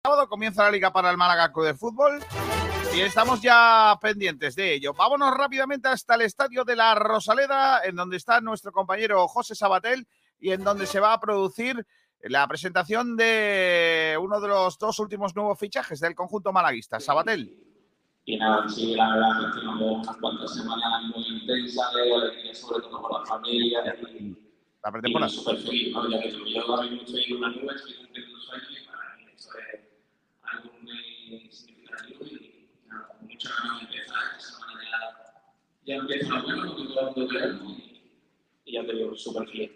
sábado comienza la Liga para el Málaga Club de Fútbol y estamos ya pendientes de ello. Vámonos rápidamente hasta el estadio de la Rosaleda, en donde está nuestro compañero José Sabatel y en donde se va a producir la presentación de uno de los dos últimos nuevos fichajes del conjunto malaguista. Sabatel. Y nada, sí, la verdad que tenemos unas cuantas semanas muy intensas de alegría, sobre todo con la familia la pretemporada. Y súper feliz, ¿no? Ya que yo ahora mismo estoy en una nube, estoy cumpliendo sueños y para mí esto es algo muy significativo y nada, con muchas ganas de empezar. Esta semana ya empieza lo bueno, lo que todo el mundo queremos y ya te digo, súper feliz.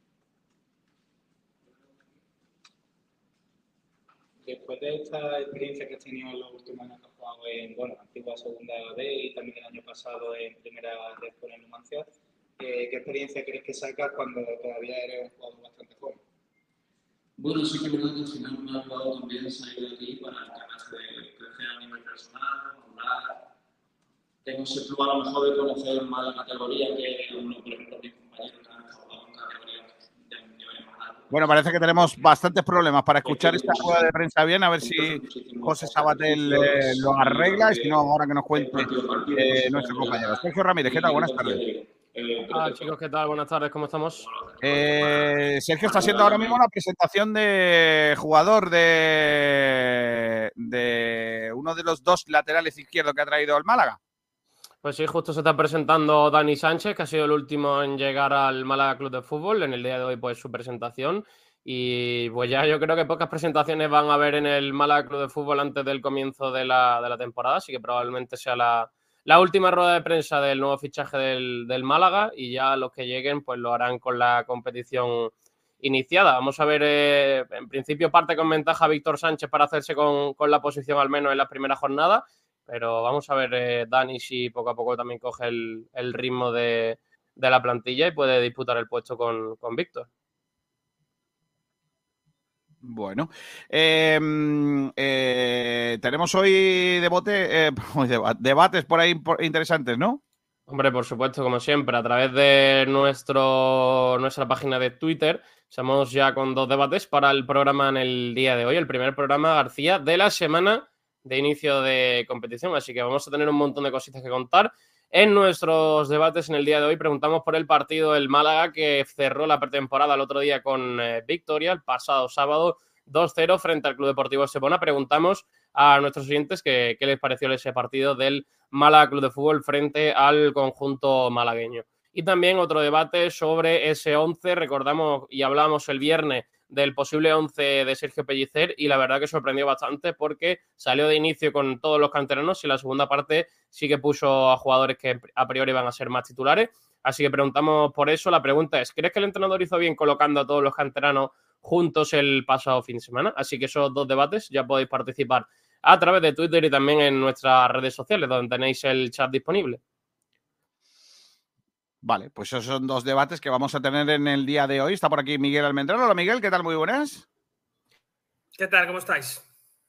Después de esta experiencia que has tenido en los últimos años que has jugado en antigua segunda B y también el año pasado en primera red con el Numancia, ¿qué experiencia crees que sacas cuando todavía eres un jugador bastante joven? Bueno, sí que es verdad que al final me ha ayudado también salir de aquí para ganas de crecer a nivel personal, hablar. Tengo ese plus a lo mejor de conocer más la categoría que uno, por ejemplo, mis compañeros que han jugado en categorías de niveles más altos. Bueno, parece que tenemos bastantes problemas para escuchar esta rueda de prensa bien, a ver si José Sabatel lo arregla y si no, ahora que nos cuente nuestro compañero. Sergio Ramírez, ¿qué tal? Buenas tardes. Hola chicos, ¿qué tal? Buenas tardes, ¿cómo estamos? Sergio está haciendo ahora mismo la presentación de jugador de uno de los dos laterales izquierdos que ha traído el Málaga. Pues sí, justo se está presentando Dani Sánchez, que ha sido el último en llegar al Málaga Club de Fútbol. En el día de hoy, pues su presentación. Y pues ya yo creo que pocas presentaciones van a haber en el Málaga Club de Fútbol antes del comienzo de la temporada, así que probablemente sea la última rueda de prensa del nuevo fichaje del Málaga y ya los que lleguen pues lo harán con la competición iniciada. Vamos a ver, en principio parte con ventaja Víctor Sánchez para hacerse con la posición al menos en la primera jornada, pero vamos a ver Dani si poco a poco también coge el ritmo de la plantilla y puede disputar el puesto con Víctor. Bueno, tenemos hoy debates por ahí interesantes, ¿no? Hombre, por supuesto, como siempre, a través de nuestra página de Twitter, estamos ya con dos debates para el programa en el día de hoy. El primer programa, García, de la semana de inicio de competición, así que vamos a tener un montón de cositas que contar. En nuestros debates en el día de hoy preguntamos por el partido del Málaga que cerró la pretemporada el otro día con victoria, el pasado sábado 2-0 frente al Club Deportivo Estepona. Preguntamos a nuestros oyentes qué les pareció ese partido del Málaga Club de Fútbol frente al conjunto malagueño. Y también otro debate sobre ese 11. Recordamos y hablamos el viernes del posible 11 de Sergio Pellicer y la verdad que sorprendió bastante porque salió de inicio con todos los canteranos y la segunda parte sí que puso a jugadores que a priori van a ser más titulares. Así que preguntamos por eso. La pregunta es, ¿crees que el entrenador hizo bien colocando a todos los canteranos juntos el pasado fin de semana? Así que esos dos debates ya podéis participar a través de Twitter y también en nuestras redes sociales, donde tenéis el chat disponible. Vale, pues esos son dos debates que vamos a tener en el día de hoy. Está por aquí Miguel Almendral. Hola Miguel, ¿qué tal? Muy buenas. ¿Qué tal? ¿Cómo estáis?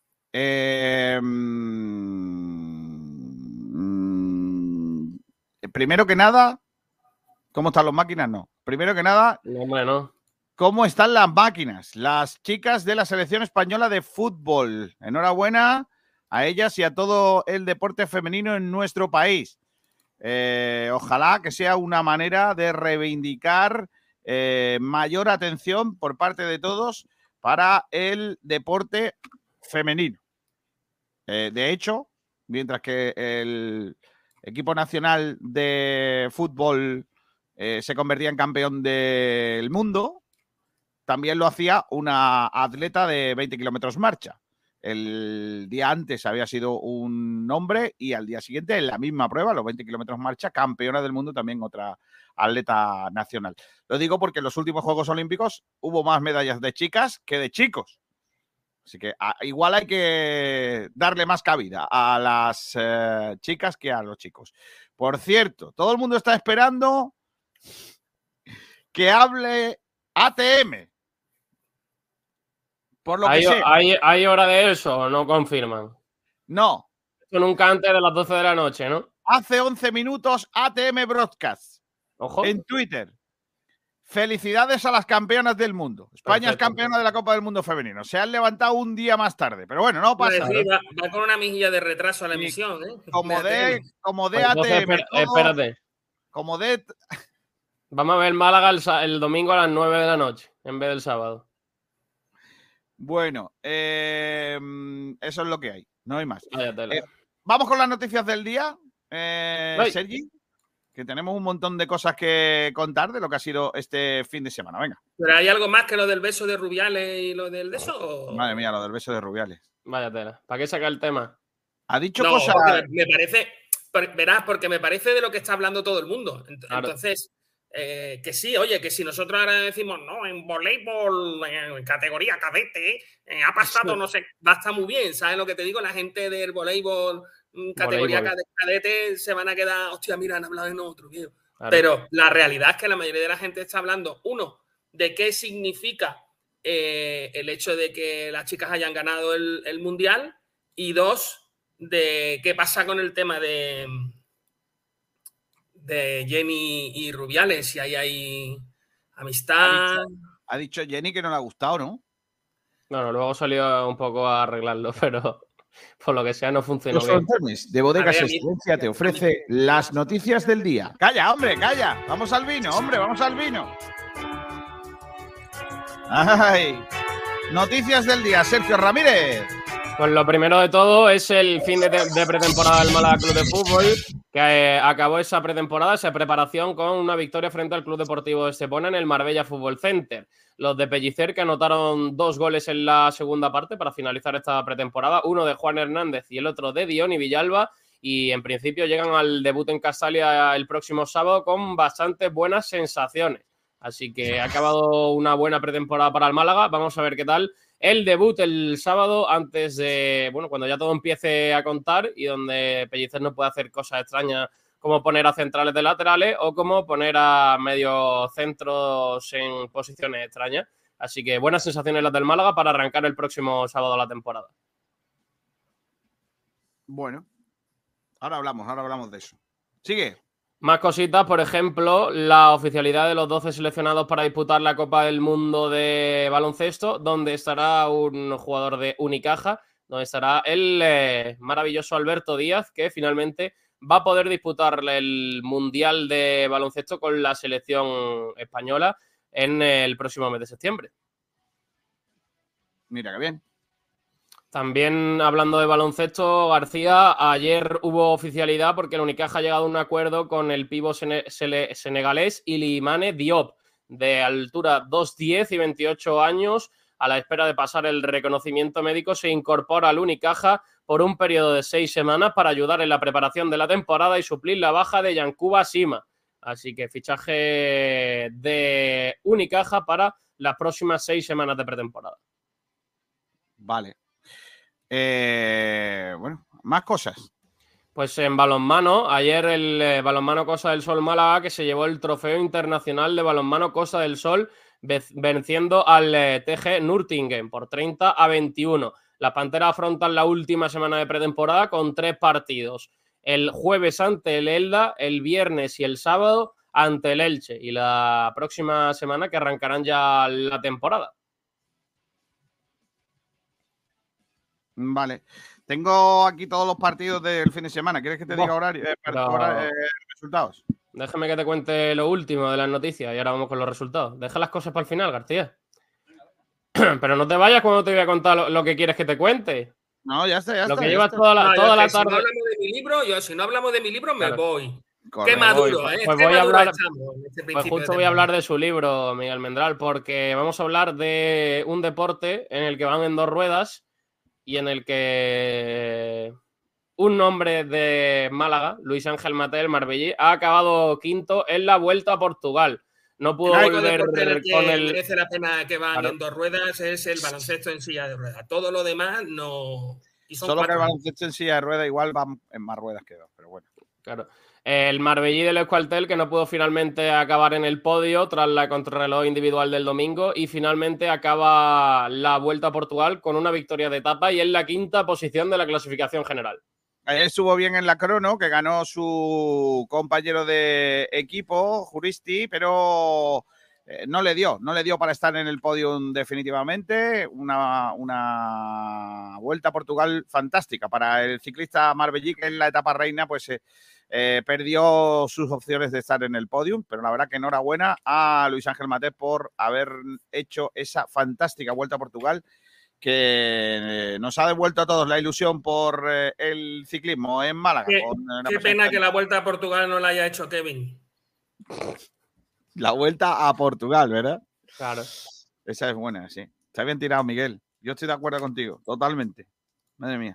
Primero que nada, ¿cómo están las máquinas? No. Primero que nada, bueno, ¿cómo están las máquinas? Las chicas de la selección española de fútbol. Enhorabuena a ellas y a todo el deporte femenino en nuestro país. Ojalá que sea una manera de reivindicar mayor atención por parte de todos para el deporte femenino. De hecho, mientras que el equipo nacional de fútbol se convertía en campeón del mundo, también lo hacía una atleta de 20 kilómetros marcha. El día antes había sido un hombre y al día siguiente, en la misma prueba, los 20 kilómetros marcha, campeona del mundo, también otra atleta nacional. Lo digo porque en los últimos Juegos Olímpicos hubo más medallas de chicas que de chicos. Así que igual hay que darle más cabida a las chicas que a los chicos. Por cierto, todo el mundo está esperando que hable ATM. Por lo que sé. ¿Hay hora de eso o no confirman? No. Eso nunca antes de las 12 de la noche, ¿no? Hace 11 minutos ATM Broadcast. Ojo. En Twitter. Felicidades a las campeonas del mundo. España Perfecto. es campeona de la Copa del Mundo femenino. Se han levantado un día más tarde, pero bueno, no pasa Sí, nada. va con una mejilla de retraso a la Sí, emisión, ¿eh? Como de Pues entonces, ATM, todo, espérate. como de... Vamos a ver Málaga el domingo a las 9 de la noche, en vez del sábado. Bueno, eso es lo que hay. No hay más. Vaya tela. Vamos con las noticias del día, Ay. Sergi, que tenemos un montón de cosas que contar de lo que ha sido este fin de semana. Venga. ¿Pero hay algo más que lo del beso de Rubiales y lo del de eso? ¿O? Madre mía, lo del beso de Rubiales. Vaya tela. ¿Para qué sacar el tema? Ha dicho No, cosas... porque me parece, verás, porque me parece de lo que está hablando todo el mundo. Claro. Entonces, que sí, oye, que si nosotros ahora decimos, no, en voleibol, en categoría cadete, ha pasado, no sé, va a estar muy bien, ¿sabes lo que te digo? La gente del voleibol, categoría cadete, se van a quedar, hostia, mira, han hablado de nosotros, tío. Claro. Pero la realidad es que la mayoría de la gente está hablando, uno, de qué significa el hecho de que las chicas hayan ganado el Mundial, y dos, de qué pasa con el tema de Jenny y Rubiales, si hay amistad. Ha dicho Jenny que no le ha gustado, ¿no? Bueno, luego salió un poco a arreglarlo, pero por lo que sea no funcionó Los bien. Frontones de Bodegas Excelencia te ofrece las noticias del día. Calla, hombre, calla. Vamos al vino, hombre, vamos al vino. Ay, noticias del día, Sergio Ramírez. Pues lo primero de todo es el fin de pretemporada del Málaga Club de Fútbol, que acabó esa pretemporada, esa preparación con una victoria frente al Club Deportivo de Estepona en el Marbella Fútbol Center. Los de Pellicer, que anotaron 2 goles en la segunda parte para finalizar esta pretemporada, uno de Juan Hernández y el otro de Diony Villalba, y en principio llegan al debut en Castalia el próximo sábado con bastante buenas sensaciones. Así que ha acabado una buena pretemporada para el Málaga. Vamos a ver qué tal el debut el sábado, antes de, bueno, cuando ya todo empiece a contar y donde Pellicer no puede hacer cosas extrañas como poner a centrales de laterales o como poner a medios centros en posiciones extrañas. Así que buenas sensaciones las del Málaga para arrancar el próximo sábado la temporada. Bueno, ahora hablamos de eso. Sigue. Más cositas, por ejemplo, la oficialidad de los 12 seleccionados para disputar la Copa del Mundo de baloncesto, donde estará un jugador de Unicaja, donde estará el maravilloso Alberto Díaz, que finalmente va a poder disputar el Mundial de baloncesto con la selección española en el próximo mes de septiembre. Mira, qué bien. También hablando de baloncesto, García, ayer hubo oficialidad porque el Unicaja ha llegado a un acuerdo con el pívot senegalés Ilimane Diop, de altura 2'10 y 28 años. A la espera de pasar el reconocimiento médico, se incorpora al Unicaja por un periodo de 6 semanas para ayudar en la preparación de la temporada y suplir la baja de Yankuba Sima. Así que fichaje de Unicaja para las próximas 6 semanas de pretemporada. Vale. Bueno, más cosas. Pues en balonmano, ayer el balonmano Costa del Sol Málaga, que se llevó el trofeo internacional de balonmano Costa del Sol, venciendo al TG Nürtingen por 30-21. Las Panteras afrontan la última semana de pretemporada con 3 partidos. El jueves ante el Elda, el viernes y el sábado ante el Elche. Y la próxima semana que arrancarán ya la temporada. Vale. Tengo aquí todos los partidos del fin de semana. ¿Quieres que te diga resultados? Déjame que te cuente lo último de las noticias y ahora vamos con los resultados. Deja las cosas para el final, García. Pero no te vayas cuando te voy a contar lo que quieres que te cuente. No, ya está. Lo que llevas toda la tarde. Si no hablamos de mi libro, si no hablamos de mi libro, me voy. Correcto. Qué maduro, Pues voy a hablar. Pues justo voy a hablar de su libro, Miguel Mendral, porque vamos a hablar de un deporte en el que van en 2 ruedas y en el que un hombre de Málaga, Luis Ángel Matel Marbellí, ha acabado quinto en la Vuelta a Portugal. No pudo volver con el... merece la pena que van en 2 ruedas es el baloncesto en silla de ruedas. Todo lo demás no... Solo que el baloncesto en silla de ruedas igual van en más ruedas que 2, pero bueno. Claro. El Marbellí del Euskaltel, que no pudo finalmente acabar en el podio tras la contrarreloj individual del domingo, y finalmente acaba la Vuelta a Portugal con una victoria de etapa y en la 5ª posición de la clasificación general. Ayer estuvo bien en la crono, que ganó su compañero de equipo, Juristi, pero no le dio para estar en el podium definitivamente. Una Vuelta a Portugal fantástica para el ciclista Marbellí, que en la etapa reina pues perdió sus opciones de estar en el podium, pero la verdad que enhorabuena a Luis Ángel Matés por haber hecho esa fantástica Vuelta a Portugal que nos ha devuelto a todos la ilusión por el ciclismo en Málaga. Qué pena que la Vuelta a Portugal no la haya hecho Kevin. La Vuelta a Portugal, ¿verdad? Claro. Esa es buena, sí. Está bien tirado, Miguel. Yo estoy de acuerdo contigo, totalmente. Madre mía.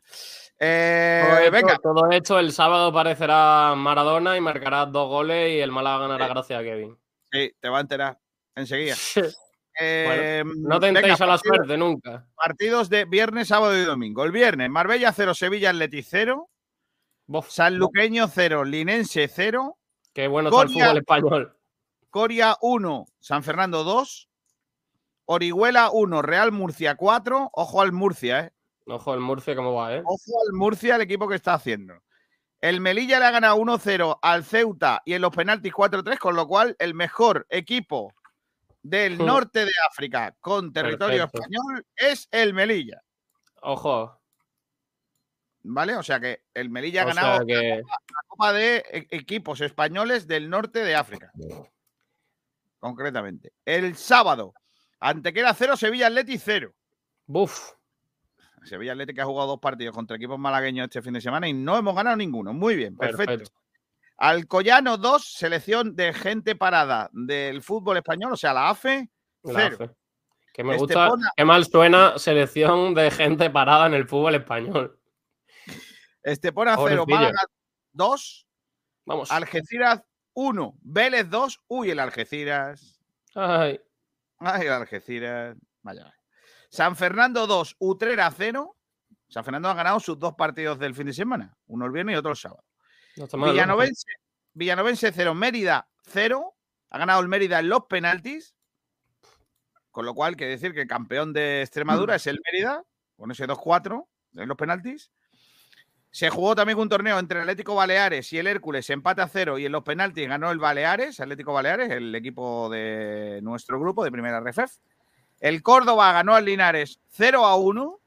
Venga. Todo esto el sábado aparecerá Maradona y marcará 2 goles y el Málaga ganará gracias a Kevin. Sí, te va a enterar enseguida. Bueno, no tentéis a la suerte nunca. Partidos de viernes, sábado y domingo. El viernes, Marbella 0, Sevilla Atleti 0, Sanluqueño 0, Linense 0. Qué bueno está el fútbol español. Coria 1, San Fernando 2, Orihuela 1, Real Murcia 4. Ojo al Murcia, Ojo al Murcia, ¿cómo va, Ojo al Murcia, el equipo que está haciendo. El Melilla le ha ganado 1-0 al Ceuta y en los penaltis 4-3, con lo cual el mejor equipo del norte de África con territorio español es el Melilla. Ojo. ¿Vale? O sea que el Melilla ha ganado la Copa de equipos españoles del norte de África. Concretamente. El sábado, Antequera 0, Sevilla Atleti 0. Buf. Sevilla Atleti que ha jugado 2 partidos contra equipos malagueños este fin de semana y no hemos ganado ninguno. Muy bien, perfecto. Alcoyano 2, selección de gente parada del fútbol español, o sea, la AFE 0. Que me gusta, qué mal suena selección de gente parada en el fútbol español. Estepona 0, Málaga 2, vamos. Algeciras 1, Vélez 2. Uy, el Algeciras. Ay, el Algeciras. Vaya. San Fernando 2, Utrera 0. San Fernando ha ganado sus 2 partidos del fin de semana, uno el viernes y otro el sábado. No está mal, Villanovense 0, Mérida 0. Ha ganado el Mérida en los penaltis. Con lo cual, quiere decir que el campeón de Extremadura es el Mérida, con ese 2-4 en los penaltis. Se jugó también un torneo entre el Atlético Baleares y el Hércules, empate a 0, y en los penaltis ganó el Baleares, Atlético Baleares, el equipo de nuestro grupo de primera RFF. El Córdoba ganó al Linares 0-1.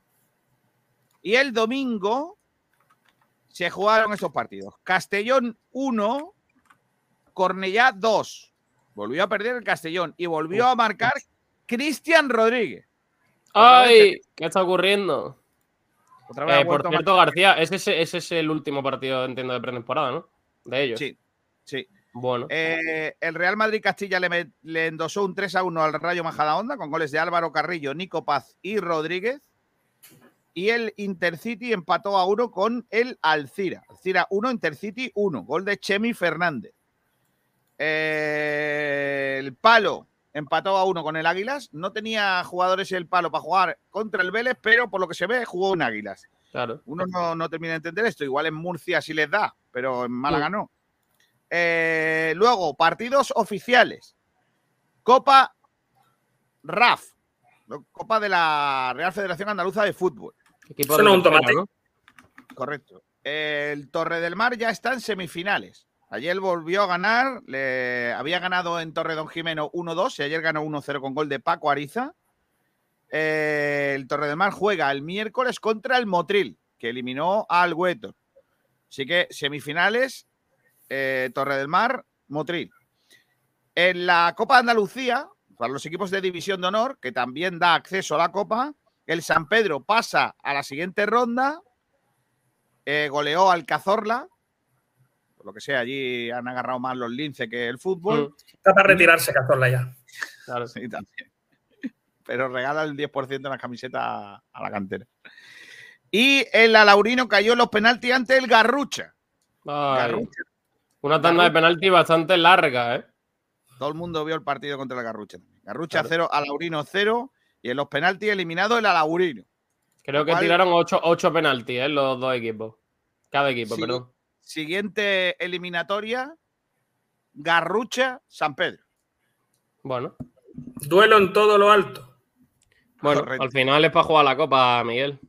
Y el domingo se jugaron estos partidos. Castellón 1, Cornellá 2. Volvió a perder el Castellón y volvió a marcar Cristian Rodríguez. ¡Ay! ¿Qué está ocurriendo? Por cierto, García, ese es el último partido, entiendo, de pretemporada, ¿no? De ellos. Sí. Bueno. El Real Madrid Castilla le endosó un 3-1 al Rayo Majadahonda con goles de Álvaro Carrillo, Nico Paz y Rodríguez. Y el Intercity empató a 1 con el Alcira. Alcira 1, Intercity 1. Gol de Chemi Fernández. El Palo empató a 1 con el Águilas. No tenía jugadores el Palo para jugar contra el Vélez, pero por lo que se ve jugó en Águilas. Claro. Uno no termina de entender esto. Igual en Murcia sí les da, pero en Málaga no. Luego, partidos oficiales. Copa RAF. Copa de la Real Federación Andaluza de Fútbol. Equipo de un tomate, ¿no? Correcto. El Torre del Mar ya está en semifinales. Ayer volvió a ganar. Había ganado en Torre Don Jimeno 1-2 y ayer ganó 1-0 con gol de Paco Ariza. El Torre del Mar juega el miércoles contra el Motril, que eliminó al Huetor. Así que semifinales, Torre del Mar, Motril. En la Copa de Andalucía, para los equipos de División de Honor, que también da acceso a la Copa, el San Pedro pasa a la siguiente ronda, goleó al Cazorla, por lo que sea, allí han agarrado más los lince que el fútbol. Está para retirarse Cazorla ya. Claro, sí, también. Pero regala el 10% de la camiseta a la cantera. Y el Alaurino cayó en los penaltis ante el Garrucha. Garrucha. Una tanda de penalti bastante larga, ¿eh? Todo el mundo vio el partido contra el Garrucha. Garrucha 0, Alaurino 0. Y en los penaltis eliminado el Alaurino. Creo que tiraron 8 penaltis, los dos equipos. Cada equipo, sí, perdón. Siguiente eliminatoria, Garrucha-San Pedro. Bueno. Duelo en todo lo alto. Bueno, correcto. Al final es para jugar la Copa, Miguel.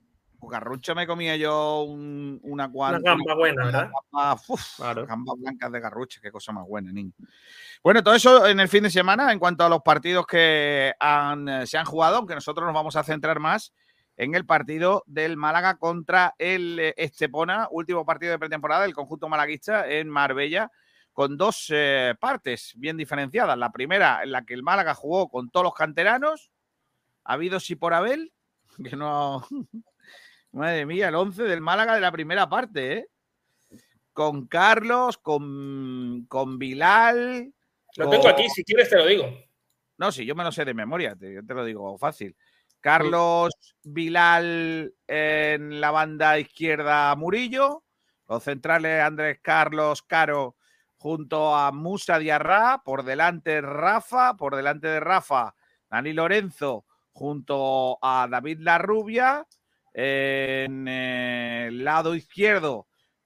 Garrucha me comía yo una gamba buena, ¿verdad? Claro. Gambas blancas de Garrucha, qué cosa más buena, niño. Bueno, todo eso en el fin de semana, en cuanto a los partidos que se han jugado, aunque nosotros nos vamos a centrar más en el partido del Málaga contra el Estepona, último partido de pretemporada del conjunto malaguista en Marbella, con dos partes bien diferenciadas. La primera, en la que el Málaga jugó con todos los canteranos, habidos y por haber, que no... Madre mía, el 11 del Málaga de la primera parte, ¿eh? Con Carlos, con Bilal... Lo tengo aquí, si quieres te lo digo. No, sí, yo me lo sé de memoria, yo te lo digo fácil. Carlos, Bilal en la banda izquierda, Murillo. Los centrales, Andrés, Carlos, Caro, junto a Musa Diarra. Por delante, Rafa. Por delante de Rafa, Dani Lorenzo, junto a David Larrubia. En el lado izquierdo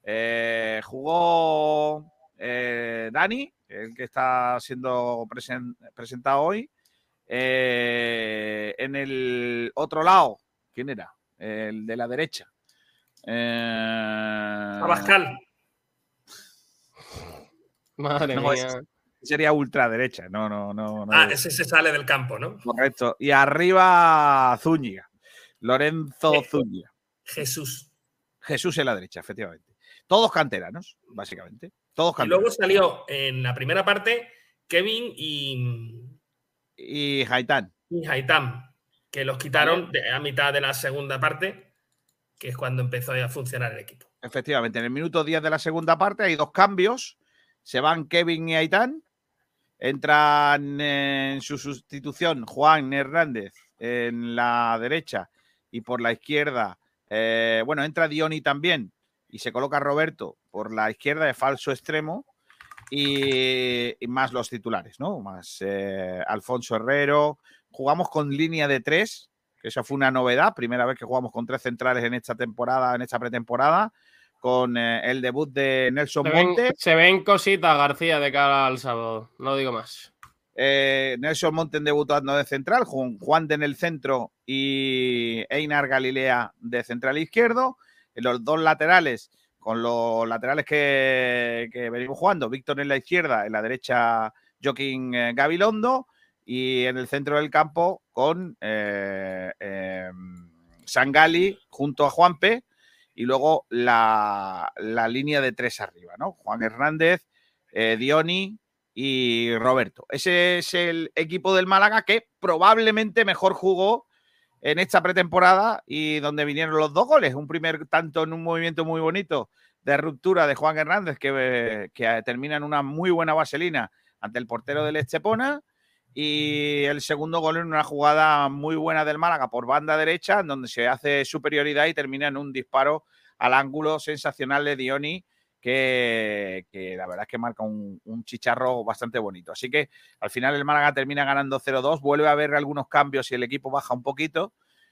jugó Dani, el que está siendo presentado hoy. En el otro lado, ¿quién era? El de la derecha. Abascal. Madre mía. Sería ultraderecha. No. Ese se sale del campo, ¿no? Correcto. Y arriba Zúñiga. Lorenzo Zúñiga. Jesús en la derecha, efectivamente. Todos canteranos, básicamente. Todos canteranos. Y luego salió en la primera parte Kevin y Haitán. Y Haitán, que los quitaron a mitad de la segunda parte, que es cuando empezó a funcionar el equipo. Efectivamente, en el minuto 10 de la segunda parte hay dos cambios. Se van Kevin y Haitán. Entran en su sustitución Juan Hernández en la derecha y por la izquierda, entra Dioni también y se coloca Roberto por la izquierda de falso extremo y más los titulares, ¿no? Más Alfonso Herrero. Jugamos con línea de 3, que esa fue una novedad, primera vez que jugamos con 3 centrales en esta temporada, en esta pretemporada, con el debut de Nelson Monte. Se ven cositas, García, de cara al sábado, no digo más. Nelson Monte debutando de central, Juan de en el centro y Einar Galilea de central izquierdo. En los dos laterales, con los laterales que venimos jugando, Víctor en la izquierda, en la derecha Joaquín Gabilondo, y en el centro del campo con Sangali junto a Juanpe, y luego la línea de 3 arriba, ¿no? Juan Hernández, Dioni y Roberto. Ese es el equipo del Málaga que probablemente mejor jugó en esta pretemporada y donde vinieron los 2 goles. Un primer tanto en un movimiento muy bonito de ruptura de Juan Hernández que termina en una muy buena vaselina ante el portero del Estepona, y el segundo gol en una jugada muy buena del Málaga por banda derecha, en donde se hace superioridad y termina en un disparo al ángulo sensacional de Dioni, que la verdad es que marca un chicharro bastante bonito. Así que al final el Málaga termina ganando 0-2, vuelve a haber algunos cambios y el equipo baja un poquito,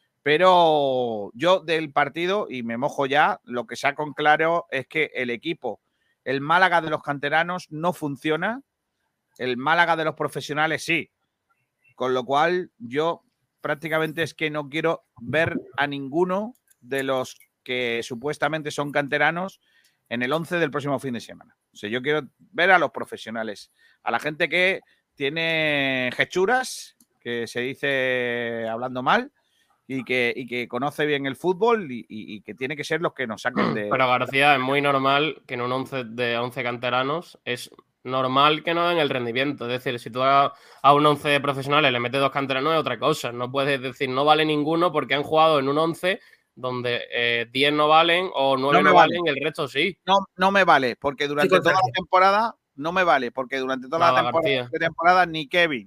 pero yo del partido, y me mojo ya, lo que saco en claro es que el equipo, el Málaga de los canteranos no funciona, el Málaga de los profesionales sí, con lo cual yo prácticamente es que no quiero ver a ninguno de los que supuestamente son canteranos en el 11 del próximo fin de semana. O sea, yo quiero ver a los profesionales, a la gente que tiene hechuras, que se dice hablando mal, y que conoce bien el fútbol y que tiene que ser los que nos saquen de... Pero García, es muy normal que en un 11 de 11 canteranos es normal que no den el rendimiento. Es decir, si tú a un 11 de profesionales le metes 2 canteranos es otra cosa. No puedes decir no vale ninguno porque han jugado en un 11 donde 10 no valen o 9 no valen y el resto sí. No me vale, porque durante toda la temporada no me vale, porque durante toda la temporada ni Kevin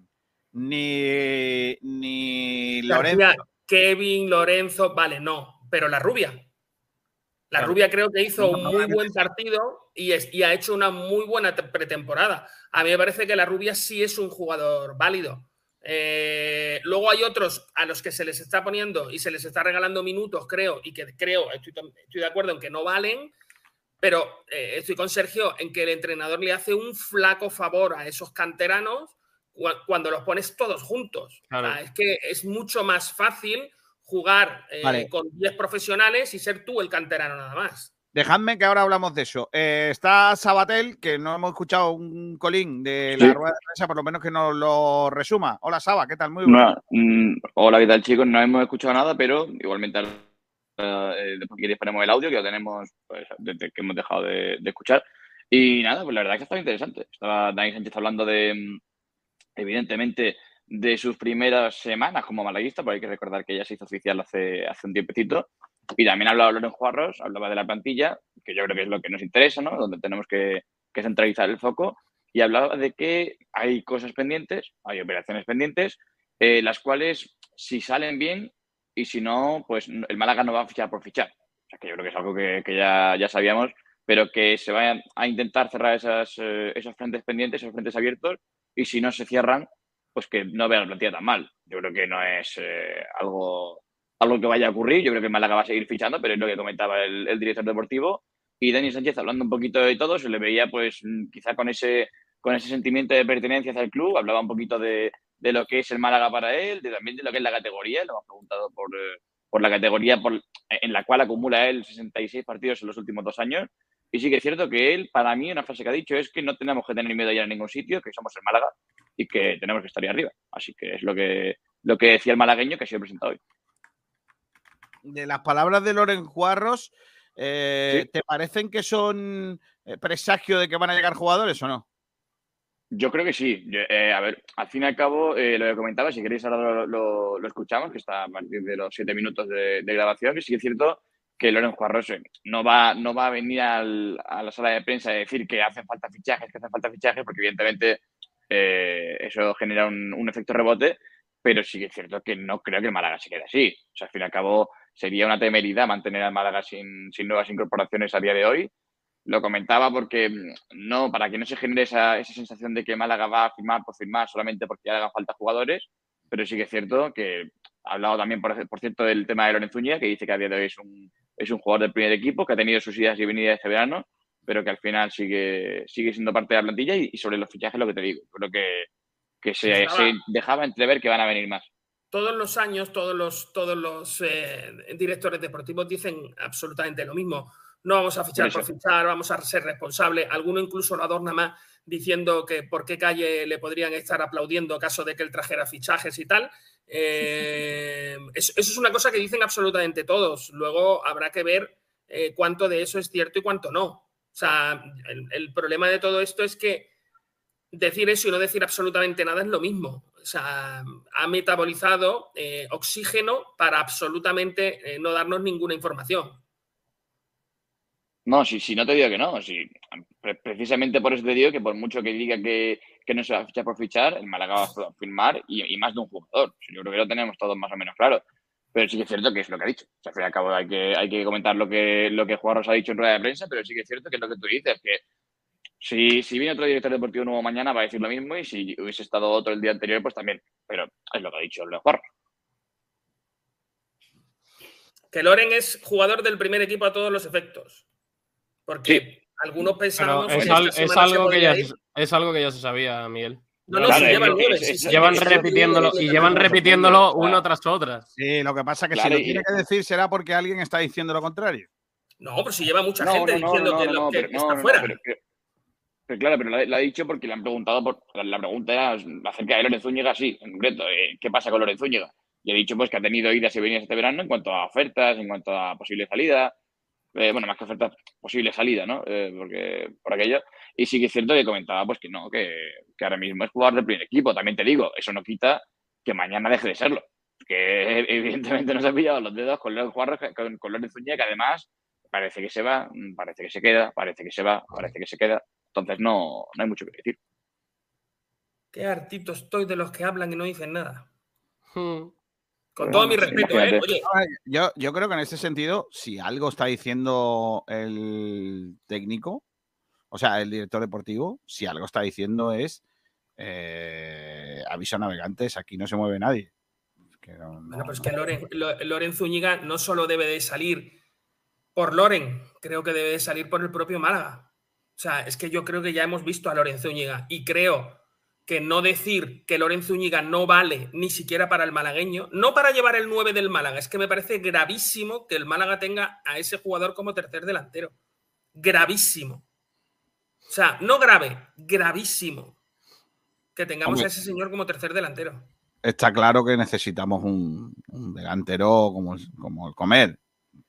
ni Lorenzo. García, Kevin, Lorenzo, vale, no, pero la Rubia. La Rubia creo que hizo un muy buen partido y ha hecho una muy buena pretemporada. A mí me parece que la Rubia sí es un jugador válido. Luego hay otros a los que se les está poniendo y se les está regalando minutos, creo, y que estoy de acuerdo en que no valen, pero estoy con Sergio en que el entrenador le hace un flaco favor a esos canteranos cuando los pones todos juntos. Claro. O sea, es que es mucho más fácil jugar Vale. con 10 profesionales y ser tú el canterano nada más. Dejadme que ahora hablamos de eso. Está Sabatel, que no hemos escuchado un colín de la rueda de prensa, por lo menos que nos lo resuma. Hola, Saba, ¿qué tal? Muy bueno. Hola, ¿qué tal, chicos? No hemos escuchado nada, pero igualmente después que disponemos el audio, que lo tenemos pues, desde que hemos dejado de escuchar. Y nada, pues la verdad es que estaba interesante. Estaba Dani Sánchez hablando evidentemente, de sus primeras semanas como malaguista, porque hay que recordar que ya se hizo oficial hace un tiempecito. Y también hablaba Loren Juarros, hablaba de la plantilla, que yo creo que es lo que nos interesa, ¿no? Donde tenemos que centralizar el foco. Y hablaba de que hay cosas pendientes, hay operaciones pendientes, las cuales, si salen bien y si no, pues el Málaga no va a fichar por fichar. O sea, que yo creo que es algo que ya sabíamos, pero que se vayan a intentar cerrar esos frentes pendientes, esos frentes abiertos, y si no se cierran, pues que no vean la plantilla tan mal. Yo creo que no es algo que vaya a ocurrir. Yo creo que el Málaga va a seguir fichando, pero es lo que comentaba el director deportivo. Y Dani Sánchez, hablando un poquito de todo, se le veía pues quizá con ese sentimiento de pertenencia hacia el club. Hablaba un poquito de lo que es el Málaga para él, también de lo que es la categoría. Le hemos preguntado por la categoría en la cual acumula él 66 partidos en los últimos 2 años. Y sí que es cierto que él, para mí, una frase que ha dicho es que no tenemos que tener miedo de ir a ningún sitio, que somos el Málaga y que tenemos que estar ahí arriba. Así que es lo que decía el malagueño que ha sido presentado hoy. De las palabras de Loren Juarros, ¿Sí? ¿te parecen que son presagio de que van a llegar jugadores o no? Yo creo que sí. A ver, al fin y al cabo, lo que comentaba, si queréis ahora lo escuchamos, que está a partir de los 7 minutos de grabación, que sí que es cierto que Loren Juarros no va a venir a la sala de prensa a decir que hacen falta fichajes, porque evidentemente eso genera un efecto rebote, pero sí que es cierto que no creo que el Málaga se quede así. O sea, al fin y al cabo, sería una temeridad mantener al Málaga sin nuevas incorporaciones a día de hoy. Lo comentaba porque para que no se genere esa sensación de que Málaga va a firmar por firmar solamente porque ya hagan falta jugadores, pero sí que es cierto que ha hablado también, por cierto, del tema de Loren Zúñiga, que dice que a día de hoy es un jugador del primer equipo, que ha tenido sus idas y venidas este verano, pero que al final sigue siendo parte de la plantilla. Y sobre los fichajes, lo que te digo, creo que se dejaba entrever que van a venir más. Todos los años, todos los directores deportivos dicen absolutamente lo mismo. No vamos a fichar por fichar, vamos a ser responsables. Alguno incluso lo adorna más diciendo que por qué calle le podrían estar aplaudiendo caso de que él trajera fichajes y tal. Eso es una cosa que dicen absolutamente todos. Luego habrá que ver cuánto de eso es cierto y cuánto no. O sea, el problema de todo esto es que decir eso y no decir absolutamente nada es lo mismo. O sea, ha metabolizado oxígeno para absolutamente no darnos ninguna información. No, si no te digo que no. Precisamente por eso te digo que por mucho que diga que no se va a fichar por fichar, el Málaga va a firmar y más de un jugador. Yo creo que lo tenemos todos más o menos claro. Pero sí que es cierto que es lo que ha dicho. O sea, al fin y al cabo hay que comentar lo que Juarros ha dicho en rueda de prensa, pero sí que es cierto que es lo que tú dices, que si viene otro director deportivo nuevo mañana va a decir lo mismo, y si hubiese estado otro el día anterior, pues también. Pero es lo que ha dicho el Juarros. Que Loren es jugador del primer equipo a todos los efectos. Porque sí, algunos pensábamos que es algo que ya se sabía, Miguel. Llevan repitiéndolo uno tras otra. Sí, lo que pasa es que si lo tiene que decir será porque alguien está diciendo lo contrario. No, pero si lleva mucha gente diciendo que está fuera. Pero claro, pero lo ha dicho porque le han preguntado, la pregunta era acerca de Loren Zúñiga, sí, en concreto, ¿qué pasa con Loren Zúñiga? Y ha dicho pues que ha tenido idas y venidas este verano en cuanto a ofertas, en cuanto a posible salida. Bueno, más que oferta, posible salida, ¿no? Porque por aquello. Y sí que es cierto que comentaba pues que no, que ahora mismo es jugador del primer equipo. También te digo, eso no quita que mañana deje de serlo. Que evidentemente nos ha pillado los dedos con Loren Juarros, con Loren Zúñiga, que además parece que se va, parece que se queda, parece que se va, parece que se queda. Entonces no hay mucho que decir. Qué hartito estoy de los que hablan y no dicen nada. Con Pero todo mi respeto, Oye. Yo creo que en ese sentido, si algo está diciendo el técnico, o sea, el director deportivo, si algo está diciendo es aviso a navegantes, aquí no se mueve nadie. Bueno, pues que Loren Zúñiga no solo debe de salir por Loren, creo que debe de salir por el propio Málaga. O sea, es que yo creo que ya hemos visto a Loren Zúñiga y creo que no decir que Loren Zúñiga no vale ni siquiera para el malagueño, no para llevar el 9 del Málaga. Es que me parece gravísimo que el Málaga tenga a ese jugador como tercer delantero. Gravísimo. O sea, no grave, gravísimo que tengamos a ese señor como tercer delantero. Está claro que necesitamos un delantero como el Comer.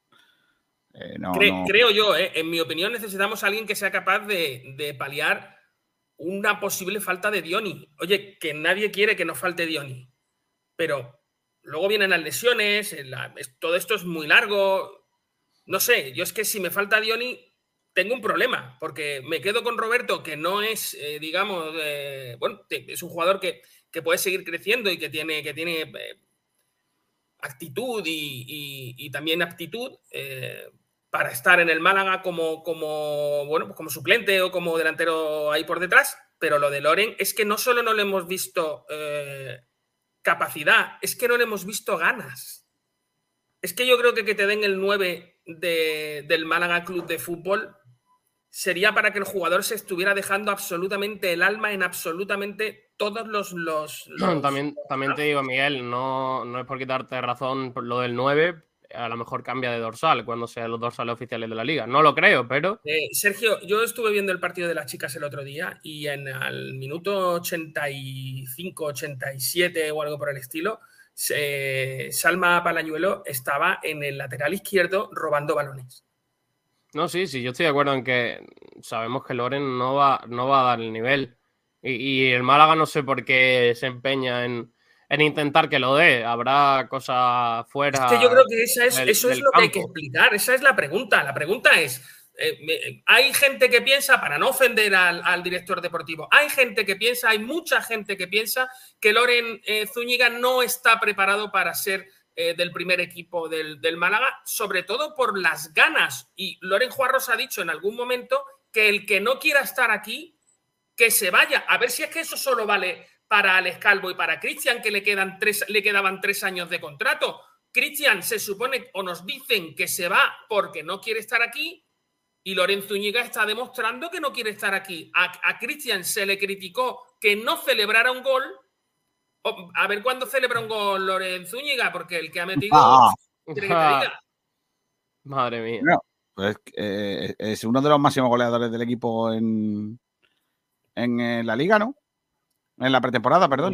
Creo yo, en mi opinión, necesitamos a alguien que sea capaz de paliar una posible falta de Dioni. Oye, que nadie quiere que nos falte Dioni, pero luego vienen las lesiones, todo esto es muy largo. No sé, yo es que si me falta Dioni tengo un problema, porque me quedo con Roberto, que no es, digamos, bueno, es un jugador que puede seguir creciendo y que tiene actitud y también aptitud para estar en el Málaga como suplente o como delantero ahí por detrás, pero lo de Loren es que no solo no le hemos visto capacidad, es que no le hemos visto ganas. Es que yo creo que te den el 9 del Málaga Club de Fútbol sería para que el jugador se estuviera dejando absolutamente el alma en absolutamente todos los... También te digo, Miguel, no es por quitarte razón por lo del 9, a lo mejor cambia de dorsal cuando sean los dorsales oficiales de la liga. No lo creo, pero... Sergio, yo estuve viendo el partido de las chicas el otro día y al minuto 85, 87 o algo por el estilo, Salma Palañuelo estaba en el lateral izquierdo robando balones. No, sí, yo estoy de acuerdo en que sabemos que Loren no va a dar el nivel. Y el Málaga no sé por qué se empeña en intentar que lo dé. Habrá cosas fuera. Es que yo creo que eso es lo que hay que explicar. Esa es la pregunta. La pregunta es, hay gente que piensa, para no ofender al director deportivo, hay mucha gente que piensa que Loren Zúñiga no está preparado para ser del primer equipo del Málaga, sobre todo por las ganas. Y Loren Juarros ha dicho en algún momento que el que no quiera estar aquí, que se vaya. A ver si es que eso solo vale para Alex Calvo y para Cristian, que le quedaban 3 años de contrato. Cristian se supone o nos dicen que se va porque no quiere estar aquí y Loren Zúñiga está demostrando que no quiere estar aquí. A Cristian se le criticó que no celebrara un gol. A ver cuándo celebra un gol Loren Zúñiga, porque el que ha metido... ¿quiere que te diga? Madre mía. No, pues es uno de los máximos goleadores del equipo en la liga, ¿no? En la pretemporada, perdón.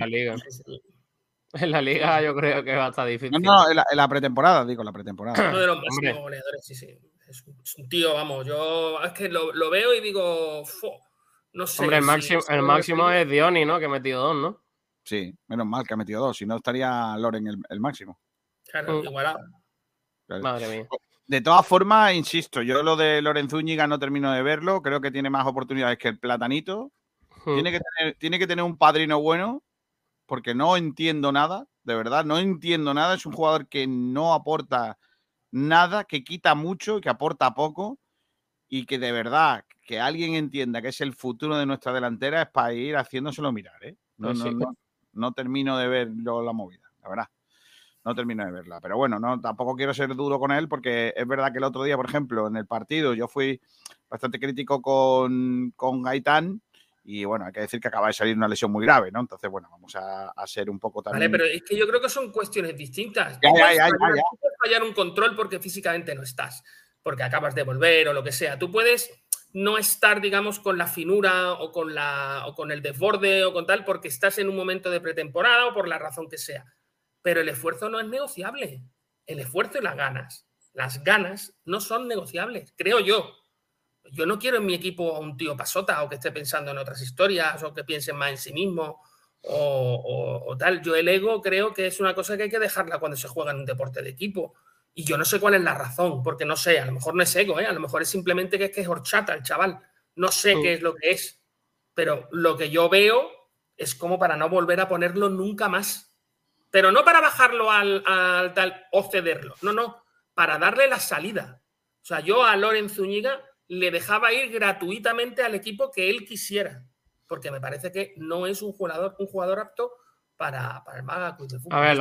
En la liga yo creo que va a estar difícil. No, en la pretemporada, digo, la pretemporada. Uno de los máximos goleadores, sí. Es un tío, vamos, yo es que lo veo y digo, no sé. Hombre, el máximo es Dioni, ¿no? Que ha metido 2, ¿no? Sí, menos mal que ha metido 2, si no estaría Loren el máximo. Claro, igualado. Madre mía. De todas formas, insisto, yo lo de Loren Zúñiga no termino de verlo, creo que tiene más oportunidades que el Platanito. Tiene que tener un padrino bueno, porque no entiendo nada, de verdad, no entiendo nada. Es un jugador que no aporta nada, que quita mucho y que aporta poco, y que de verdad, que alguien entienda que es el futuro de nuestra delantera es para ir haciéndoselo mirar, ¿eh? No termino de ver la movida, la verdad. No termino de verla. Pero bueno, tampoco quiero ser duro con él, porque es verdad que el otro día, por ejemplo, en el partido, yo fui bastante crítico con Gaitán. Y bueno, hay que decir que acaba de salir una lesión muy grave, ¿no? Entonces, bueno, vamos a ser un poco también... Vale, pero es que yo creo que son cuestiones distintas. Ya. Puedes fallar un control porque físicamente no estás, porque acabas de volver o lo que sea. Tú puedes no estar, digamos, con la finura o con el desborde o con tal porque estás en un momento de pretemporada o por la razón que sea. Pero el esfuerzo no es negociable. El esfuerzo y las ganas no son negociables, creo yo. Yo no quiero en mi equipo a un tío pasota o que esté pensando en otras historias o que piense más en sí mismo o tal. Yo el ego creo que es una cosa que hay que dejarla cuando se juega en un deporte de equipo. Y yo no sé cuál es la razón, porque no sé, a lo mejor no es ego, a lo mejor es simplemente que es horchata el chaval. No sé qué es lo que es, pero lo que yo veo es como para no volver a ponerlo nunca más. Pero no para bajarlo al tal o cederlo, no, para darle la salida. O sea, yo a Loren Zúñiga le dejaba ir gratuitamente al equipo que él quisiera, porque me parece que no es un jugador apto para el Málaga Club de Fútbol. A ver,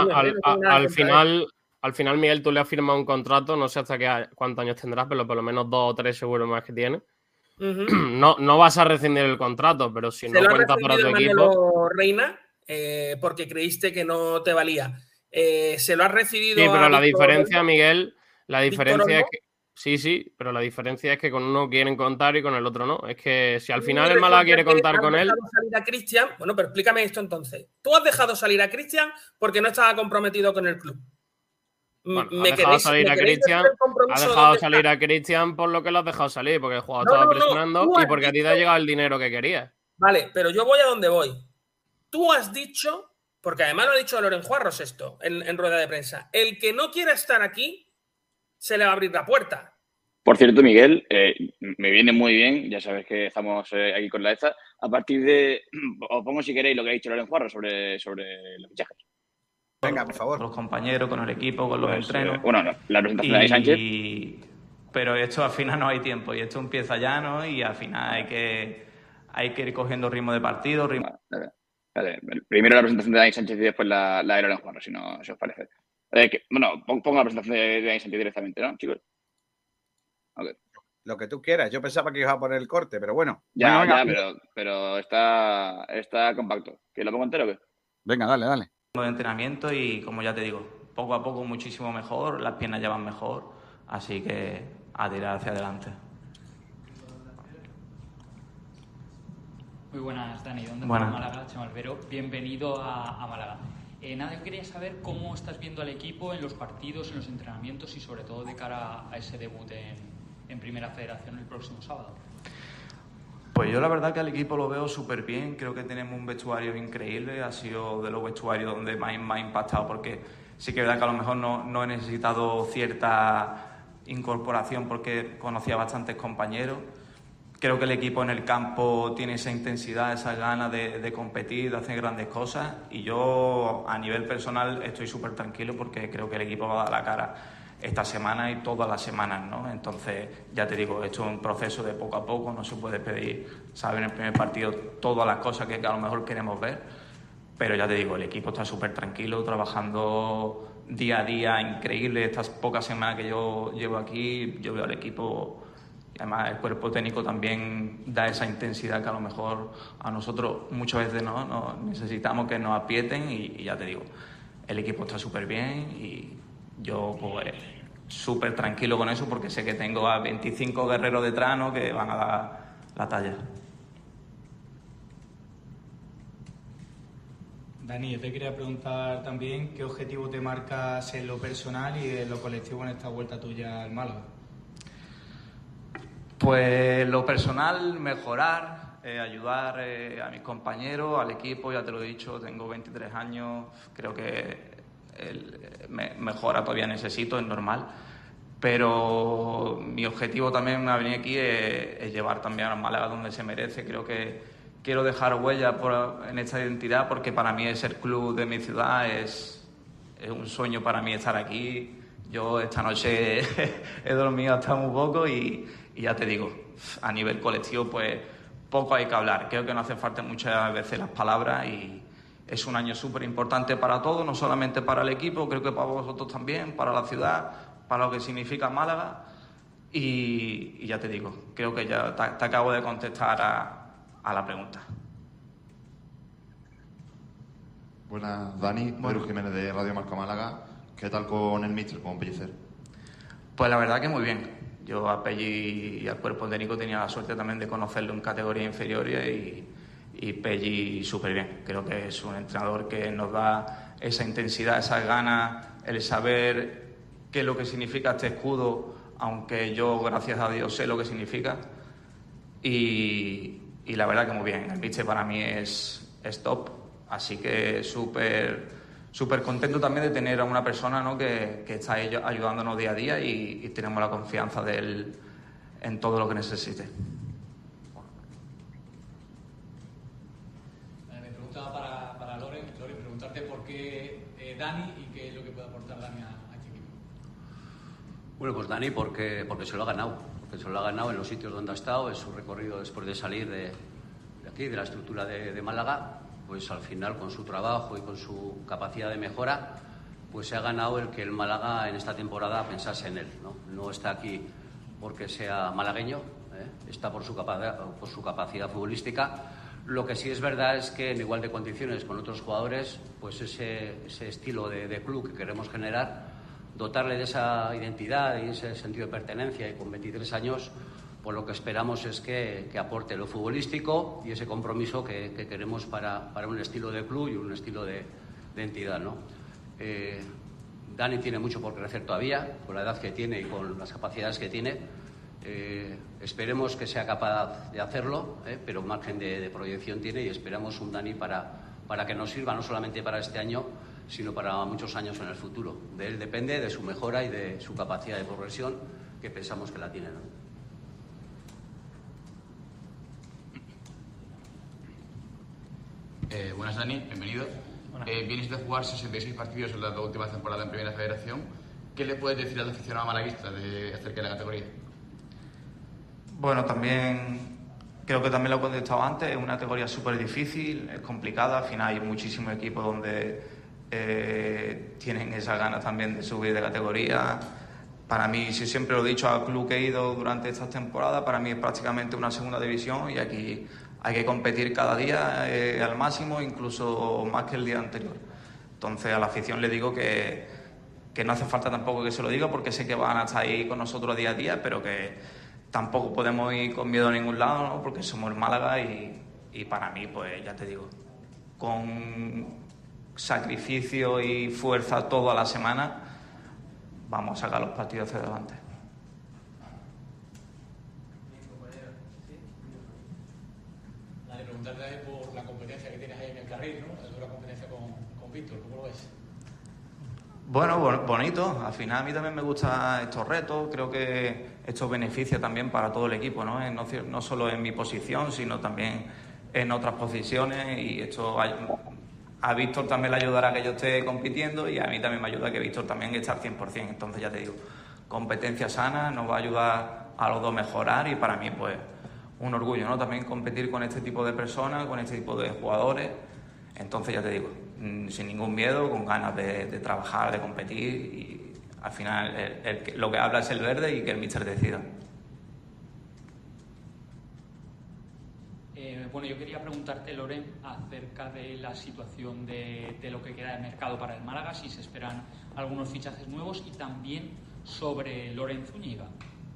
al final, Miguel, tú le has firmado un contrato, no sé hasta cuántos años tendrás, pero por lo menos 2 o 3 seguro más que tiene. no vas a rescindir el contrato, pero si no cuenta para tu equipo... Reina, porque creíste que no te valía. Se lo has recibido. Sí, pero la diferencia, Miguel, la diferencia es que... Sí, pero la diferencia es que con uno quieren contar y con el otro no. Es que si al final el Málaga quiere contar con él... Salir a Cristian. Bueno, pero explícame esto entonces. Tú has dejado salir a Cristian porque no estaba comprometido con el club. Bueno, ha dejado salir a Cristian por lo que lo has dejado salir, porque el jugador estaba presionando y porque a ti te ha llegado el dinero que querías. Vale, pero yo voy a donde voy. Tú has dicho, porque además lo ha dicho Loren Juarros esto en rueda de prensa, el que no quiera estar aquí se le va a abrir la puerta. Por cierto, Miguel, me viene muy bien, ya sabes que estamos aquí con la EZA, a partir de, os pongo si queréis lo que ha dicho Loren Juarros sobre los fichajes. Venga, por favor. Con los compañeros, con el equipo, con los entrenos. La presentación de Dani Sánchez. Pero esto al final no hay tiempo y esto empieza ya, ¿no? Y al final hay que ir cogiendo ritmo de partido. Vale. Primero la presentación de Dani Sánchez y después la de Loren Juarros, si os parece. Pongo la presentación de Dani Sánchez directamente, ¿no, chicos? Okay. Lo que tú quieras. Yo pensaba que ibas a poner el corte, pero bueno. Ya, pero está compacto. ¿Que lo pongo entero o qué? Venga, dale. De entrenamiento y, como ya te digo, poco a poco muchísimo mejor, las piernas ya van mejor, así que a tirar hacia adelante. Muy buenas, Dani. ¿Dónde está Málaga? Chema Albero. Bienvenido a Málaga. Yo quería saber cómo estás viendo al equipo en los partidos, en los entrenamientos y sobre todo de cara a ese debut en Primera Federación el próximo sábado. Pues yo la verdad que al equipo lo veo súper bien, creo que tenemos un vestuario increíble, ha sido de los vestuarios donde más ha impactado, porque sí que es verdad que a lo mejor no he necesitado cierta incorporación porque conocía bastantes compañeros. Creo que el equipo en el campo tiene esa intensidad, esas ganas de competir, de hacer grandes cosas, y yo a nivel personal estoy súper tranquilo porque creo que el equipo va a dar la cara esta semana y todas las semanas, ¿no? Entonces, ya te digo, esto es un proceso de poco a poco, no se puede pedir, ¿sabes?, en el primer partido todas las cosas que a lo mejor queremos ver, pero ya te digo, el equipo está súper tranquilo, trabajando día a día, increíble. Estas pocas semanas que yo llevo aquí, yo veo al equipo, y además el cuerpo técnico también da esa intensidad que a lo mejor a nosotros muchas veces no necesitamos que nos aprieten, y ya te digo, el equipo está súper bien y yo pues súper tranquilo con eso porque sé que tengo a 25 guerreros detrás, ¿no?, que van a dar la talla. Dani, yo te quería preguntar también qué objetivo te marcas en lo personal y en lo colectivo en esta vuelta tuya al Málaga. Pues lo personal, mejorar, ayudar a mis compañeros, al equipo, ya te lo he dicho, tengo 23 años, creo que mejora todavía necesito, es normal, pero mi objetivo también a venir aquí es llevar también al Málaga donde se merece. Creo que quiero dejar huella en esta identidad porque para mí es el club de mi ciudad, es un sueño para mí estar aquí. Yo esta noche he dormido hasta muy poco y ya te digo, a nivel colectivo pues poco hay que hablar. Creo que no hace falta muchas veces las palabras y es un año súper importante para todos, no solamente para el equipo, creo que para vosotros también, para la ciudad, para lo que significa Málaga. Y ya te digo, creo que ya te acabo de contestar a la pregunta. Buenas, Dani. Pedro Jiménez de Radio Marca Málaga. ¿Qué tal con el míster, con Pellicer? Pues la verdad que muy bien. Yo a Pelli y al cuerpo técnico tenía la suerte también de conocerlo en categorías inferiores y Pelli súper bien. Creo que es un entrenador que nos da esa intensidad, esas ganas, el saber qué es lo que significa este escudo, aunque yo, gracias a Dios, sé lo que significa. Y la verdad que muy bien. El míster para mí es top, así que súper contento también de tener a una persona, ¿no?, que está ayudándonos día a día y tenemos la confianza de él en todo lo que necesite. Me preguntaba para Loren, preguntarte por qué Dani y qué es lo que puede aportar Dani a este equipo. Bueno, pues Dani porque se lo ha ganado, en los sitios donde ha estado, en su recorrido después de salir de aquí, de la estructura de Málaga. Pues al final, con su trabajo y con su capacidad de mejora, pues se ha ganado el que el Málaga en esta temporada pensase en él, ¿no? No está aquí porque sea malagueño, está por su capacidad futbolística. Lo que sí es verdad es que en igual de condiciones con otros jugadores, pues ese estilo de club que queremos generar, dotarle de esa identidad y ese sentido de pertenencia, y con 23 años, pues lo que esperamos es que aporte lo futbolístico y ese compromiso que queremos para un estilo de club y un estilo de entidad, ¿no? Dani tiene mucho por crecer todavía, con la edad que tiene y con las capacidades que tiene. Esperemos que sea capaz de hacerlo, pero un margen de proyección tiene, y esperamos un Dani para que nos sirva no solamente para este año, sino para muchos años en el futuro. De él depende, de su mejora y de su capacidad de progresión, que pensamos que la tiene, ¿no? Buenas, Dani, bienvenido. Vienes de jugar 66 partidos en la última temporada en Primera Federación. ¿Qué le puedes decir al aficionado malaguista acerca de la categoría? Bueno, también creo que también lo he contestado antes, es una categoría súper difícil, es complicada, al final hay muchísimos equipos donde tienen esas ganas también de subir de categoría. Para mí, si siempre lo he dicho al club que he ido durante estas temporadas, para mí es prácticamente una segunda división, y aquí hay que competir cada día al máximo, incluso más que el día anterior. Entonces a la afición le digo que no hace falta tampoco que se lo diga, porque sé que van a estar ahí con nosotros día a día, pero que tampoco podemos ir con miedo a ningún lado, ¿no? Porque somos el Málaga y para mí, pues ya te digo, con sacrificio y fuerza toda la semana, vamos a sacar los partidos hacia adelante. Dale, preguntarte por la competencia que tienes ahí en el carril, ¿no? La dura competencia con Víctor, ¿cómo lo ves? Bueno, bonito. Al final a mí también me gustan estos retos. Creo que esto beneficia también para todo el equipo, ¿no? No solo en mi posición, sino también en otras posiciones. Y esto a Víctor también le ayudará a que yo esté compitiendo, y a mí también me ayuda a que Víctor también esté al 100%. Entonces, ya te digo, competencia sana nos va a ayudar a los dos a mejorar, y para mí, pues, un orgullo, ¿no? También competir con este tipo de personas, con este tipo de jugadores. Entonces, ya te digo, sin ningún miedo, con ganas de trabajar, de competir, y al final lo que habla es el verde y que el míster decida. Bueno, yo quería preguntarte, Loren, acerca de la situación de lo que queda de mercado para el Málaga, si se esperan algunos fichajes nuevos, y también sobre Loren Zúñiga.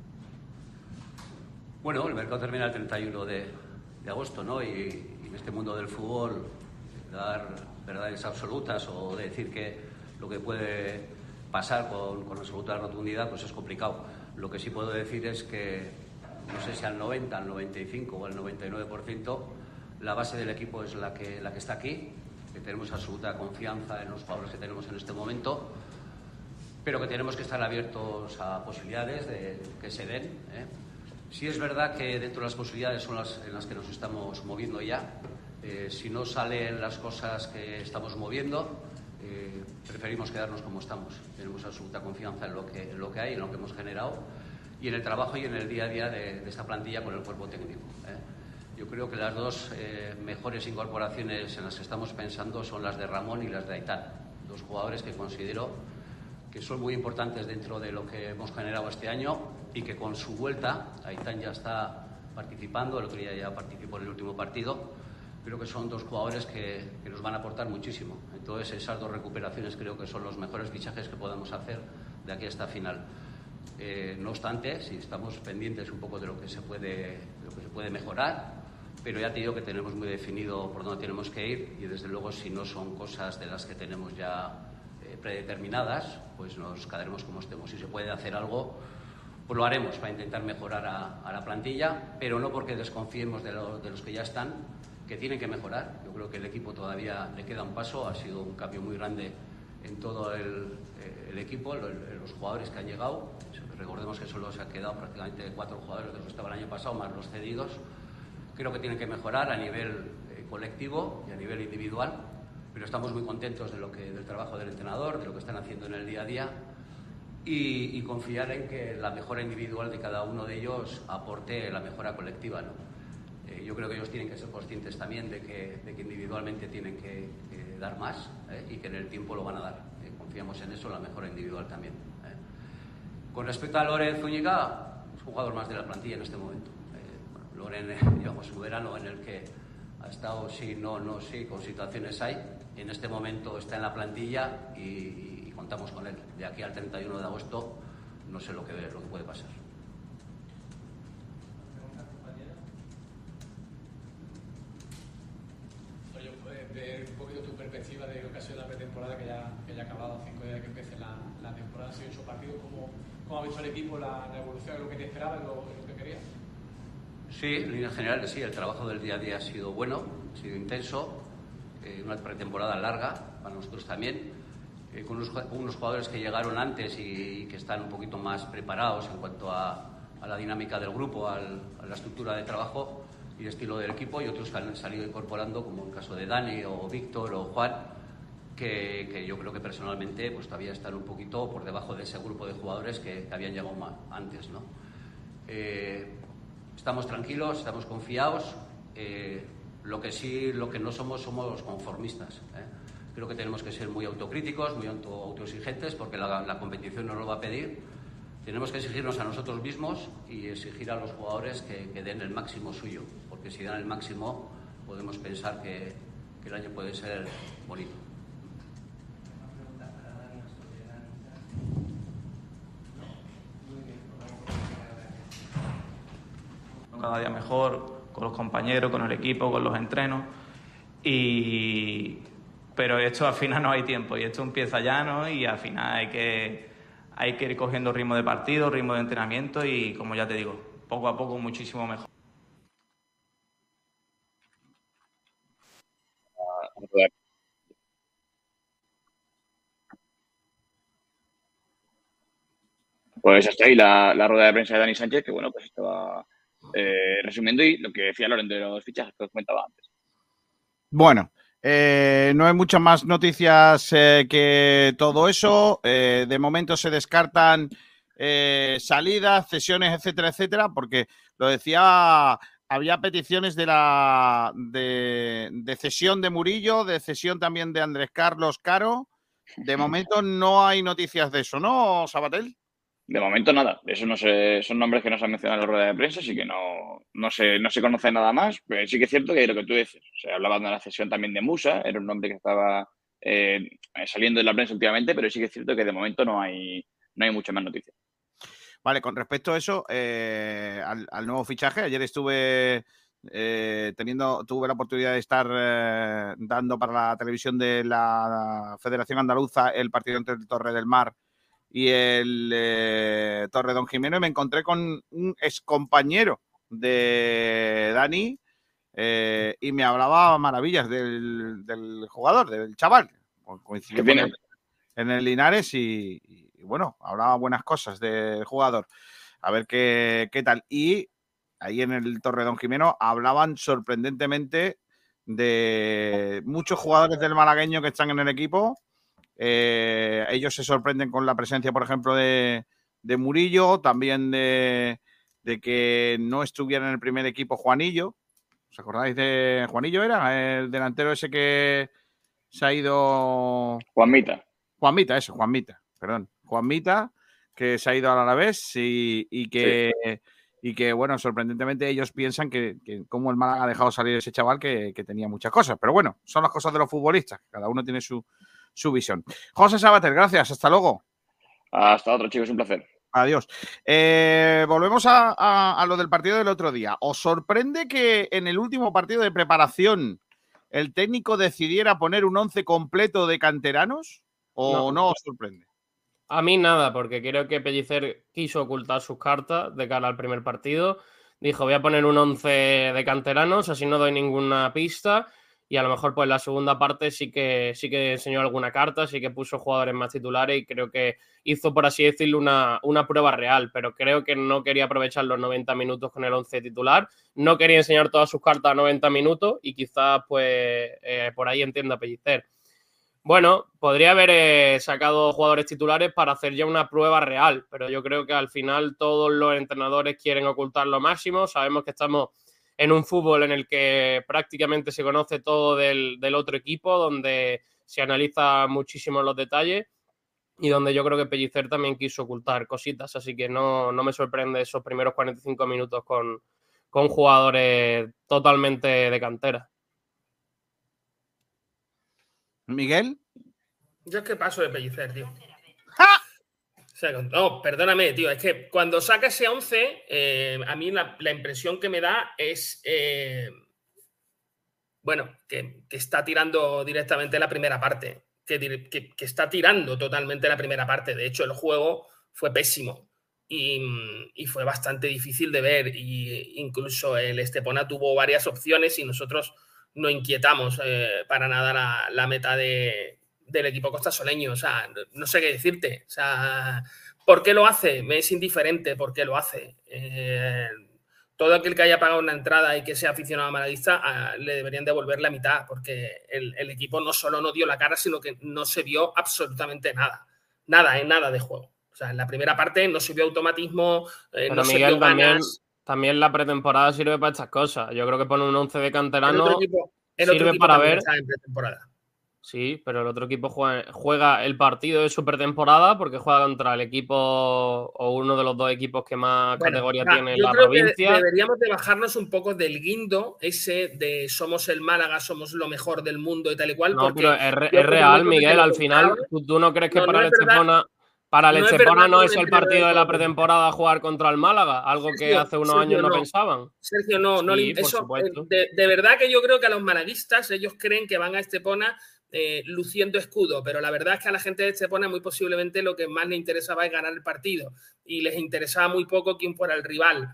Bueno, el mercado termina el 31 de agosto, ¿no? Y en este mundo del fútbol, dar verdades absolutas o decir que lo que puede pasar con absoluta rotundidad, pues es complicado. Lo que sí puedo decir es que, no sé si al 90, al 95 o al 99%, la base del equipo es la que está aquí, que tenemos absoluta confianza en los jugadores que tenemos en este momento, pero que tenemos que estar abiertos a posibilidades que se den, ¿eh? Sí es verdad que dentro de las posibilidades son las en las que nos estamos moviendo ya. Si no salen las cosas que estamos moviendo, preferimos quedarnos como estamos. Tenemos absoluta confianza en lo que hay, en lo que hemos generado, y en el trabajo y en el día a día de esta plantilla con el cuerpo técnico, ¿eh? Yo creo que las dos mejores incorporaciones en las que estamos pensando son las de Ramón y las de Aitán. Dos jugadores que considero que son muy importantes dentro de lo que hemos generado este año, y que con su vuelta, Aitán ya está participando, el otro día ya participó en el último partido. Creo que son dos jugadores que nos van a aportar muchísimo. Entonces, esas dos recuperaciones creo que son los mejores fichajes que podemos hacer de aquí hasta final. No obstante, si estamos pendientes un poco de lo que se puede mejorar, pero ya te digo que tenemos muy definido por dónde tenemos que ir, y desde luego, si no son cosas de las que tenemos ya predeterminadas, pues nos quedaremos como estemos. Si se puede hacer algo, pues lo haremos para intentar mejorar a la plantilla, pero no porque desconfiemos de los que ya están, que tienen que mejorar. Yo creo que el equipo todavía le queda un paso, ha sido un cambio muy grande en todo el equipo, los jugadores que han llegado. Recordemos que solo se han quedado prácticamente 4 jugadores de los que estaba el año pasado, más los cedidos. Creo que tienen que mejorar a nivel colectivo y a nivel individual, pero estamos muy contentos del trabajo del entrenador, de lo que están haciendo en el día a día, y confiar en que la mejora individual de cada uno de ellos aporte la mejora colectiva, ¿no? Yo creo que ellos tienen que ser conscientes también de que individualmente tienen que dar más, y que en el tiempo lo van a dar. Confiamos en eso, la mejora individual también. Con respecto a Loren Zúñiga, es un jugador más de la plantilla en este momento. digamos, un verano en el que ha estado sí, no, sí, con situaciones hay. En este momento está en la plantilla y contamos con él. De aquí al 31 de agosto no sé lo que puede pasar. Oye, puedes ver un poquito tu perspectiva de lo que ha sido la pretemporada que ya ha acabado, 5 días que empiece la temporada, han sido 8 partidos. ¿Cómo ha visto el equipo la evolución, lo que te esperaba y lo que querías? Sí, en líneas generales sí, el trabajo del día a día ha sido bueno, ha sido intenso, una pretemporada larga para nosotros también, con unos jugadores que llegaron antes y que están un poquito más preparados en cuanto a la dinámica del grupo, a la estructura de trabajo y el estilo del equipo, y otros que han salido incorporando, como el caso de Dani o Víctor o Juan, que yo creo que personalmente pues todavía están un poquito por debajo de ese grupo de jugadores que habían llegado más antes, ¿no? Estamos tranquilos, estamos confiados. Lo que no somos conformistas. Creo que tenemos que ser muy autocríticos, muy autoexigentes, porque la competición nos lo va a pedir. Tenemos que exigirnos a nosotros mismos y exigir a los jugadores que den el máximo suyo, porque si dan el máximo podemos pensar que el año puede ser bonito. Cada día mejor, con los compañeros, con el equipo, con los entrenos. Pero esto al final no hay tiempo y esto empieza ya, ¿no? Y al final hay que ir cogiendo ritmo de partido, ritmo de entrenamiento y, como ya te digo, poco a poco muchísimo mejor. Pues hasta ahí la rueda de prensa de Dani Sánchez, que bueno, pues estaba resumiendo y lo que decía Loren de los fichajes que os comentaba antes. Bueno, no hay muchas más noticias que todo eso. De momento se descartan salidas, cesiones, etcétera, etcétera, porque lo decía, había peticiones de cesión de Murillo, de cesión también de Andrés Carlos Caro. De momento no hay noticias de eso, ¿no, Sabatel? De momento nada, eso no sé, son nombres que no se han mencionado en la rueda de prensa, así que no se conoce nada más, pero sí que es cierto que hay lo que tú dices, se hablaba de la cesión también de Musa, era un nombre que estaba saliendo en la prensa últimamente, pero sí que es cierto que de momento no hay mucha más noticias. Vale, con respecto a eso, al nuevo fichaje, ayer tuve la oportunidad de estar dando para la televisión de la Federación Andaluza el partido entre el Torre del Mar y el Torre Don Jimeno, y me encontré con un excompañero de Dani y me hablaba maravillas del jugador, del chaval. Coincidió con él en el Linares y bueno, hablaba buenas cosas del jugador. A ver qué tal. Y ahí en el Torre Don Jimeno hablaban sorprendentemente de muchos jugadores del malagueño que están en el equipo. Ellos se sorprenden con la presencia, por ejemplo, de Murillo, también de que no estuviera en el primer equipo Juanillo. ¿Os acordáis de Juanillo? Era el delantero ese que se ha ido... Juanmita, que se ha ido al Alavés y que, bueno, sorprendentemente ellos piensan que como el Málaga ha dejado salir ese chaval que tenía muchas cosas. Pero bueno, son las cosas de los futbolistas. Cada uno tiene su visión. José Sabater, gracias. Hasta luego. Hasta otro, chicos. Un placer. Adiós. Volvemos a lo del partido del otro día. ¿Os sorprende que en el último partido de preparación el técnico decidiera poner un 11 completo de canteranos? ¿O no os sorprende? A mí nada, porque creo que Pellicer quiso ocultar sus cartas de cara al primer partido. Dijo, voy a poner un 11 de canteranos, así no doy ninguna pista. Y a lo mejor pues la segunda parte sí que enseñó alguna carta, sí que puso jugadores más titulares y creo que hizo, por así decirlo, una prueba real, pero creo que no quería aprovechar los 90 minutos con el 11 titular, no quería enseñar todas sus cartas a 90 minutos y quizás pues por ahí entienda Pellicer. Bueno, podría haber sacado jugadores titulares para hacer ya una prueba real, pero yo creo que al final todos los entrenadores quieren ocultar lo máximo. Sabemos que estamos en un fútbol en el que prácticamente se conoce todo del otro equipo, donde se analiza muchísimo los detalles y donde yo creo que Pellicer también quiso ocultar cositas, así que no me sorprende esos primeros 45 minutos con con jugadores totalmente de cantera. ¿Miguel? Yo es que paso de Pellicer, tío. ¡Ja! O sea, no, perdóname, tío. Es que cuando saca ese 11, a mí la impresión que me da es, bueno, que está tirando directamente la primera parte. Que está tirando totalmente la primera parte. De hecho, el juego fue pésimo y fue bastante difícil de ver. Y incluso el Estepona tuvo varias opciones y nosotros no inquietamos para nada la meta del equipo costasoleño. O sea, no sé qué decirte. O sea, ¿por qué lo hace? Me es indiferente por qué lo hace. Todo aquel que haya pagado una entrada y que sea aficionado a malaguista le deberían devolver la mitad, porque el equipo no solo no dio la cara, sino que no se vio absolutamente nada. Nada de juego. O sea, en la primera parte no se vio automatismo, Pero no Miguel, se vio ganas. también la pretemporada sirve para estas cosas. Yo creo que poner un 11 de canterano El otro sirve equipo para ver. Está en pretemporada. Sí, pero el otro equipo juega el partido de su pretemporada porque juega contra el equipo o uno de los dos equipos que más categoría tiene en la provincia. Que deberíamos de bajarnos un poco del guindo ese de somos el Málaga, somos lo mejor del mundo y tal y cual. No, pero es real, Miguel. Al final, ¿tú no crees que para el Estepona... Para el Estepona no es el partido de la pretemporada jugar contra el Málaga, algo que hace unos años no pensaban? Sergio, no, sí, eso, de verdad que yo creo que a los malaguistas ellos creen que van a Estepona luciendo escudo, pero la verdad es que a la gente de Estepona muy posiblemente lo que más le interesaba es ganar el partido y les interesaba muy poco quién fuera el rival.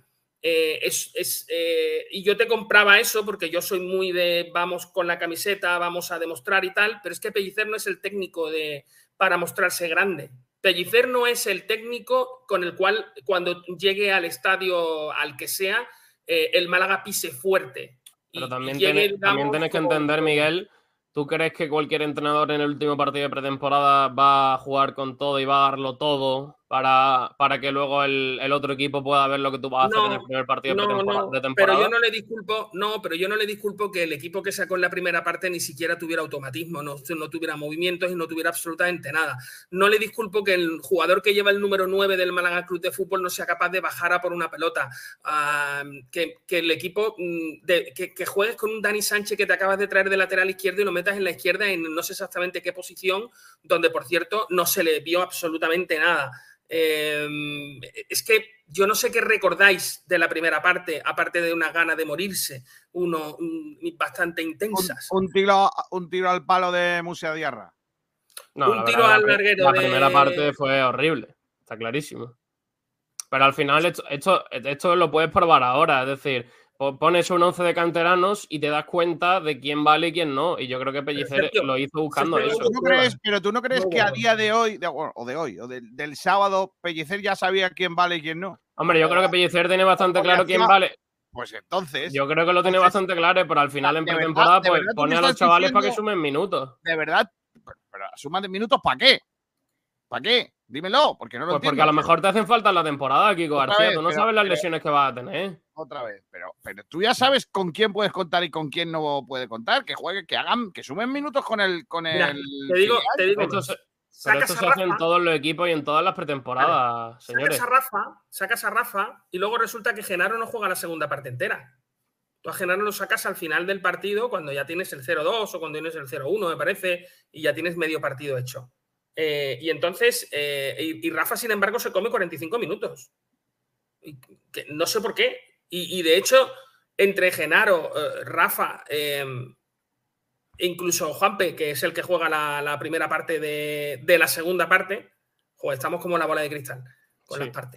Y yo te compraba eso porque yo soy muy de vamos con la camiseta, vamos a demostrar y tal, pero es que Pellicer no es el técnico para mostrarse grande. Pellicer no es el técnico con el cual cuando llegue al estadio al que sea, el Málaga pise fuerte. Pero también tienes que entender, Miguel, ¿tú crees que cualquier entrenador en el último partido de pretemporada va a jugar con todo y va a darlo todo para que luego el otro equipo pueda ver lo que tú vas a hacer en el primer partido de temporada? Pero yo no le disculpo que el equipo que sacó en la primera parte ni siquiera tuviera automatismo, no tuviera movimientos y no tuviera absolutamente nada. No le disculpo que el jugador que lleva el número 9 del Málaga Club de Fútbol no sea capaz de bajar a por una pelota. Que el equipo, que juegues con un Dani Sánchez que te acabas de traer de lateral izquierdo y lo metas en la izquierda en no sé exactamente qué posición, donde por cierto no se le vio absolutamente nada. Es que yo no sé qué recordáis de la primera parte, aparte de una gana de morirse, bastante intensas. Un tiro al palo de Musa Diarra. No, un tiro al larguero. La primera parte fue horrible, está clarísimo. Pero al final esto lo puedes probar ahora, es decir, pones un 11 de canteranos y te das cuenta de quién vale y quién no. Y yo creo que Pellicer lo hizo buscando eso. Pero tú no crees que a día de hoy, o del sábado, Pellicer ya sabía quién vale y quién no. Hombre, yo creo que Pellicer tiene bastante claro quién vale. Pues entonces... Yo creo que lo tiene bastante claro, pero al final en pretemporada pues pone a los chavales para que sumen minutos. De verdad, pero suman minutos ¿para qué? ¿Para qué? Dímelo, porque no lo entiendo. Porque a lo mejor te hacen falta en la temporada, Kiko García. Tú no sabes las lesiones que vas a tener. Otra vez, pero tú ya sabes con quién puedes contar y con quién no puede contar. Que juegue, que sumen minutos con el. Mira, te digo. Pero esto se hace en todos los equipos y en todas las pretemporadas, señores. Sacas a Rafa y luego resulta que Genaro no juega la segunda parte entera. Tú a Genaro lo sacas al final del partido cuando ya tienes el 0-2 o cuando tienes el 0-1, me parece, y ya tienes medio partido hecho. Y entonces, y Rafa, sin embargo, se come 45 minutos. Que no sé por qué. Y de hecho, entre Genaro, Rafa, incluso Juanpe, que es el que juega la primera parte de la segunda parte, joder, estamos como la bola de cristal con las partes.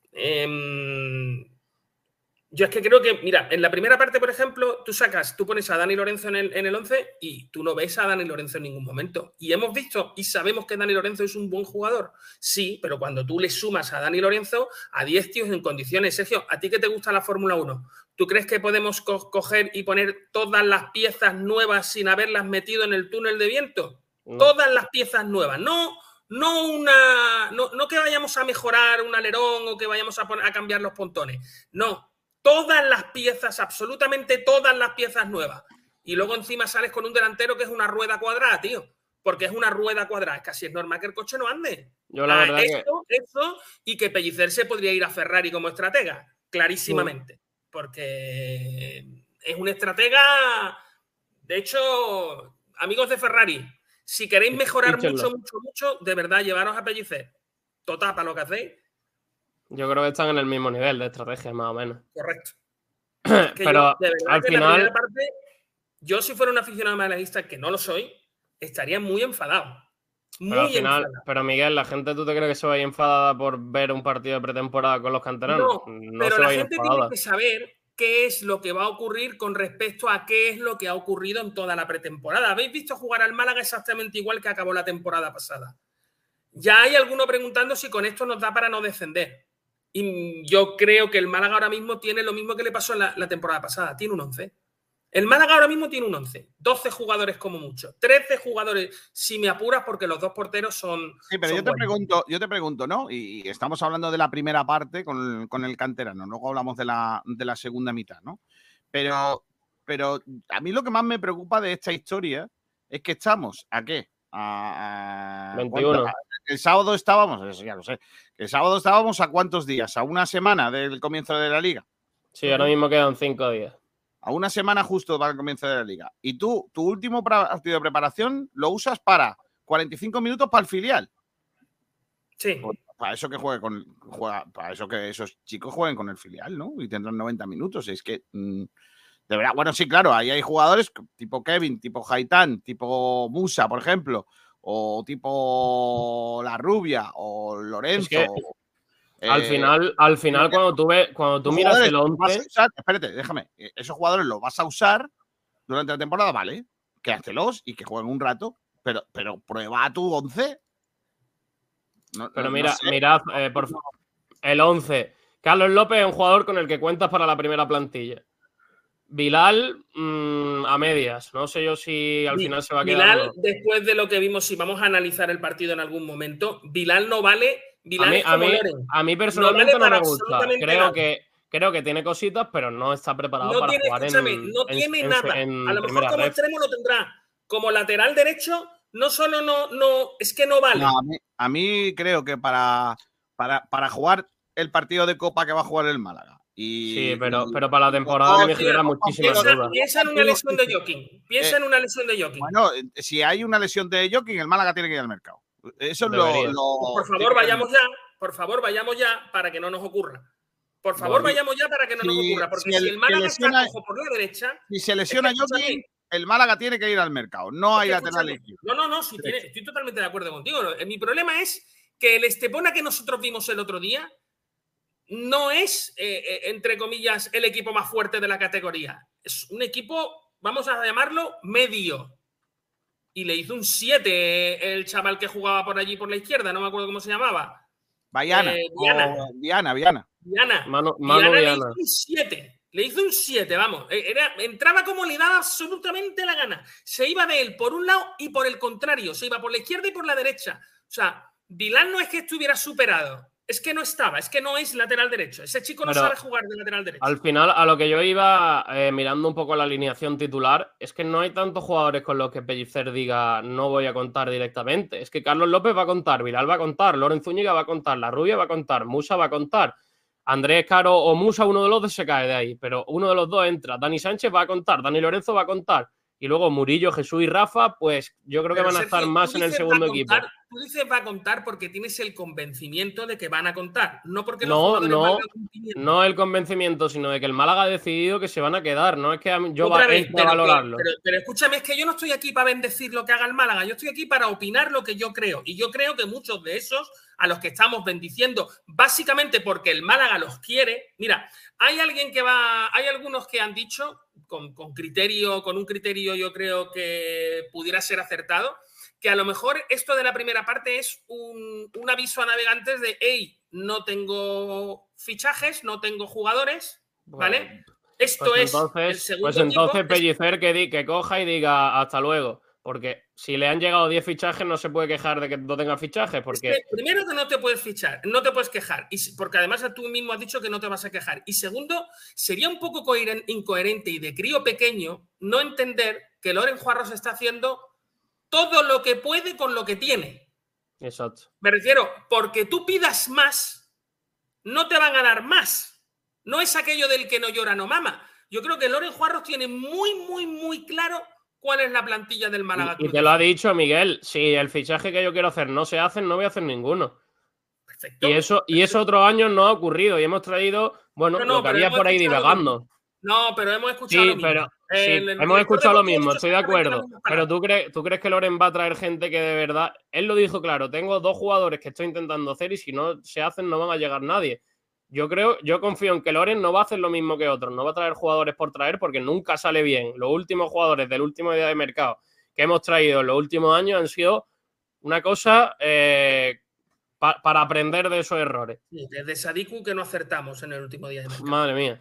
Yo es que creo que, mira, en la primera parte, por ejemplo, tú pones a Dani Lorenzo en el 11 y tú no ves a Dani Lorenzo en ningún momento. Y hemos visto y sabemos que Dani Lorenzo es un buen jugador. Sí, pero cuando tú le sumas a Dani Lorenzo a 10 tíos en condiciones, Sergio, ¿a ti que te gusta la Fórmula 1? ¿Tú crees que podemos coger y poner todas las piezas nuevas sin haberlas metido en el túnel de viento? Todas las piezas nuevas, no que vayamos a mejorar un alerón o que vayamos a cambiar los pontones. No. Todas las piezas, absolutamente todas las piezas nuevas. Y luego encima sales con un delantero que es una rueda cuadrada, tío. Porque es una rueda cuadrada. Es casi es normal que el coche no ande. Yo la verdad eso, y que Pellicer se podría ir a Ferrari como estratega. Clarísimamente. porque es un estratega. De hecho, amigos de Ferrari, si queréis mejorar mucho, de verdad, llevaros a Pellicer. Total, para lo que hacéis. Yo creo que están en el mismo nivel de estrategia, más o menos. Correcto. Pero al final... Yo, si fuera un aficionado malaguista, que no lo soy, estaría muy enfadado. Pero al final, pero Miguel, ¿la gente tú te crees que se va a ir enfadada por ver un partido de pretemporada con los canteranos? No, pero la gente tiene que saber qué es lo que va a ocurrir con respecto a qué es lo que ha ocurrido en toda la pretemporada. ¿Habéis visto jugar al Málaga exactamente igual que acabó la temporada pasada? Ya hay alguno preguntando si con esto nos da para no descender. Y yo creo que el Málaga ahora mismo tiene lo mismo que le pasó en la temporada pasada. Tiene un 11. El Málaga ahora mismo tiene un 11. 12 jugadores como mucho. 13 jugadores, si me apuras, porque los dos porteros son... Sí, pero yo te pregunto, ¿no? Y estamos hablando de la primera parte con el canterano. Luego hablamos de la segunda mitad, ¿no? Pero a mí lo que más me preocupa de esta historia es que estamos, ¿a qué? A 21. El sábado estábamos, eso ya lo sé. El sábado estábamos ¿a cuántos días? ¿A una semana del comienzo de la liga? Sí, ahora mismo quedan 5 días. A una semana justo para el comienzo de la liga. Y tú, tu último partido de preparación lo usas para 45 minutos para el filial. Sí. Pues para eso que para eso que esos chicos jueguen con el filial, ¿no? Y tendrán 90 minutos. Es que, de verdad, bueno, sí, claro, ahí hay jugadores tipo Kevin, tipo Haitán, tipo Musa, por ejemplo, o tipo La Rubia, o Lorenzo. Es que... Al final cuando tú miras el 11... Espérate, déjame. Esos jugadores los vas a usar durante la temporada, vale. Quédatelos y que jueguen un rato, pero prueba tu 11. Pero mirad, por favor, el 11. Carlos López es un jugador con el que cuentas para la primera plantilla. Bilal, a medias. No sé yo si al final se va a quedar. Bilal, después de lo que vimos, si vamos a analizar el partido en algún momento, Bilal no vale... A mí personalmente no me gusta. Creo que tiene cositas, pero no está preparado para jugar no tiene nada. A lo mejor como extremo lo tendrá. Como lateral derecho, no solo no es que no vale. No, a mí creo que para jugar el partido de Copa que va a jugar el Málaga. Sí, pero para la temporada me genera muchísimas dudas. Piensa en una lesión de Joaquín. Bueno, si hay una lesión de Joaquín, el Málaga tiene que ir al mercado. Eso es Por favor, vayamos ya para que no nos ocurra. Por favor, vayamos ya para que no nos ocurra. Porque si el Málaga está cojo por la derecha... Si se lesiona Joaquín, el Málaga tiene que ir al mercado. No hay lateral izquierdo. No, estoy totalmente de acuerdo contigo. Mi problema es que el Estepona que nosotros vimos el otro día no es, entre comillas, el equipo más fuerte de la categoría. Es un equipo, vamos a llamarlo, medio. Y le hizo un 7 el chaval que jugaba por allí por la izquierda, no me acuerdo cómo se llamaba. Viana. Manu Viana. Le Viana. hizo un 7. Le hizo un 7, vamos. Entraba como le daba absolutamente la gana. Se iba de él por un lado y por el contrario. Se iba por la izquierda y por la derecha. O sea, Vilán no es que estuviera superado. Es que no estaba, es que no es lateral derecho. Ese chico no sabe jugar de lateral derecho. Al final, a lo que yo iba mirando un poco la alineación titular, es que no hay tantos jugadores con los que Pellicer diga no voy a contar directamente. Es que Carlos López va a contar, Bilal va a contar, Lorenzo Zúñiga va a contar, La Rubia va a contar, Musa va a contar, Andrés Caro o Musa, uno de los dos se cae de ahí, pero uno de los dos entra. Dani Sánchez va a contar, Dani Lorenzo va a contar. Y luego Murillo, Jesús y Rafa, pues yo creo que van a estar más en el segundo equipo. Tú dices va a contar porque tienes el convencimiento de que van a contar, no porque no el convencimiento, sino de que el Málaga ha decidido que se van a quedar. No es que yo vaya a valorarlo. Pero escúchame, es que yo no estoy aquí para bendecir lo que haga el Málaga, yo estoy aquí para opinar lo que yo creo. Y yo creo que muchos de esos a los que estamos bendiciendo, básicamente porque el Málaga los quiere. Mira, hay algunos que han dicho con un criterio yo creo que pudiera ser acertado, que a lo mejor esto de la primera parte es un aviso a navegantes de hey, no tengo fichajes, no tengo jugadores, ¿vale? Bueno, esto pues es el segundo pues entonces Pellicer que coja y diga hasta luego. Porque si le han llegado 10 fichajes, no se puede quejar de que no tenga fichajes. Porque... Es que primero que no te puedes fichar, no te puedes quejar. Porque además tú mismo has dicho que no te vas a quejar. Y segundo, sería un poco incoherente y de crío pequeño no entender que Loren Juarros está haciendo todo lo que puede con lo que tiene. Exacto. Me refiero, porque tú pidas más, no te van a dar más. No es aquello del que no llora no mama. Yo creo que Loren Juarros tiene muy claro cuál es la plantilla del Málaga. Y te lo ha dicho Miguel, si el fichaje que yo quiero hacer no se hace, no voy a hacer ninguno. Perfecto. Y eso otros años no ha ocurrido y hemos traído, bueno, lo que había por ahí divagando. No, pero hemos escuchado lo mismo. Hemos escuchado lo mismo, estoy de acuerdo. Pero ¿tú crees que Loren va a traer gente que de verdad... Él lo dijo claro, tengo 2 jugadores que estoy intentando hacer y si no se hacen no van a llegar nadie. Yo confío en que Loren no va a hacer lo mismo que otros, no va a traer jugadores por traer porque nunca sale bien. Los últimos jugadores del último día de mercado que hemos traído en los últimos años han sido una cosa para aprender de esos errores. Sí, desde Sadiku que no acertamos en el último día de mercado. Madre mía.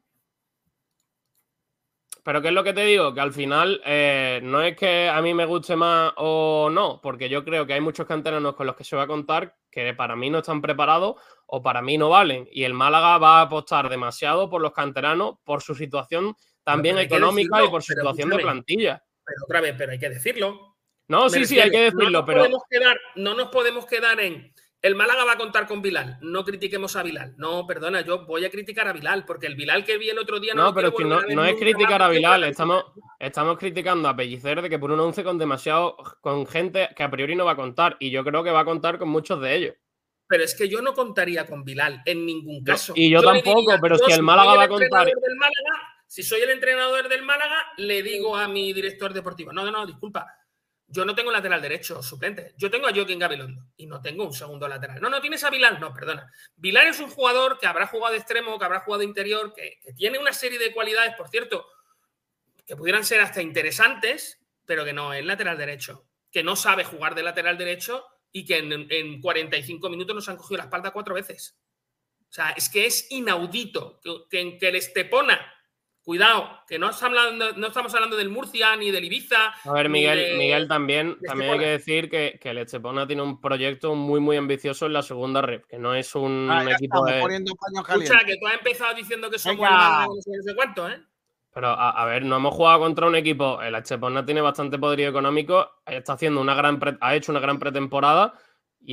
Pero ¿qué es lo que te digo? Que al final no es que a mí me guste más o no, porque yo creo que hay muchos canteranos con los que se va a contar que para mí no están preparados o para mí no valen. Y el Málaga va a apostar demasiado por los canteranos, por su situación también económica y por su situación de plantilla. Pero otra vez, pero hay que decirlo. No, sí, hay que decirlo, pero... No nos podemos quedar en... El Málaga va a contar con Bilal. No critiquemos a Bilal. No, perdona, yo voy a criticar a Bilal, porque el Bilal que vi el otro día... No, pero es que no es criticar a Bilal. Estamos criticando a Pellicer de que por un 11 con gente que a priori no va a contar. Y yo creo que va a contar con muchos de ellos. Pero es que yo no contaría con Bilal en ningún caso. Y yo tampoco, pero si el Málaga va a contar... Si soy el entrenador del Málaga, le digo a mi director deportivo, no, disculpa, yo no tengo lateral derecho suplente, yo tengo a Joaquín Gabilondo y no tengo un segundo lateral. No tienes a Bilal, no, perdona. Bilal es un jugador que habrá jugado de extremo, que habrá jugado de interior, que tiene una serie de cualidades, por cierto, que pudieran ser hasta interesantes, pero que no es lateral derecho, que no sabe jugar de lateral derecho y que en 45 minutos nos han cogido la espalda 4 veces. O sea, es que es inaudito que el Estepona... Cuidado, que no estamos hablando del Murcia ni del Ibiza. A ver, Miguel, también hay que decir que el Estepona tiene un proyecto muy ambicioso en la segunda red, que no es un equipo de... Escucha, que tú has empezado diciendo que somos no sé cuánto, ¿eh? Pero, a ver, no hemos jugado contra un equipo... El Estepona tiene bastante poderío económico, ha hecho una gran pretemporada y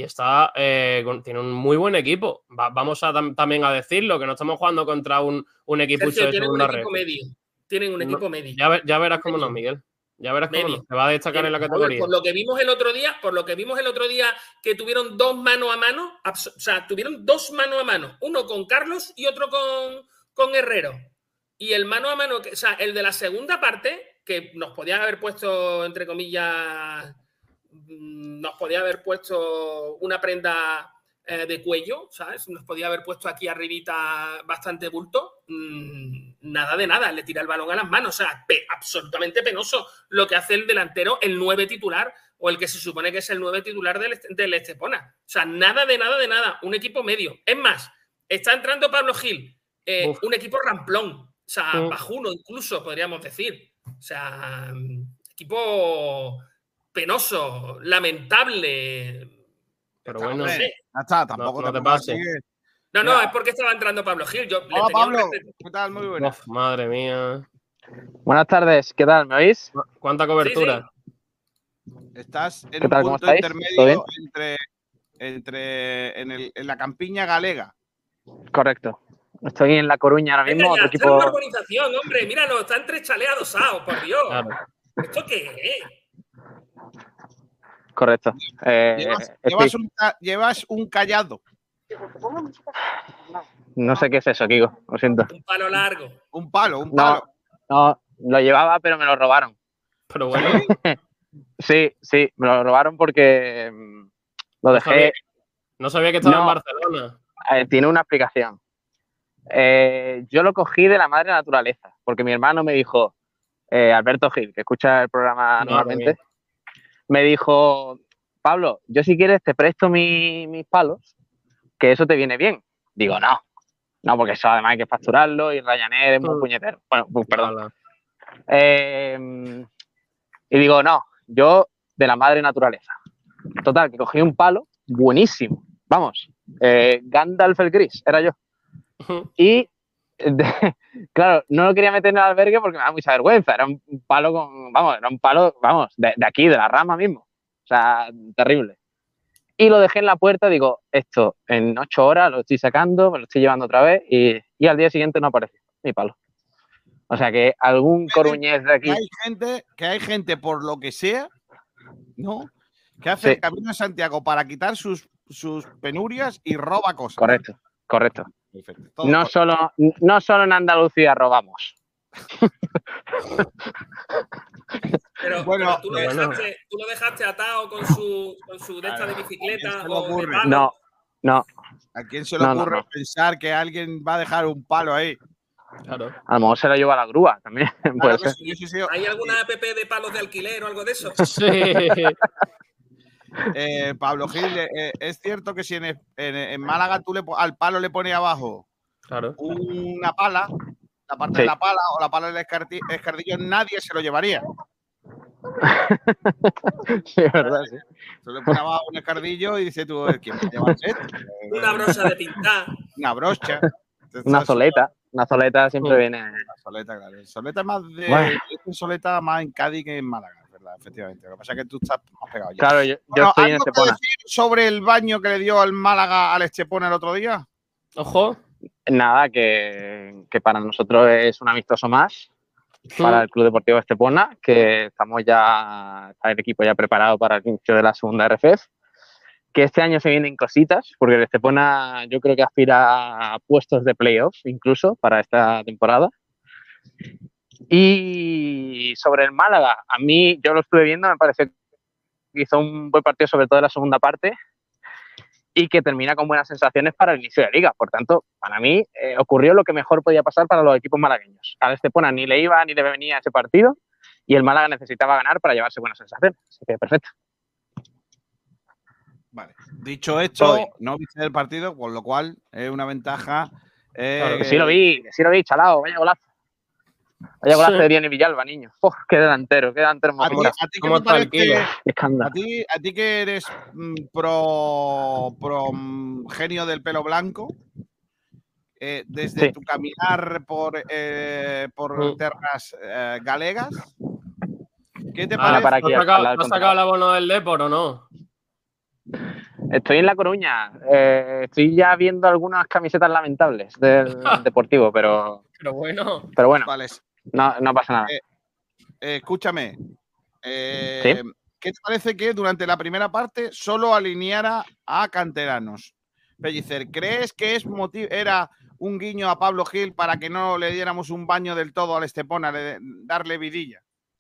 tiene un muy buen equipo. Vamos también a decirlo, que no estamos jugando contra un equipo de segunda red. Tienen un equipo medio. Ya verás cómo no, Miguel. Ya verás cómo no. Se va a destacar en la categoría. Por lo que vimos el otro día, que tuvieron 2 mano a mano, o sea, tuvieron 2 mano a mano, uno con Carlos y otro con Herrero. Y el mano a mano, o sea, el de la segunda parte, que nos podían haber puesto, entre comillas... Nos podía haber puesto una prenda de cuello, ¿sabes? Nos podía haber puesto aquí arribita bastante bulto. Nada de nada, le tira el balón a las manos. O sea, absolutamente penoso lo que hace el delantero, el 9 titular, o el que se supone que es el 9 titular del Estepona. O sea, nada de nada. Un equipo medio. Es más, está entrando Pablo Gil, un equipo ramplón. O sea, bajuno incluso, podríamos decir. O sea, equipo... penoso, lamentable. Pero bueno, tampoco no te pases. No, es porque estaba entrando Pablo Gil. Hola, Pablo. ¿Qué tal? Muy buenas. Madre mía. Buenas tardes, ¿qué tal? ¿Me oís? ¿Cuánta cobertura? Sí. Estás en un punto intermedio en la campiña galega. Correcto. Estoy en La Coruña ahora mismo. Otro equipo... una urbanización, hombre. Míralo, están 3 chaleados, por Dios. Claro. ¿Esto qué es? Correcto. Llevas un callado. No sé qué es eso, Kiko. Lo siento. Un palo largo. Un palo. No, lo llevaba, pero me lo robaron. Pero bueno. Sí, me lo robaron porque lo dejé. No sabía que estaba en Barcelona. Tiene una explicación. Yo lo cogí de la madre naturaleza, porque mi hermano me dijo, Alberto Gil, que escucha el programa normalmente, me dijo, Pablo, yo si quieres te presto mis palos, que eso te viene bien. Digo, no, porque eso además hay que facturarlo y Ryanair es muy puñetero. Bueno, perdón. Y digo, no, yo de la madre naturaleza. Total, que cogí un palo buenísimo. Vamos, Gandalf el Gris, era yo. Y, claro, no lo quería meter en el albergue porque me da mucha vergüenza. Era un palo de aquí, de la rama mismo. O sea, terrible. y lo dejé en la puerta. Digo, esto en 8 horas lo estoy sacando, me lo estoy llevando otra vez y al día siguiente no apareció ni palo. O sea que algún coruñés de aquí... Que hay gente por lo que sea, ¿no? Que hace el Camino de Santiago para quitar sus penurias y roba cosas. Correcto. Perfecto. No solo en Andalucía robamos. Pero tú lo dejaste atado con su de esta de bicicleta o de palo. No. ¿A quién se le ocurre pensar que alguien va a dejar un palo ahí? Claro. A lo mejor se lo lleva a la grúa también. Claro, puede ser. Sí. ¿Hay alguna app de palos de alquiler o algo de eso? Sí. Pablo Gil, ¿es cierto que si en Málaga tú al palo le pones abajo una pala, la parte de la pala o la pala del escardillo, nadie se lo llevaría? Sí, es verdad, sí. Tú le pones abajo un escardillo y dices tú, ¿quién va a llevarse esto? Una brocha de pintar. Una brocha. Una soleta siempre viene. Una soleta, claro. Soleta más soleta más en Cádiz que en Málaga, ¿verdad? Efectivamente. Lo que pasa es que tú estás más pegado ya. Claro, yo estoy en Estepona. ¿Algo que decir sobre el baño que le dio al Málaga al Estepona el otro día? Ojo. Nada, que para nosotros es un amistoso más para el Club Deportivo Estepona, que estamos ya, está el equipo ya preparado para el inicio de la segunda RFF, que este año se vienen cositas, porque el Estepona yo creo que aspira a puestos de playoff incluso para esta temporada. Y sobre el Málaga, a mí, yo lo estuve viendo, me parece que hizo un buen partido, sobre todo en la segunda parte, y que termina con buenas sensaciones para el inicio de la liga. Por tanto, para mí ocurrió lo que mejor podía pasar para los equipos malagueños. Al Estepona ni le iba ni le venía ese partido y el Málaga necesitaba ganar para llevarse buenas sensaciones. Así que perfecto. Vale. Dicho esto, no viste el partido, con lo cual es una ventaja. Claro que sí lo vi, chalao, vaya golazo. Vaya golazo de Diony Villalba, niño. Qué delantero ¿A ti qué te parece? ¿A ti que eres pro genio del pelo blanco? Desde tu caminar por tierras galegas, ¿qué te parece? Para aquí, ¿Has sacado el abono del Depor o no? Estoy en La Coruña. Estoy ya viendo algunas camisetas lamentables del Deportivo, pero bueno. Vale. No pasa nada. Escúchame. ¿Qué te parece que durante la primera parte solo alineara a canteranos? Pellicer, ¿crees que era un guiño a Pablo Gil para que no le diéramos un baño del todo al Estepona, darle vidilla?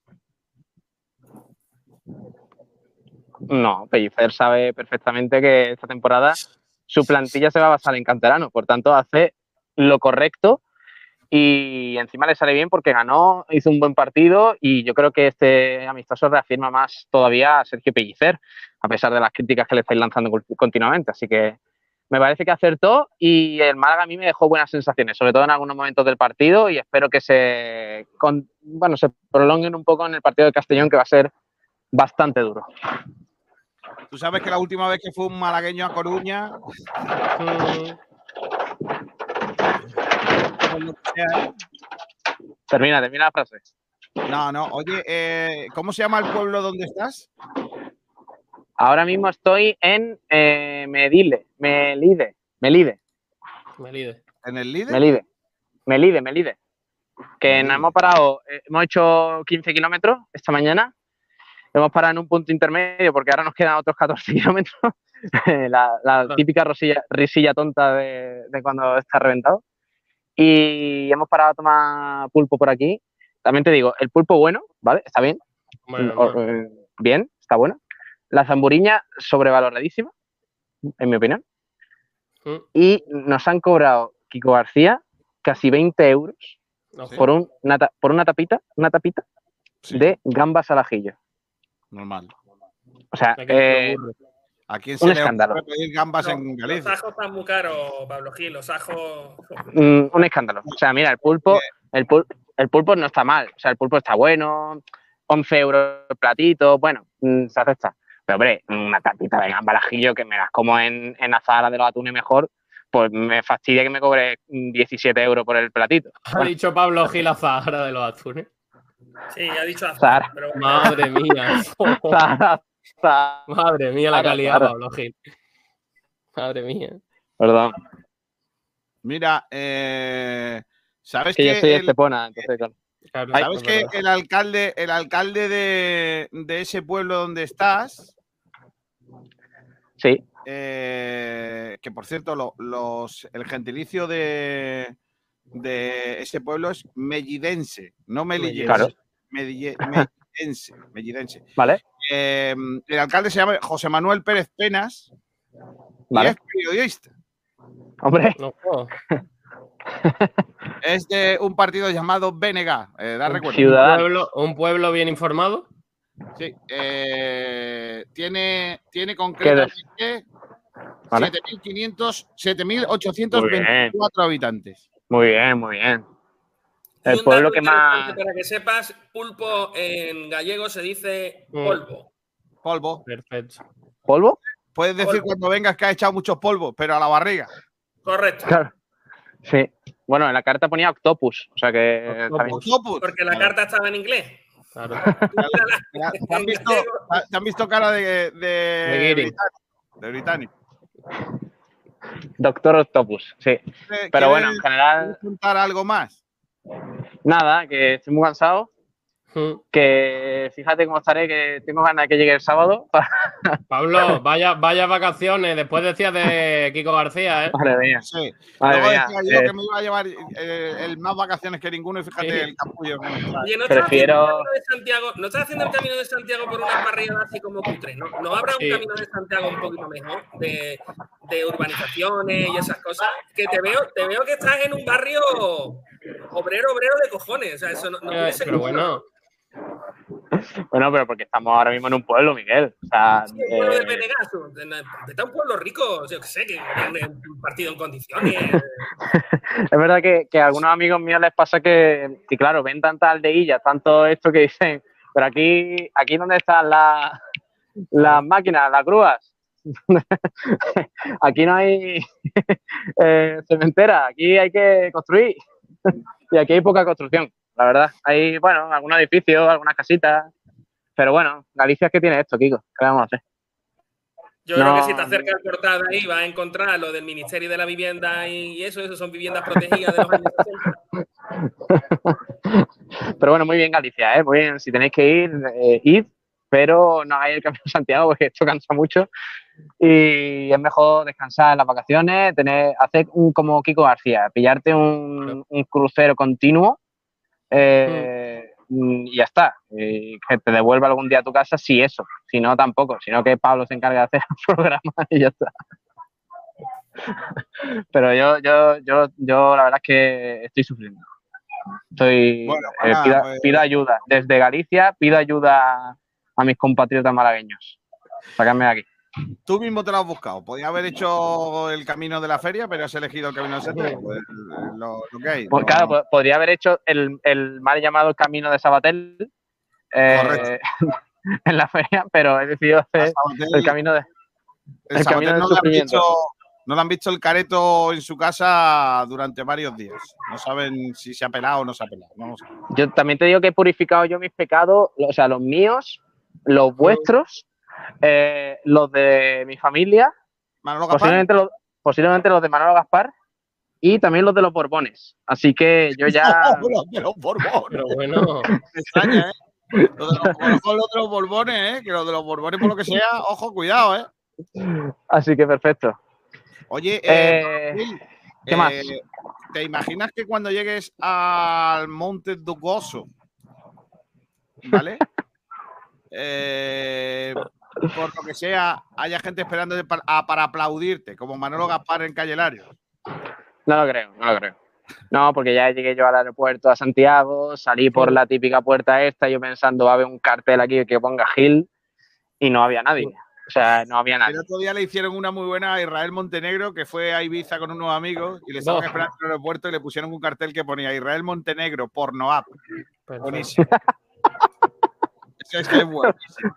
No, Pellicer sabe perfectamente que esta temporada su plantilla se va a basar en canteranos, por tanto hace lo correcto y encima le sale bien porque ganó, hizo un buen partido y yo creo que este amistoso reafirma más todavía a Sergio Pellicer, a pesar de las críticas que le estáis lanzando continuamente, así que me parece que acertó y el Málaga a mí me dejó buenas sensaciones, sobre todo en algunos momentos del partido y espero que se prolonguen un poco en el partido de Castellón, que va a ser bastante duro. Tú sabes que la última vez que fue un malagueño a Coruña... Termina la frase. No. Oye, ¿cómo se llama el pueblo donde estás? Ahora mismo estoy en Melide. ¿En el Lide? Melide. Que nos hemos parado, hemos hecho 15 kilómetros esta mañana. Hemos parado en un punto intermedio porque ahora nos quedan otros 14 kilómetros. la típica risilla tonta de cuando está reventado. Y hemos parado a tomar pulpo por aquí. También te digo, el pulpo bueno, ¿vale? Está bien. Bien, está bueno. La zamburiña sobrevaloradísima, en mi opinión. Y nos han cobrado, Kiko García, casi 20 euros por una tapita de gambas al ajillo. Normal. O sea, ¿a quién se le ocurre pedir gambas en Galicia? Los ajos están muy caros, Pablo Gil, los ajos... Un escándalo. O sea, mira, el pulpo no está mal. O sea, el pulpo está bueno, 11 euros el platito, bueno, se acepta. Pero, hombre, una tapita de gamba al ajillo que me las como en la Zahara de los atunes mejor, pues me fastidia que me cobre 17 euros por el platito. Ha dicho Pablo Gil a Zahara de los atunes. Sí, ha dicho Zahara. Madre mía. Madre mía, la Claro, calidad, claro. Pablo Gil. Madre mía. Perdón. Mira, ¿sabes Que yo que soy de Estepona, entonces, claro. Claro, ¿sabes es que verdad. el alcalde de ese pueblo donde estás, Sí. que por cierto, el gentilicio de ese pueblo es mellidense, no melillense, Claro. mellidense. Vale. El alcalde se llama José Manuel Pérez Penas y Vale. es periodista. Hombre. No, Es de un partido llamado BNG. Da recuerdo. ¿Un pueblo bien informado? Sí. Tiene concretamente Vale. 7.824 habitantes. Muy bien, muy bien. Y El un pueblo dato que interesante más... para que sepas, pulpo en gallego se dice polvo. Polvo. Perfecto. ¿Polvo? Puedes decir cuando vengas que has echado muchos polvos, pero a la barriga. Correcto. Claro. Sí. Bueno, en la carta ponía octopus, o sea que... Octopus. Porque la carta estaba en inglés. Claro. ¿Te han visto cara de Guiri. británico? Doctor Octopus, sí. Pero bueno, en general... ¿Quieres contar algo más? Nada, que estoy muy cansado. Que fíjate cómo estaré, que tengo ganas de que llegue el sábado. Pablo, vaya vacaciones. Después decías de Kiko García, ¿eh? Madre mía. Sí. Madre Luego mía. decía yo que me iba a llevar el más vacaciones que ninguno y fíjate el capullo que me trae. Oye, ¿no estás haciendo el camino de Santiago? ¿No estás haciendo el camino de Santiago por unas barriadas así como cutre? ¿No habrá un camino de Santiago un poquito mejor? De urbanizaciones y esas cosas. Que te veo que estás en un barrio obrero de cojones. O sea, eso no tiene sentido. Pero bueno. Bueno, pero porque estamos ahora mismo en un pueblo, Miguel. O sea, Sí, un pueblo de Penegaso. Está un pueblo rico, yo qué sé, que gobiernen un partido en condiciones. es verdad que a algunos amigos míos les pasa que claro, ven tantas aldeillas, tanto esto que dicen, pero aquí ¿dónde están las máquinas, las grúas? Aquí no hay cementera, aquí hay que construir. Y aquí hay poca construcción, la verdad. Hay, bueno, algunos edificios, algunas casitas. Pero bueno, Galicia es que tiene esto, Kiko. ¿Qué vamos a hacer? Yo creo que si te acercas al portal ahí vas a encontrar lo del Ministerio de la Vivienda y eso son viviendas protegidas de los años 60. Pero bueno, muy bien Galicia, ¿eh? Muy bien, si tenéis que ir, id, pero no hagáis el Camino de Santiago porque esto cansa mucho y es mejor descansar en las vacaciones, hacer como Kiko García, pillarte un crucero continuo y ya está. Que te devuelva algún día a tu casa, si eso, si no tampoco, sino que Pablo se encarga de hacer el programa y ya está. Pero yo la verdad es que estoy sufriendo. Pido ayuda. Desde Galicia pido ayuda a mis compatriotas malagueños. Sácame de aquí. Tú mismo te lo has buscado. Podías haber hecho el camino de la feria, pero has elegido el camino de Santiago. Pues, lo que hay. Pues, claro, podría haber hecho el mal llamado el camino de Sabatel en la feria, pero he decidido hacer el camino de el camino del sufrimiento. No le han visto el careto en su casa durante varios días. No saben si se ha pelado o no se ha pelado. No lo sé. Yo también te digo que he purificado yo mis pecados, o sea, los míos, los vuestros, los de mi familia, posiblemente los de Manolo Gaspar y también los de los Borbones. Así que yo ya... los de los Borbones. Pero bueno. Me extraña, ¿eh? Los de los Borbones, ¿eh? Que los de los Borbones, por lo que sea, ojo, cuidado, ¿eh? Así que perfecto. Oye, ¿qué más? ¿Te imaginas que cuando llegues al Monte do Gozo, ¿vale? Por lo que sea, haya gente esperando para aplaudirte, como Manolo Gaspar en Calle Larios? No lo creo. No, porque ya llegué yo al aeropuerto a Santiago, salí por la típica puerta esta, yo pensando va a haber un cartel aquí que ponga Gil y no había nadie. O sea, no había nadie. El otro día le hicieron una muy buena a Israel Montenegro, que fue a Ibiza con unos amigos y le estaban esperando en el aeropuerto y le pusieron un cartel que ponía Israel Montenegro, porno app. Buenísimo. Es que es buenísimo.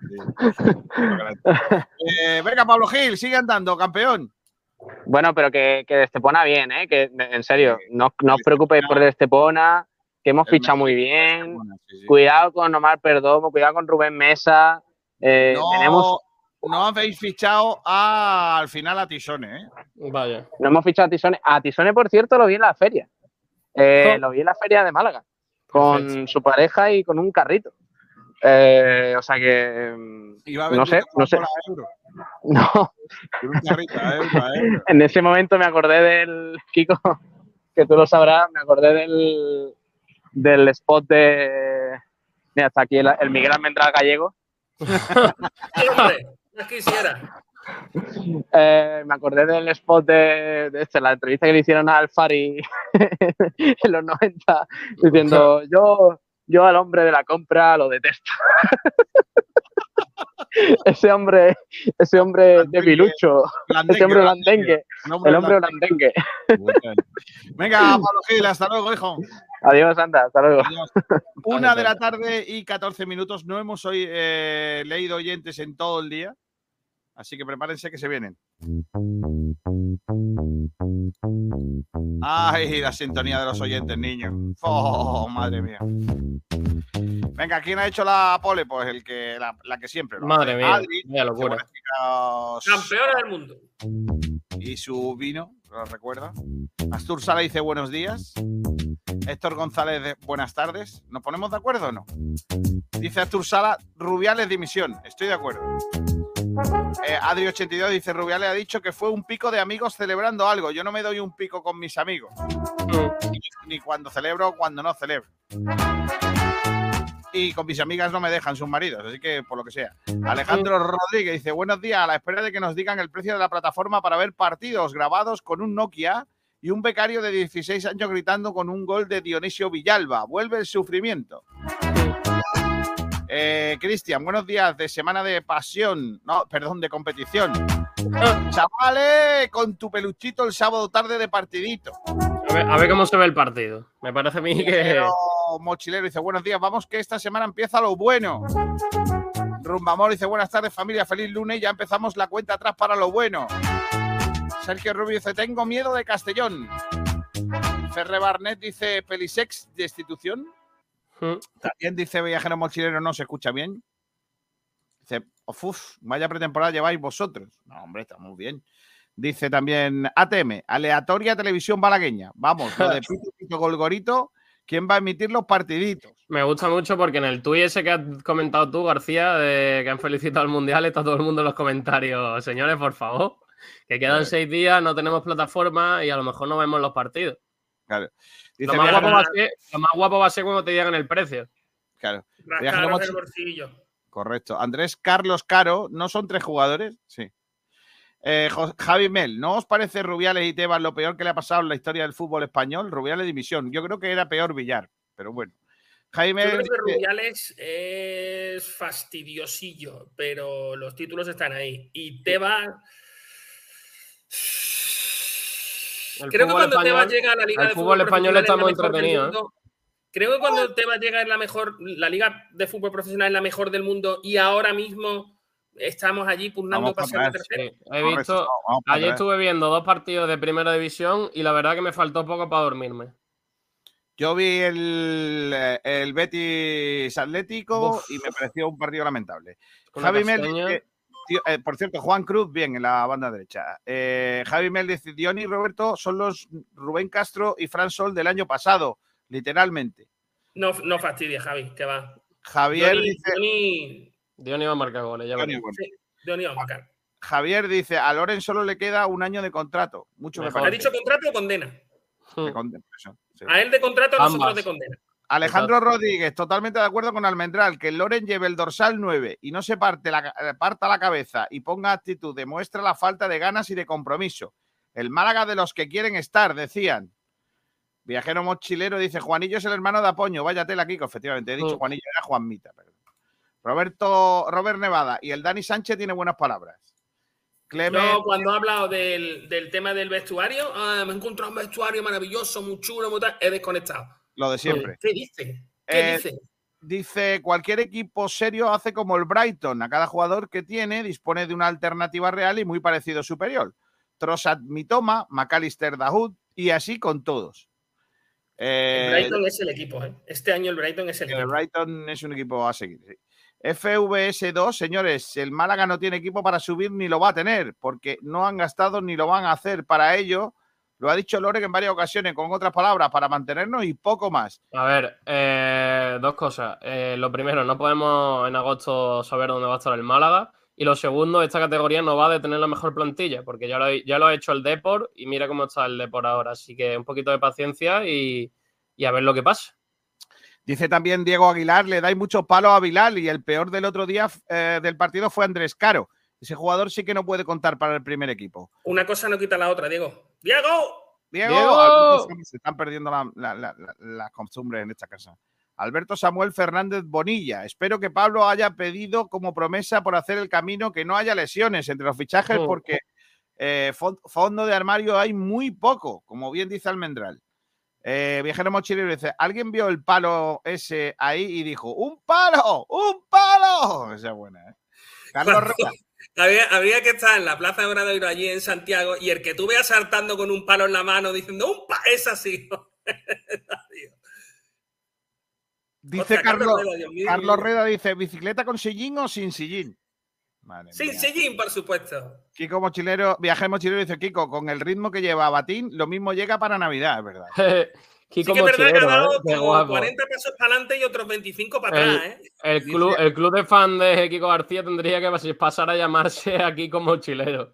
Venga, Pablo Gil, sigue andando, campeón. Bueno, pero que de Estepona bien, ¿eh? Que en serio, no os preocupéis por el Estepona, que hemos fichado muy bien. Sí. Cuidado con Omar Perdomo, cuidado con Rubén Mesa. Tenemos no habéis fichado al final a Tisone, ¿eh? Vaya. No hemos fichado a Tisone. A Tisone, por cierto, lo vi en la feria. Lo vi en la feria de Málaga. Con Perfecto. su pareja y con un carrito. O sea que... No sé. No. Con un carrito a euro. En ese momento me acordé del... Kiko, que tú lo sabrás, me acordé del spot de... Mira, está aquí el Miguel Almendral gallego. Sí, hombre, no quisiera. Me acordé del spot de la entrevista que le hicieron a Alfari en los 90, diciendo yo al hombre de la compra lo detesto. ese hombre debilucho, ese hombre holandengue, el hombre holandengue. Venga, Pablo Gil, hasta luego, hijo. Adiós, anda, hasta luego. Adiós. 1 de la tarde y 14 minutos. No hemos hoy leído oyentes en todo el día, así que prepárense que se vienen. Ay, la sintonía de los oyentes, niños. Oh, madre mía. Venga, ¿quién ha hecho la pole? Pues la que siempre. Madre mía, Adri, vaya locura. Campeona del mundo. Y su vino, ¿lo recuerda? Astur Sala dice buenos días. Héctor González, buenas tardes. ¿Nos ponemos de acuerdo o no? Dice Astur Sala, Rubiales dimisión. Estoy de acuerdo. Adri82 dice, Rubiales ha dicho que fue un pico de amigos celebrando algo. Yo no me doy un pico con mis amigos. Ni cuando celebro o cuando no celebro. Y con mis amigas no me dejan sus maridos, así que por lo que sea. Alejandro Rodríguez dice, buenos días, a la espera de que nos digan el precio de la plataforma para ver partidos grabados con un Nokia y un becario de 16 años gritando con un gol de Dionisio Villalba. Vuelve el sufrimiento. Cristian, buenos días, de semana de pasión, no, perdón, de competición. Chavales, con tu peluchito el sábado tarde de partidito. A ver cómo se ve el partido. Me parece a mí que... Pero Mochilero dice, buenos días, vamos que esta semana empieza lo bueno. Rumbamor dice, buenas tardes familia, feliz lunes, ya empezamos la cuenta atrás para lo bueno. Sergio Rubio dice, tengo miedo de Castellón. Ferre Barnet dice, Pelisex, destitución. También dice Viajero Mochilero, no se escucha bien. Dice, vaya pretemporada lleváis vosotros. No, hombre, está muy bien. Dice también ATM, aleatoria televisión malagueña. Vamos, lo de Pito Pito Golgorito, ¿quién va a emitir los partiditos? Me gusta mucho porque en el tuit ese que has comentado tú, García, de que han felicitado al Mundial, está todo el mundo en los comentarios. Señores, por favor, que quedan 6 días, no tenemos plataforma y a lo mejor no vemos los partidos. Claro. Dice, Lo más guapo va a ser cuando te digan el precio. Claro. Más caro del bolsillo. Correcto. Andrés Carlos Caro, ¿no son 3 jugadores? Sí. Javi Mel, ¿no os parece Rubiales y Tebas lo peor que le ha pasado en la historia del fútbol español? Rubiales dimisión. Yo creo que era peor Villar, pero bueno. Javi Mel, yo creo que Rubiales es fastidiosillo, pero los títulos están ahí. Y Tebas... Creo que cuando Tebas llega a la Liga de Fútbol español está muy entretenido. Creo que cuando Tebas llega es la Liga de Fútbol Profesional es la mejor del mundo y ahora mismo estamos allí pugnando para ser el tercero. Sí. He visto, ayer estuve viendo 2 partidos de Primera División y la verdad que me faltó poco para dormirme. Yo vi el Betis Atlético y me pareció un partido lamentable. Javi Mel dice, por cierto, Juan Cruz, bien, en la banda derecha. Javi Mel dice, Diony y Roberto son los Rubén Castro y Fran Sol del año pasado, literalmente. No fastidies, Javi, que va. Javier dice... Diony va a marcar goles, ya veremos. Sí, Diony va a marcar. Javier dice, a Loren solo le queda 1 año de contrato. Mucho mejor. ¿Ha dicho contrato o condena? Sí. A él de contrato, a nosotros de condena. Alejandro Rodríguez, totalmente de acuerdo con Almendral, que el Loren lleve el dorsal 9 y no se parta la cabeza y ponga actitud, demuestra la falta de ganas y de compromiso. El Málaga de los que quieren estar, decían. Viajero Mochilero dice, Juanillo es el hermano de Apoño, vaya tela, Kiko, efectivamente, he dicho Juanillo, era Juanmita. Perdón. Robert Nevada y el Dani Sánchez tiene buenas palabras. Yo cuando he hablado del tema del vestuario, me he encontrado un vestuario maravilloso, muy chulo, muy tal, he desconectado. Lo de siempre. ¿Qué dice? ¿Qué dice? Dice, cualquier equipo serio hace como el Brighton. A cada jugador que tiene dispone de una alternativa real y muy parecido superior. Trossard, Mitoma, McAllister, Dahoud y así con todos. El Brighton es el equipo, ¿eh? Este año el Brighton es el equipo. El Brighton es un equipo a seguir, sí. FVS2, señores, el Málaga no tiene equipo para subir ni lo va a tener, porque no han gastado ni lo van a hacer para ello. Lo ha dicho Lorek en varias ocasiones, con otras palabras, para mantenernos y poco más. A ver, dos cosas. Lo primero, no podemos en agosto saber dónde va a estar el Málaga. Y lo segundo, esta categoría no va a tener la mejor plantilla, porque ya lo ha hecho el Depor y mira cómo está el Depor ahora. Así que un poquito de paciencia y a ver lo que pasa. Dice también Diego Aguilar, le dais muchos palos a Bilal y el peor del otro día del partido fue Andrés Caro. Ese jugador sí que no puede contar para el primer equipo. Una cosa no quita la otra, Diego. ¡Diego! ¡Diego! Se están perdiendo las costumbres en esta casa. Alberto Samuel Fernández Bonilla. Espero que Pablo haya pedido como promesa por hacer el camino que no haya lesiones entre los fichajes porque fondo de armario hay muy poco, como bien dice Almendral. Viajero Mochilero dice, ¿alguien vio el palo ese ahí y dijo, ¡un palo! ¡Un palo! Esa es buena, ¿eh? Carlos Reda. Habría que estar en la Plaza de Obradoiro allí en Santiago y el que tú veas saltando con un palo en la mano diciendo, ¡un palo! Es así. Dice hostia, Carlos Reda dice, ¿bicicleta con sillín o sin sillín? Madre sin mía. Sillín, por supuesto. Kiko Mochilero, Viajero Mochilero dice, Kiko, con el ritmo que lleva Batín, lo mismo llega para Navidad, es verdad. Kiko sí que es verdad que ha dado como 40 pasos para adelante y otros 25 para atrás. El club de fan de Kiko García tendría que pasar a llamarse a Kiko Mochilero.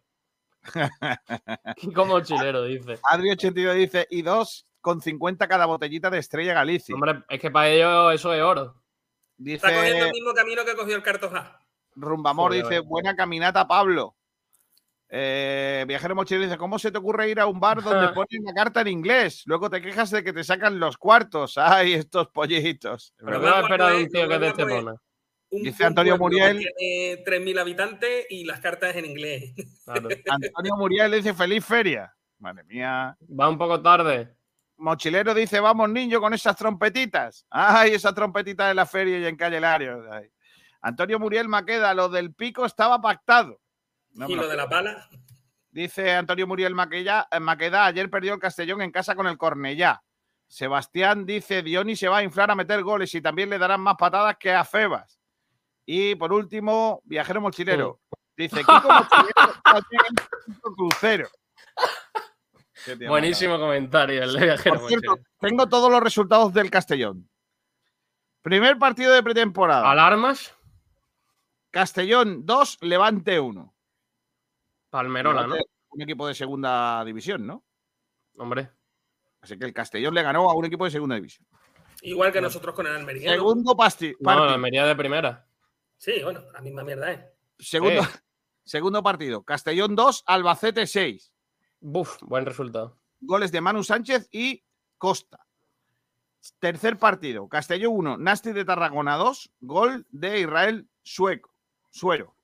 Kiko Mochilero, dice. Adri82 dice, y 2,50 cada botellita de Estrella Galicia. Hombre, es que para ellos eso es oro. Dice, está cogiendo el mismo camino que cogió el Cartojá. Rumbamor dice, buena caminata, Pablo. Viajero Mochilero dice, ¿cómo se te ocurre ir a un bar donde ponen la carta en inglés? Luego te quejas de que te sacan los cuartos. ¡Ay, estos pollitos! Pero me va a esperar un tío que te pone. Dice Antonio Muriel. Tiene 3.000 habitantes y las cartas en inglés. Claro. Antonio Muriel dice, feliz feria. Madre mía. Va un poco tarde. Mochilero dice, vamos niño con esas trompetitas. ¡Ay, esas trompetitas en la feria y en Calle Larios! Ay. Antonio Muriel Maqueda, lo del pico estaba pactado. No, ¿y lo de la pala? Dice Antonio Muriel Maqueda, ayer perdió el Castellón en casa con el Cornellá. Sebastián dice, Dioni se va a inflar a meter goles y también le darán más patadas que a Febas. Y por último, Viajero Mochilero. Dice, Kiko Mochilero crucero. Buenísimo comentario el de Viajero Mochilero. Tengo todos los resultados del Castellón. Primer partido de pretemporada. ¿Alarmas? Castellón 2, Levante 1. Palmerola, ¿no? Un equipo de segunda división, ¿no? Hombre. Así que el Castellón le ganó a un equipo de segunda división. Igual que nosotros con el Almería. Segundo partido. No, el Almería de primera. Sí, bueno, la misma mierda, ¿eh? Segundo partido. Castellón 2, Albacete 6. Buf, buen resultado. Goles de Manu Sánchez y Costa. Tercer partido. Castellón 1, Nasti de Tarragona 2. Gol de Israel Suero.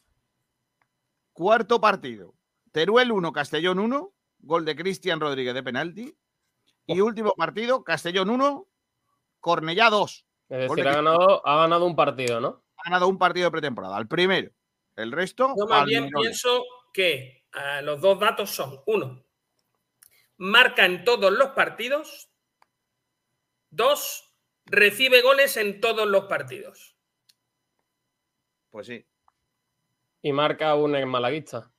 Cuarto partido. Teruel 1, Castellón 1. Gol de Cristian Rodríguez de penalti. Y último partido, Castellón 1, Cornellá 2. Es decir, ha ganado un partido, ¿no? Ha ganado un partido de pretemporada. El primero. El resto. Yo más bien pienso que los dos datos son: 1, marca en todos los partidos. 2, recibe goles en todos los partidos. Pues sí. Y marca un malaguista.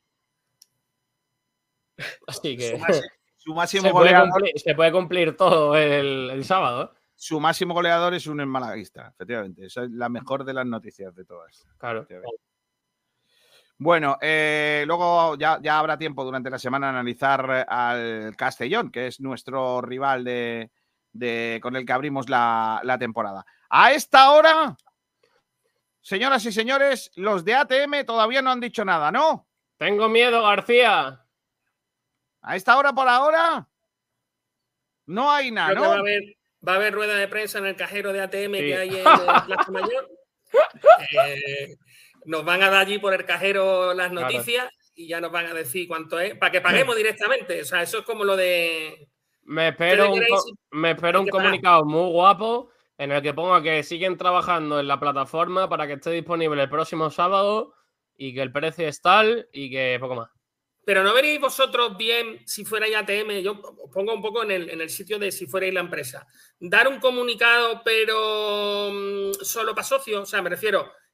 Así que su máximo goleador se puede cumplir todo el sábado, ¿eh? Su máximo goleador es un malaguista, efectivamente. Esa es la mejor de las noticias de todas. Claro. Bueno, luego ya habrá tiempo durante la semana de analizar al Castellón, que es nuestro rival con el que abrimos la temporada. A esta hora, señoras y señores, los de ATM todavía no han dicho nada, ¿no? Tengo miedo, García. A esta hora, por ahora, no hay nada, ¿no? Va a haber rueda de prensa en el cajero de ATM que hay en Plaza Mayor. Nos van a dar allí por el cajero las noticias y ya nos van a decir cuánto es, para que paguemos directamente. O sea, eso es como lo de... Me espero un comunicado muy guapo en el que ponga que siguen trabajando en la plataforma para que esté disponible el próximo sábado y que el precio es tal y que poco más. Pero ¿no veréis vosotros bien si fuerais ATM? Yo os pongo un poco en el sitio de si fuerais la empresa. Dar un comunicado, pero solo para socios. O sea, me refiero,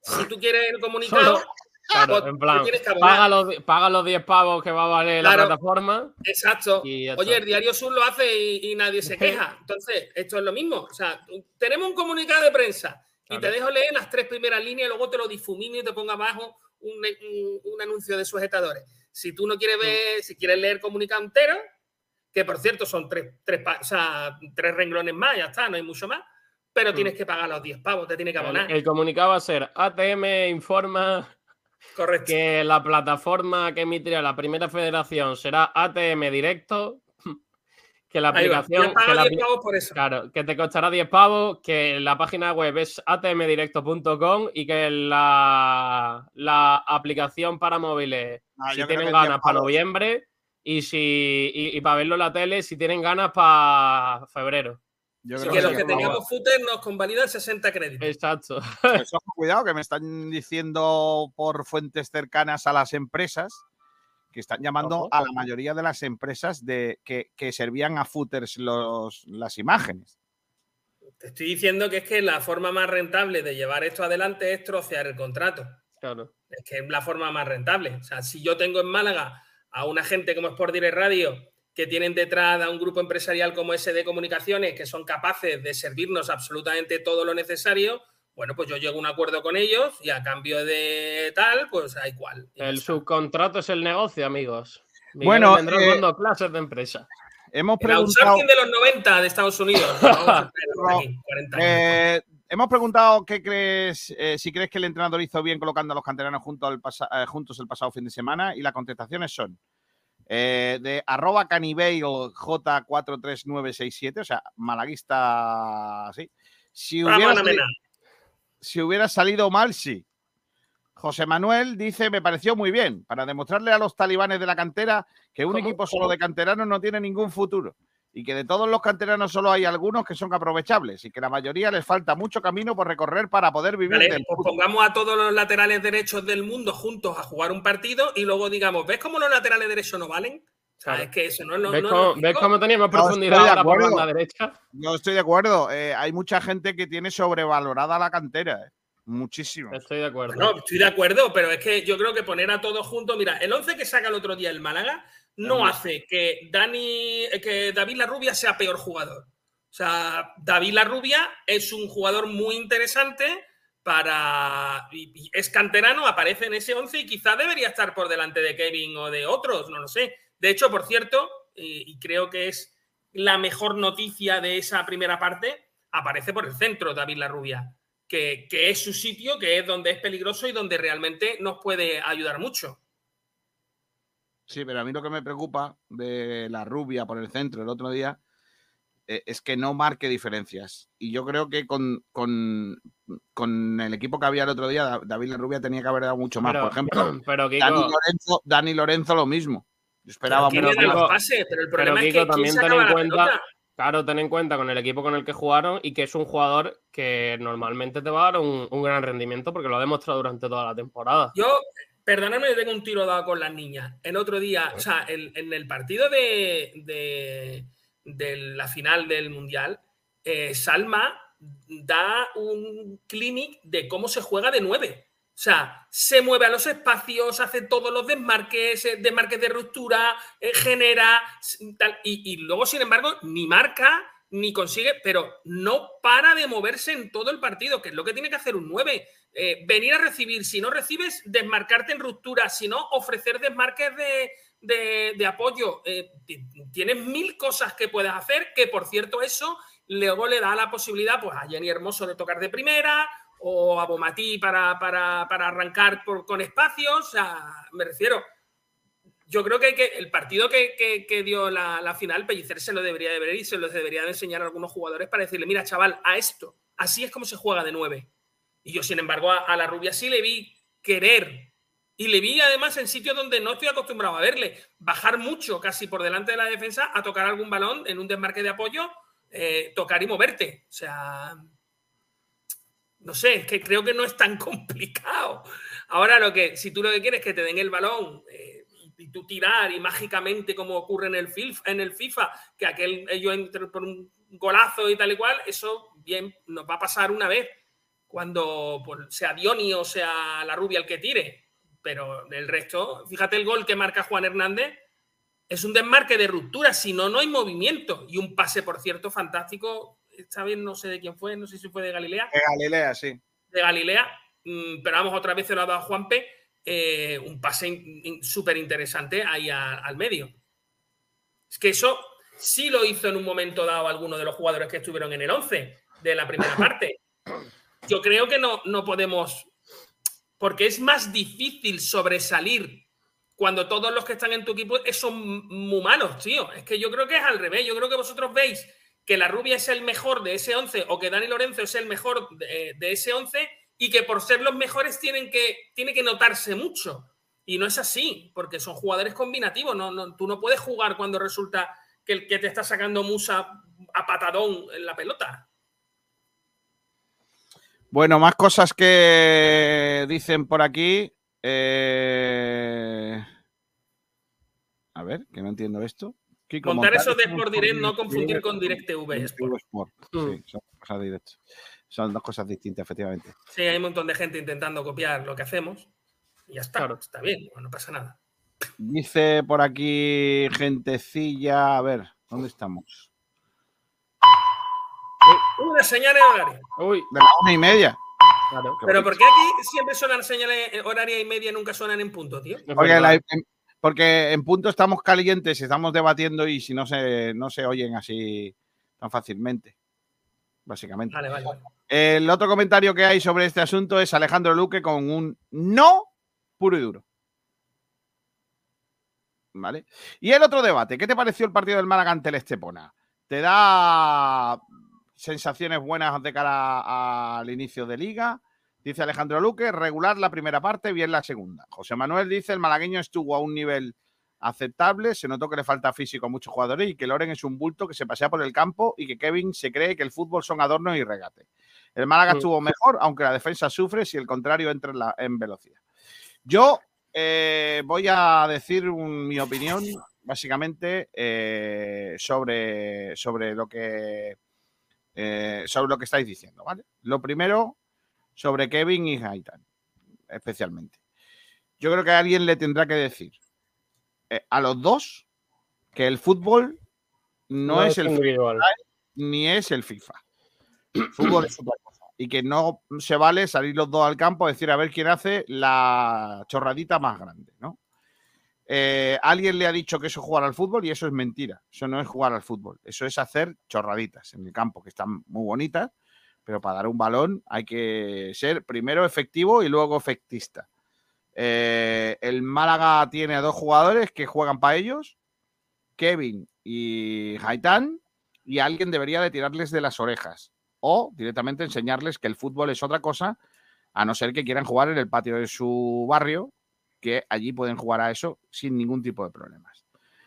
Si tú quieres el comunicado, claro, pues, en plan, tienes que abonar. paga los 10 pavos que va a valer la plataforma. Exacto. Y oye, el Diario Sur lo hace y nadie se queja. Entonces, esto es lo mismo. O sea, tenemos un comunicado de prensa y te dejo leer las 3 primeras líneas y luego te lo difumino y te pongo abajo un anuncio de sujetadores. Si tú no quieres ver, si quieres leer el comunicado entero, que por cierto son 3 renglones más, ya está, no hay mucho más, pero tienes que pagar los 10 pavos, te tiene que abonar. El comunicado va a ser: ATM informa que la plataforma que emitirá la primera federación será ATM Directo, que la aplicación... Que 10 pavos por eso. Claro, que te costará 10 pavos, que la página web es atmdirecto.com y que la aplicación para móviles, si tienen ganas, para noviembre, y para verlo en la tele, si tienen ganas, para febrero. Así que los que tengamos footer nos convalidan 60 créditos. Exacto. Pues ojo, cuidado, que me están diciendo por fuentes cercanas a las empresas que están llamando a la mayoría de las empresas que servían a footers las imágenes. Te estoy diciendo que es que la forma más rentable de llevar esto adelante es trocear el contrato. Claro. Es que es la forma más rentable. O sea, si yo tengo en Málaga a una gente como Sport Direct Radio que tienen detrás a un grupo empresarial como SD Comunicaciones que son capaces de servirnos absolutamente todo lo necesario, bueno, pues yo llego a un acuerdo con ellos y a cambio de tal, pues hay cual. El subcontrato es el negocio, amigos. Miguel bueno, vendrá dando clases de empresa. Hemos preguntado... El outsourcing de los 90 de Estados Unidos. Hemos preguntado qué crees, si crees que el entrenador hizo bien colocando a los canteranos juntos el pasado fin de semana, y las contestaciones son de @canibailj43967, o sea, malaguista, sí. Si hubiera salido mal, sí. José Manuel dice: me pareció muy bien, para demostrarle a los talibanes de la cantera que un equipo solo de canteranos no tiene ningún futuro, y que de todos los canteranos solo hay algunos que son aprovechables y que la mayoría les falta mucho camino por recorrer para poder vivir del fútbol. Pues pongamos a todos los laterales derechos del mundo juntos a jugar un partido y luego digamos, ¿ves cómo los laterales derechos no valen? O sea, es que eso no ¿Ves cómo teníamos profundidad ahora por la derecha? Yo estoy de acuerdo. Hay mucha gente que tiene sobrevalorada la cantera. Muchísimo. Estoy de acuerdo. No, estoy de acuerdo, pero es que yo creo que poner a todos juntos... Mira, el 11 que saca el otro día el Málaga no hace que David Larrubia sea peor jugador. O sea, David Larrubia es un jugador muy interesante y es canterano, aparece en ese 11 y quizá debería estar por delante de Kevin o de otros, no lo sé. De hecho, por cierto, y creo que es la mejor noticia de esa primera parte, aparece por el centro David Larrubia, que es su sitio, que es donde es peligroso y donde realmente nos puede ayudar mucho. Sí, pero a mí lo que me preocupa de Larrubia por el centro el otro día es que no marque diferencias. Y yo creo que con el equipo que había el otro día, David Larrubia tenía que haber dado mucho más. Por ejemplo, Kiko, Dani Lorenzo lo mismo. Yo esperaba pero el problema es que también ten en cuenta... Claro, ten en cuenta con el equipo con el que jugaron y que es un jugador que normalmente te va a dar un gran rendimiento porque lo ha demostrado durante toda la temporada. Yo, perdóname, yo tengo un tiro dado con las niñas. El otro día, o sea, en el partido de la final del Mundial, Salma da un clinic de cómo se juega de 9. O sea, se mueve a los espacios, hace todos los desmarques de ruptura, genera, tal, y luego, sin embargo, ni marca, ni consigue, pero no para de moverse en todo el partido, que es lo que tiene que hacer un 9. Venir a recibir, si no recibes, desmarcarte en ruptura, si no, ofrecer desmarques de apoyo. Tienes 1000 cosas que puedes hacer, que por cierto eso luego le da la posibilidad pues, a Jenny Hermoso de tocar de primera, o a Bomatí para arrancar con espacios. O sea, me refiero, yo creo que el partido que dio la final, Pellicer se lo debería de ver y se lo debería de enseñar a algunos jugadores para decirle, mira, chaval, a esto, así es como se juega de 9. Y yo, sin embargo, a Larrubia sí le vi querer, y le vi además en sitios donde no estoy acostumbrado a verle, bajar mucho, casi por delante de la defensa, a tocar algún balón en un desmarque de apoyo, tocar y moverte. O sea... No sé, es que creo que no es tan complicado. Ahora, si tú lo que quieres es que te den el balón y tú tirar y mágicamente, como ocurre en el FIFA, que ellos entren por un golazo y tal y cual, eso bien nos va a pasar una vez. cuando pues, sea Dioni o sea la rubia el que tire. Pero del resto, fíjate el gol que marca Juan Hernández, es un desmarque de ruptura, si no, no hay movimiento. Y un pase, por cierto, fantástico. Esta vez no sé de quién fue, no sé si fue de Galilea. De Galilea, sí. De Galilea, pero vamos, otra vez se lo ha dado a Juanpe. Un pase súper interesante ahí al medio. Es que eso sí lo hizo en un momento dado alguno de los jugadores que estuvieron en el 11 de la primera parte. Yo creo que no podemos, porque es más difícil sobresalir cuando todos los que están en tu equipo son muy malos, tío. Es que yo creo que es al revés. Yo creo que vosotros veis que la rubia es el mejor de ese 11 o que Dani Lorenzo es el mejor de ese 11 y que por ser los mejores tiene que notarse mucho. Y no es así, porque son jugadores combinativos. Tú no puedes jugar cuando resulta que el que te está sacando Musa a patadón en la pelota. Bueno, más cosas que dicen por aquí. A ver, que no entiendo esto. Kiko, montar eso de Sport Direct, no confundir con DirecTV Sport. Sí, son cosas directas. Son dos cosas distintas, efectivamente. Sí, hay un montón de gente intentando copiar lo que hacemos. Y ya está, claro. Está bien, no pasa nada. Dice por aquí gentecilla, a ver, ¿dónde estamos? Una señal horaria. Uy, de la 1:30. Claro. Pero ¿por qué aquí siempre suenan señales horarias y media y nunca suenan en punto, tío? Porque en punto estamos calientes, estamos debatiendo y si no se oyen así tan fácilmente, básicamente. Vale. El otro comentario que hay sobre este asunto es Alejandro Luque con un no puro y duro. ¿Vale? Y el otro debate, ¿qué te pareció el partido del Málaga ante el Estepona? ¿Te da sensaciones buenas de cara al inicio de liga? Dice Alejandro Luque, regular la primera parte, bien la segunda. José Manuel dice, el malagueño estuvo a un nivel aceptable, se notó que le falta físico a muchos jugadores y que Loren es un bulto que se pasea por el campo y que Kevin se cree que el fútbol son adornos y regate. El Málaga estuvo mejor, aunque la defensa sufre si el contrario entra en velocidad. Yo voy a decir mi opinión, básicamente, sobre lo que estáis diciendo, ¿vale? Lo primero, sobre Kevin y Gaitán, especialmente. Yo creo que alguien le tendrá que decir a los dos que el fútbol no es el individual ni es el FIFA. El fútbol es otra cosa. Y que no se vale salir los dos al campo a decir a ver quién hace la chorradita más grande, ¿no? Alguien le ha dicho que eso es jugar al fútbol y eso es mentira. Eso no es jugar al fútbol. Eso es hacer chorraditas en el campo, que están muy bonitas, pero para dar un balón hay que ser primero efectivo y luego efectista. El Málaga tiene a dos jugadores que juegan para ellos, Kevin y Gaitán, y alguien debería de tirarles de las orejas o directamente enseñarles que el fútbol es otra cosa, a no ser que quieran jugar en el patio de su barrio, que allí pueden jugar a eso sin ningún tipo de problemas.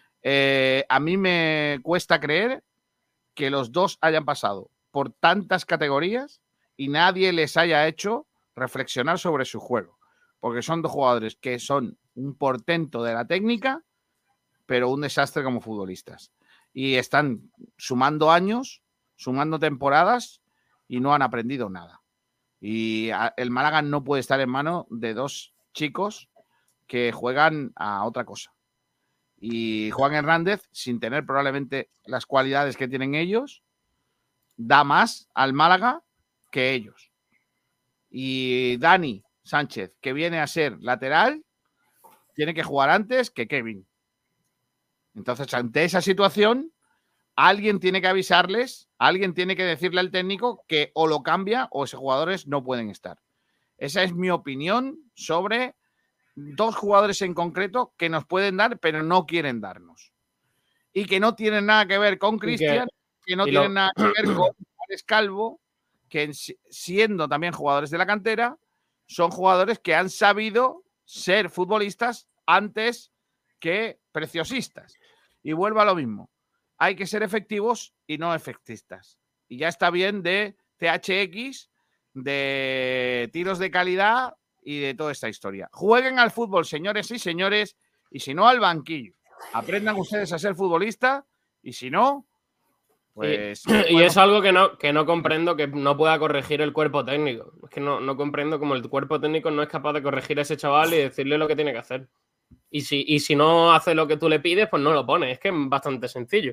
A mí me cuesta creer que los dos hayan pasado por tantas categorías y nadie les haya hecho reflexionar sobre su juego, porque son dos jugadores que son un portento de la técnica, pero un desastre como futbolistas. Y están sumando años, sumando temporadas y no han aprendido nada. Y el Málaga no puede estar en manos de dos chicos que juegan a otra cosa. Y Juan Hernández, sin tener probablemente las cualidades que tienen ellos, da más al Málaga que ellos. Y Dani Sánchez, que viene a ser lateral, tiene que jugar antes que Kevin. Entonces, ante esa situación, alguien tiene que avisarles, alguien tiene que decirle al técnico que o lo cambia o esos jugadores no pueden estar. Esa es mi opinión sobre dos jugadores en concreto que nos pueden dar, pero no quieren darnos. Y que no tienen nada que ver con Cristian, que no tienen nada que ver con Alex Calvo, que siendo también jugadores de la cantera, son jugadores que han sabido ser futbolistas antes que preciosistas. Y vuelvo a lo mismo. Hay que ser efectivos y no efectistas. Y ya está bien de THX, de tiros de calidad y de toda esta historia. Jueguen al fútbol, señores y señores, y si no, al banquillo. Aprendan ustedes a ser futbolistas y si no, Pues, y es algo que no comprendo que no pueda corregir el cuerpo técnico. Es que no comprendo cómo el cuerpo técnico no es capaz de corregir a ese chaval y decirle lo que tiene que hacer. Y si no hace lo que tú le pides, pues no lo pones. Es que es bastante sencillo.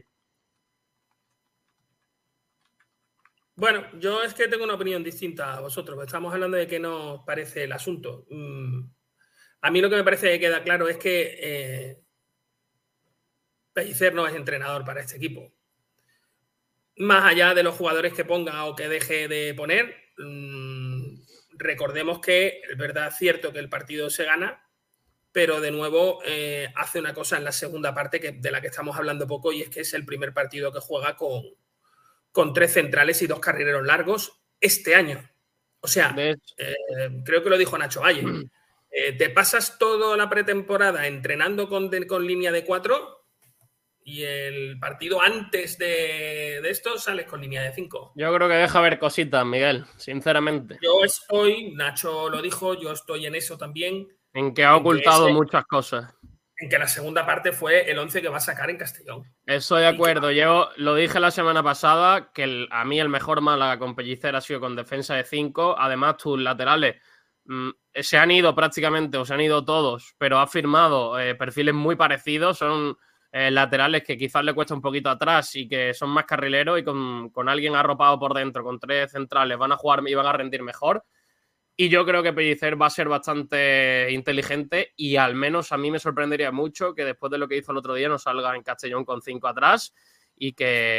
Bueno, yo es que tengo una opinión distinta a vosotros. Estamos hablando de qué nos parece el asunto. A mí lo que me parece que queda claro es que Pellicer no es entrenador para este equipo. Más allá de los jugadores que ponga o que deje de poner, recordemos que es verdad, cierto que el partido se gana, pero de nuevo hace una cosa en la segunda parte de la que estamos hablando poco, y es que es el primer partido que juega con 3 centrales y 2 carrileros largos este año. O sea, creo que lo dijo Nacho Valle. Te pasas toda la pretemporada entrenando con línea de 4 y el partido antes de esto sales con línea de 5. Yo creo que deja ver cositas, Miguel, sinceramente. Nacho lo dijo, yo estoy en eso también. En que ha ocultado muchas cosas. En que la segunda parte fue el 11 que va a sacar en Castellón. Estoy de acuerdo. Yo lo dije la semana pasada, que a mí el mejor Málaga con Pellicer ha sido con defensa de 5. Además, tus laterales se han ido prácticamente, o se han ido todos, pero ha firmado perfiles muy parecidos. Son laterales que quizás le cuesta un poquito atrás y que son más carrileros, y con alguien arropado por dentro, con 3 centrales, van a jugar y van a rendir mejor. Y yo creo que Pellicer va a ser bastante inteligente, y al menos a mí me sorprendería mucho que después de lo que hizo el otro día no salga en Castellón con 5 atrás y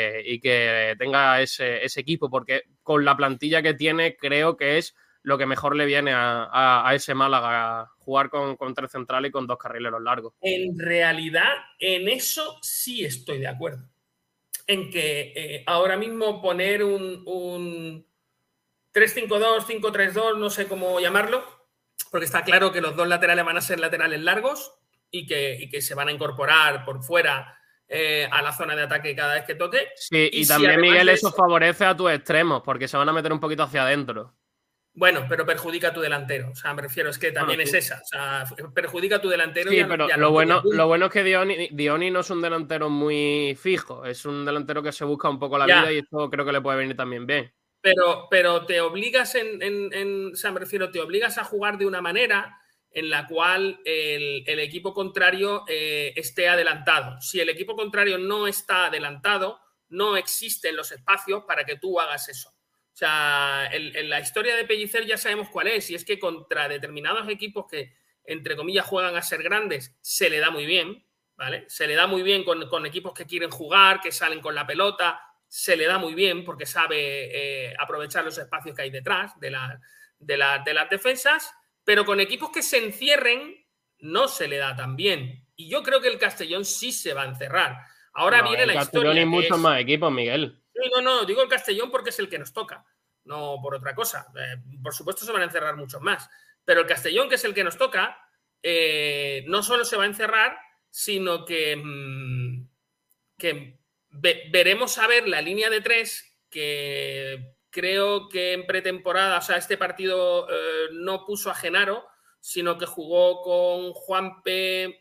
que tenga ese equipo, porque con la plantilla que tiene creo que es lo que mejor le viene a ese Málaga, jugar con 3 centrales y con 2 carrileros largos. En realidad, en eso sí estoy de acuerdo. En que ahora mismo poner un 3-5-2, 5-3-2, no sé cómo llamarlo, porque está claro que los 2 laterales van a ser laterales largos y que se van a incorporar por fuera a la zona de ataque cada vez que toque. Sí, y también, Miguel, eso favorece a tus extremos, porque se van a meter un poquito hacia adentro. Bueno, pero perjudica a tu delantero. O sea, me refiero, es que también es esa. O sea, perjudica a tu delantero. Sí, pero lo bueno es que Dioni no es un delantero muy fijo. Es un delantero que se busca un poco la vida, y esto creo que le puede venir también bien. Pero te obligas o sea, me refiero, te obligas a jugar de una manera en la cual el equipo contrario esté adelantado. Si el equipo contrario no está adelantado, no existen los espacios para que tú hagas eso. O sea, en la historia de Pellicer ya sabemos cuál es, y es que contra determinados equipos que, entre comillas, juegan a ser grandes, se le da muy bien, ¿vale? Se le da muy bien con equipos que quieren jugar, que salen con la pelota, se le da muy bien porque sabe aprovechar los espacios que hay detrás de las defensas, pero con equipos que se encierren no se le da tan bien. Y yo creo que el Castellón sí se va a encerrar. Ahora viene la historia. Castellón y muchos más equipos, Miguel. No, digo el Castellón porque es el que nos toca, no por otra cosa. Por supuesto se van a encerrar muchos más, pero el Castellón, que es el que nos toca, no solo se va a encerrar, sino que veremos a ver la línea de 3, que creo que en pretemporada, o sea, este partido no puso a Genaro, sino que jugó con Juanpe,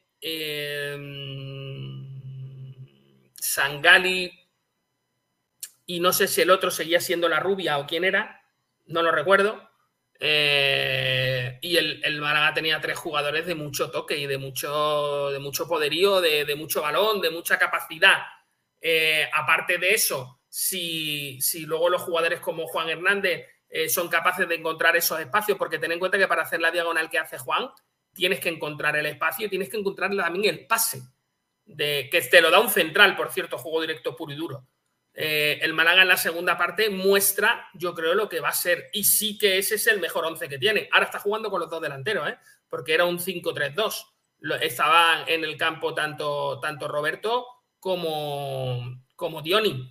Sangali, y no sé si el otro seguía siendo la Rubia o quién era, no lo recuerdo. Y el Málaga tenía 3 jugadores de mucho toque y de mucho poderío, de mucho balón, de mucha capacidad. Aparte de eso, si luego los jugadores como Juan Hernández son capaces de encontrar esos espacios, porque ten en cuenta que para hacer la diagonal que hace Juan, tienes que encontrar el espacio y tienes que encontrar también el pase, que te lo da un central, por cierto, juego directo puro y duro. El Málaga en la segunda parte muestra, yo creo, lo que va a ser, y sí que ese es el mejor 11 que tiene. Ahora está jugando con los 2 delanteros, porque era un 5-3-2. Estaban en el campo tanto Roberto como Dioni.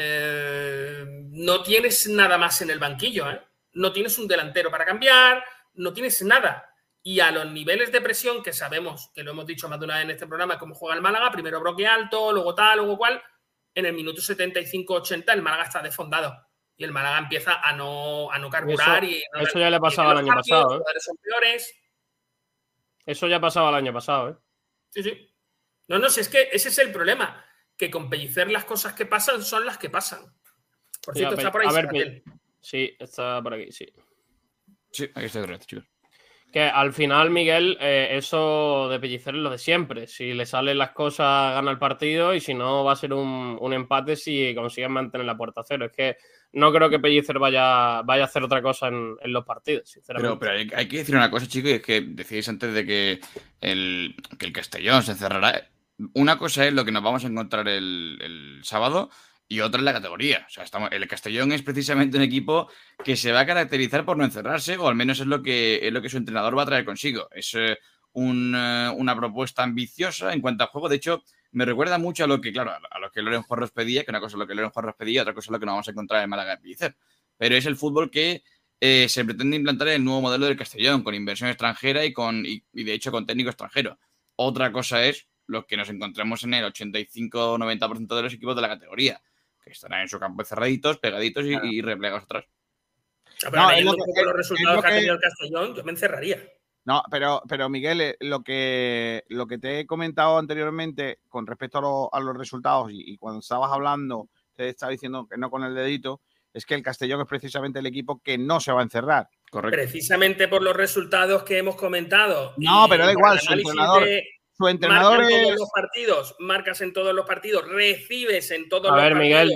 No tienes nada más en el banquillo, no tienes un delantero para cambiar, no tienes nada. Y a los niveles de presión que sabemos, que lo hemos dicho más de una vez en este programa, cómo juega el Málaga, primero bloque alto, luego tal, luego cual. En el minuto 75-80 el Málaga está desfondado y el Málaga empieza a no carburar. Eso ya le pasaba el año pasado. Los jugadores son peores. Eso ya pasaba el año pasado. Sí. No, si es que ese es el problema. que con Pellicer las cosas que pasan son las que pasan. Por cierto, está por ahí. A ver, sí, está por aquí, sí. Sí, aquí está correcto, chicos. Que al final, Miguel, eso de Pellicer es lo de siempre. Si le salen las cosas, gana el partido, y si no, va a ser un empate si consiguen mantener la puerta a cero. Es que no creo que Pellicer vaya a hacer otra cosa en los partidos, sinceramente. Pero hay que decir una cosa, chicos, y es que decíais antes de que el Castellón se encerrará. Una cosa es lo que nos vamos a encontrar el sábado y otra es la categoría. O sea, el Castellón es precisamente un equipo que se va a caracterizar por no encerrarse, o al menos es lo que su entrenador va a traer consigo. Es una propuesta ambiciosa en cuanto a juego. De hecho, me recuerda mucho a lo que, claro, a lo que Loren Juarros pedía, que una cosa es lo que Loren Juarros pedía, otra cosa es lo que nos vamos a encontrar en Málaga de Pellicer. Pero es el fútbol que se pretende implantar en el nuevo modelo del Castellón, con inversión extranjera y de hecho con técnico extranjero. Otra cosa es lo que nos encontramos en el 85-90% de los equipos de la categoría, que estarán en su campo encerraditos, pegaditos y replegados atrás. Pero leyendo un poco los resultados que ha tenido el Castellón, yo me encerraría. No, pero Miguel, lo que te he comentado anteriormente con respecto a los resultados y cuando estabas hablando, te estaba diciendo que no con el dedito, es que el Castellón es precisamente el equipo que no se va a encerrar. Correcto. Precisamente por los resultados que hemos comentado. No, pero da igual, su entrenador marcas en es... todos los partidos, marcas en todos los partidos, recibes en todos los partidos. A ver, Miguel,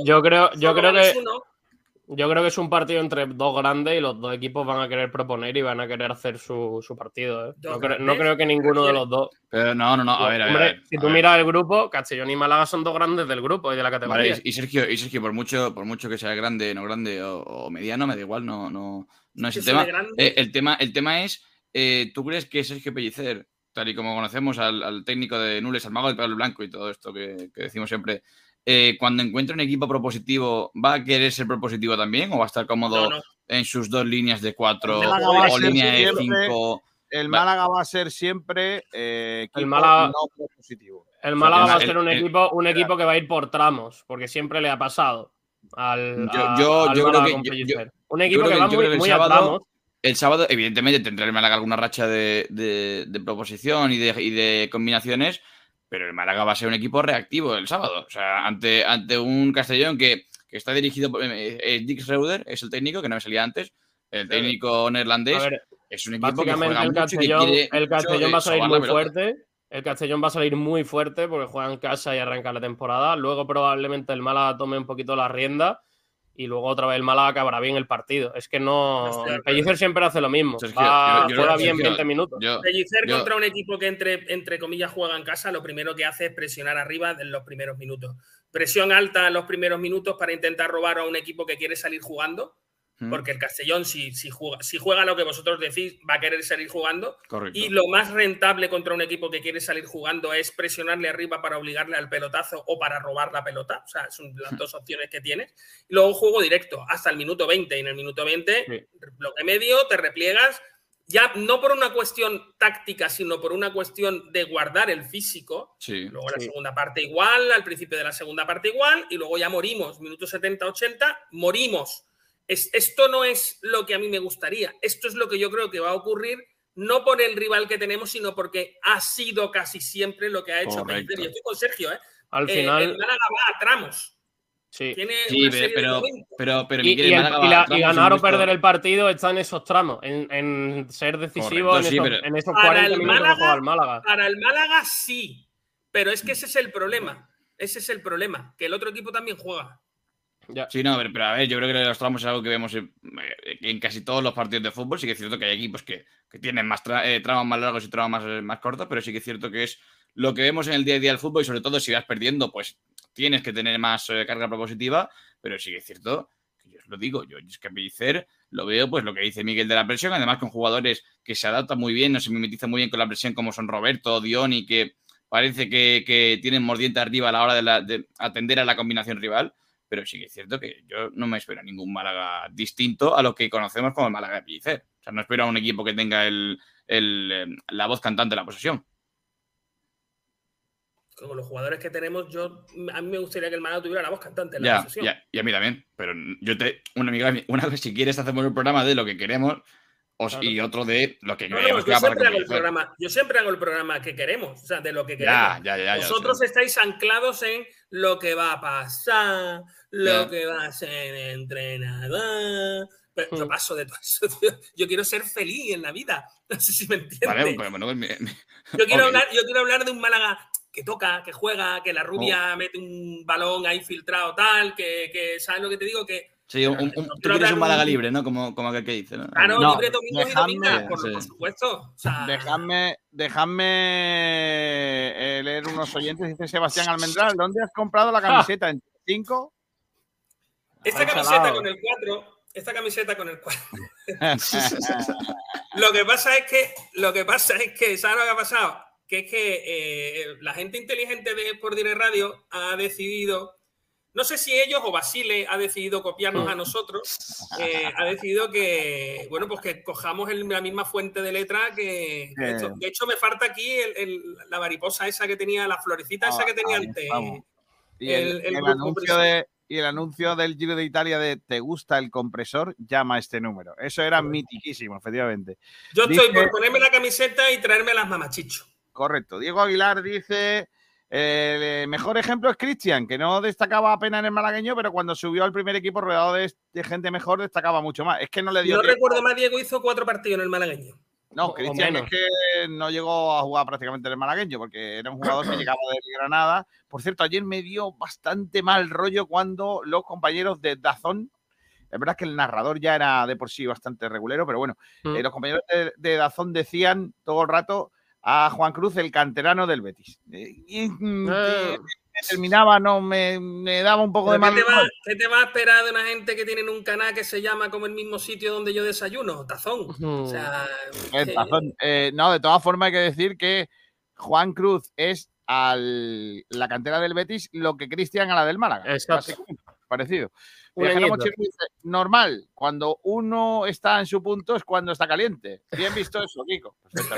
yo creo que es un partido entre dos grandes y los dos equipos van a querer proponer y van a querer hacer su partido. ¿Eh? No creo que ninguno de los dos. Pero no, a ver. Si tú miras el grupo, Castellón y Málaga son dos grandes del grupo y de la categoría. Vale, y Sergio, por mucho que sea grande, no grande o mediano, me da igual, no es el tema. El tema es, ¿tú crees que Sergio Pellicer, tal y como conocemos al técnico de Nules, al mago del pelo blanco y todo esto que decimos siempre, cuando encuentre un equipo propositivo, ¿va a querer ser propositivo también o va a estar cómodo en sus dos líneas de 4 o línea de 5? El Málaga va a ser siempre equipo no propositivo. El Málaga va a ser un equipo que va a ir por tramos, porque siempre le ha pasado al Málaga con Pellicer. Un equipo que va muy a tramos. El sábado, evidentemente, tendrá el Málaga alguna racha de proposición y de combinaciones, pero el Málaga va a ser un equipo reactivo el sábado. O sea, ante un Castellón que está dirigido por Dick Reuter, es el técnico, que no me salía antes, el técnico neerlandés. Es un equipo que juega mucho y que quiere el Castellón va a salir muy fuerte. El Castellón va a salir muy fuerte porque juega en casa y arranca la temporada. Luego probablemente el Málaga tome un poquito la rienda y luego otra vez el Málaga acabará bien el partido. Es que no... Pellicer siempre hace lo mismo. Juega bien 20 minutos. Pellicer contra un equipo que entre comillas juega en casa, lo primero que hace es presionar arriba en los primeros minutos. Presión alta en los primeros minutos para intentar robar a un equipo que quiere salir jugando. Porque el Castellón, si juega lo que vosotros decís, va a querer salir jugando. Correcto. Y lo más rentable contra un equipo que quiere salir jugando es presionarle arriba para obligarle al pelotazo o para robar la pelota. O sea, son las dos opciones que tienes. Y luego juego directo hasta el minuto 20. Y en el minuto 20, bloque medio, te repliegas. Ya no por una cuestión táctica, sino por una cuestión de guardar el físico. Luego la segunda parte igual, al principio de la segunda parte igual. Y luego ya morimos. Minuto 70-80, morimos. Esto no es lo que a mí me gustaría. Esto es lo que yo creo que va a ocurrir, no por el rival que tenemos, sino porque ha sido casi siempre lo que ha hecho Pellicer. Y estoy con Sergio, Al final... el Málaga va a tramos. Tiene pero y ganar o perder el partido está en esos tramos, en ser decisivo en esos 40 minutos que juega el Málaga. Para el Málaga sí, pero es que ese es el problema. Ese es el problema, que el otro equipo también juega. Sí, no, pero a ver, yo creo que los tramos es algo que vemos en casi todos los partidos de fútbol. Sí que es cierto que hay equipos que tienen más tramos más largos y tramos más cortos, pero sí que es cierto que es lo que vemos en el día a día del fútbol y sobre todo si vas perdiendo, pues tienes que tener más carga propositiva, pero sí que es cierto que yo os lo digo, yo es que a Pellicer lo veo, pues lo que dice Miguel de la presión, además con jugadores que se adaptan muy bien, no se mimetizan muy bien con la presión como son Roberto, Dion y que parece que tienen mordiente arriba a la hora de atender a la combinación rival. Pero sí que es cierto que yo no me espero a ningún Málaga distinto a lo que conocemos como el Málaga de Pellicer. O sea, no espero a un equipo que tenga la voz cantante de la posesión. Con los jugadores que tenemos, a mí me gustaría que el Málaga tuviera la voz cantante en la posesión. Y a mí también. Pero una vez si quieres hacemos un programa de lo que queremos y otro de lo que queremos. Yo siempre hago el programa que queremos, o sea, de lo que queremos. Vosotros estáis anclados en lo que va a pasar, lo que va a ser entrenador. Pero yo paso de todo eso, tío. Yo quiero ser feliz en la vida. No sé si me entiendes. Vale, pero bueno, yo quiero hablar de un Málaga que toca, que juega, que la rubia mete un balón ahí filtrado tal, que ¿sabes lo que te digo? Que sí, tú quieres un Málaga libre, ¿no? Como aquel que dice, ¿no? Claro, libre domingos y domingas, por supuesto. O sea, dejadme leer unos oyentes. Dice Sebastián Almendral, ¿dónde has comprado la camiseta? ¿En 5? Esta camiseta con el 4. Esta camiseta con el 4. Lo que pasa es que, ¿sabes lo que ha pasado? Que es que la gente inteligente de Sport Direct Radio ha decidido, no sé si ellos o Basile ha decidido copiarnos a nosotros, ha decidido que, bueno, pues que cojamos la misma fuente de letra que esto. De hecho, me falta aquí la mariposa esa que tenía, la florecita esa que tenía antes. Y el anuncio del Giro de Italia de ¿te gusta el compresor? Llama a este número. Eso era mitiquísimo, efectivamente. Yo estoy por ponerme la camiseta y traerme las mamachicho. Correcto. Diego Aguilar dice, el mejor ejemplo es Cristian, que no destacaba apenas en el malagueño, pero cuando subió al primer equipo rodeado de gente mejor destacaba mucho más. Es que no le dio tiempo. Recuerdo más, Diego hizo 4 partidos en el malagueño. No, Cristian es que no llegó a jugar prácticamente en el malagueño porque era un jugador que llegaba de Granada. Por cierto, ayer me dio bastante mal rollo cuando los compañeros de DAZN, es verdad que el narrador ya era de por sí bastante regulero, pero bueno, los compañeros de DAZN decían todo el rato a Juan Cruz, el canterano del Betis. Terminaba, no me daba un poco de mal. ¿Qué te va a esperar de una gente que tienen un canal que se llama como el mismo sitio donde yo desayuno? Tazón. O sea, Tazón. No, de todas formas hay que decir que Juan Cruz es a la cantera del Betis lo que Cristian a la del Málaga. Exacto. Parecido. Dice, normal, cuando uno está en su punto es cuando está caliente. Bien visto eso, Kiko.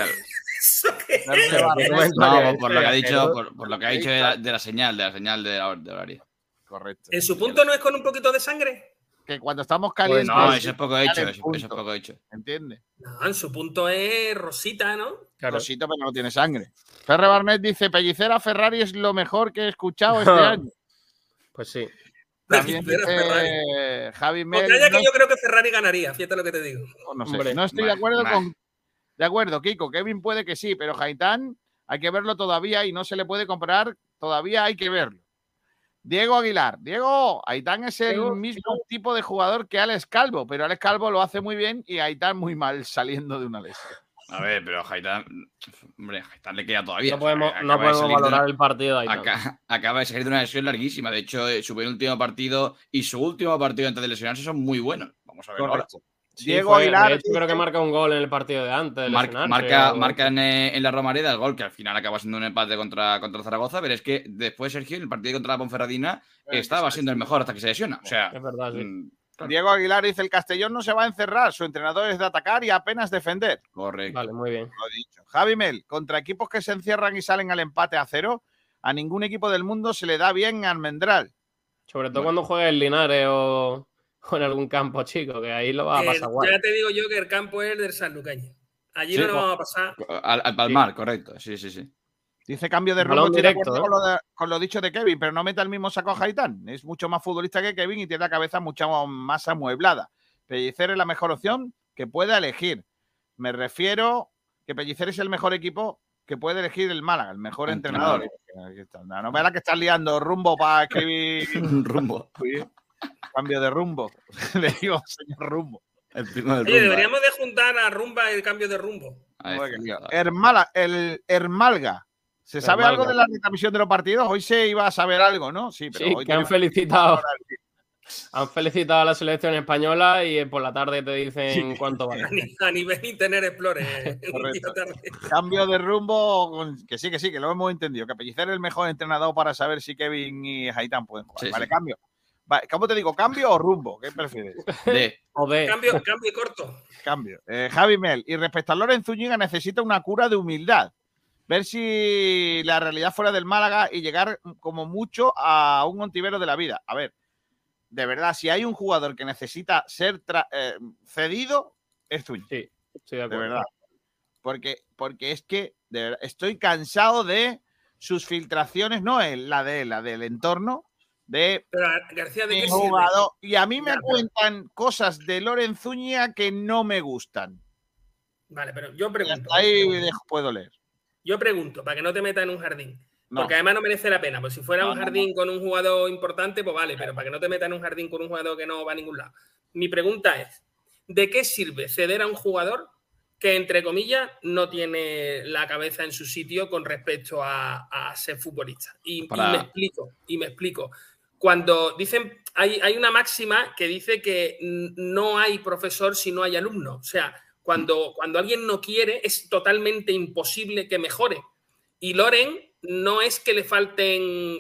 No, por lo que ha dicho, por lo que ha dicho de la señal de horario. Correcto. ¿En su punto no es con un poquito de sangre? Que cuando estamos calientes. No, eso es poco hecho. Eso es poco hecho. ¿Entiendes? No, en su punto es rosita, ¿no? Claro. Rosita, pero no tiene sangre. Ferre Barnet dice: Pellicera Ferrari es lo mejor que he escuchado este año. Pues sí. También dice Javi Mel. Yo creo que Ferrari ganaría, fíjate lo que te digo. No sé, no estoy de acuerdo con. De acuerdo, Kiko. Kevin puede que sí, pero Haitán hay que verlo todavía y no se le puede comprar. Todavía hay que verlo. Diego Aguilar. Diego, Haitán es el mismo tipo de jugador que Alex Calvo, pero Alex Calvo lo hace muy bien y Haitán muy mal saliendo de una lesión. A ver, pero Haitán, hombre, Haitán le queda todavía. No podemos valorar el partido de Haitán. Acaba de salir de una lesión larguísima. De hecho, su último partido y su último partido antes de lesionarse son muy buenos. Vamos a ver ahora. Sí, Diego Aguilar. De hecho, creo que marca un gol en el partido de antes. Marca en la Romareda el gol, que al final acaba siendo un empate contra Zaragoza, pero es que después, Sergio, en el partido contra la Ponferradina estaba siendo el mejor hasta que se lesiona. O sea, es verdad, sí. Diego Aguilar dice: el Castellón no se va a encerrar, su entrenador es de atacar y apenas defender. Correcto. Vale, muy bien. Lo dicho. Javi Mel, contra equipos que se encierran y salen al empate a 0, a ningún equipo del mundo se le da bien Almendral. Sobre todo cuando juegue en Linares o en algún campo chico, que ahí lo va a pasar guay. Ya te digo yo que el campo es del Sanluqueño. Allí no lo vamos a pasar. Al Palmar, correcto. Sí. Dice cambio de rumbo directo, con lo dicho de Kevin, pero no mete al mismo saco a Haitán. Es mucho más futbolista que Kevin y tiene la cabeza mucho más amueblada. Pellicer es la mejor opción que pueda elegir. Me refiero que Pellicer es el mejor equipo que puede elegir el Málaga, el mejor entrenador. No me la que estás liando rumbo para escribir. Rumbo. Cambio de rumbo. Le digo, señor rumbo. Oye, deberíamos de juntar a rumba y el cambio de rumbo. El Hermalga. ¿Se sabe algo de la retransmisión de los partidos? Hoy se iba a saber algo, ¿no? Sí, pero sí, hoy que han felicitado a la selección española y por la tarde te dicen cuánto vale. A nivel Internet Explorer. Cambio de rumbo, que sí, que lo hemos entendido. Que Pellicer es el mejor entrenador para saber si Kevin y Haitán pueden jugar. Vale, cambio. Vale, ¿cómo te digo? ¿Cambio o rumbo? ¿Qué prefieres? Cambio corto. Cambio. Javi Mel. Y respecto a Loren Zúñiga, necesita una cura de humildad. Ver si la realidad fuera del Málaga y llegar como mucho a un Ontivero de la vida. A ver, de verdad, si hay un jugador que necesita ser cedido, es Zúñiga. Sí, de acuerdo. De verdad. Porque es que de verdad, estoy cansado de sus filtraciones, no él, la del entorno, de Pero, García, ¿de qué jugador. sirve? Y a mí me Ya, cuentan cosas de Loren Zúñiga que no me gustan. Vale, pero yo pregunto. Ahí puedo leer. Yo pregunto, para que no te metas en un jardín. No. Porque además no merece la pena. Pues si fuera un No. jardín con un jugador importante, pues vale, pero para que no te metas en un jardín con un jugador que no va a ningún lado. Mi pregunta es, ¿de qué sirve ceder a un jugador que, entre comillas, no tiene la cabeza en su sitio con respecto a ser futbolista? Y me explico. Cuando dicen, hay una máxima que dice que no hay profesor si no hay alumno. O sea, cuando alguien no quiere, es totalmente imposible que mejore. Y Loren no es que le falten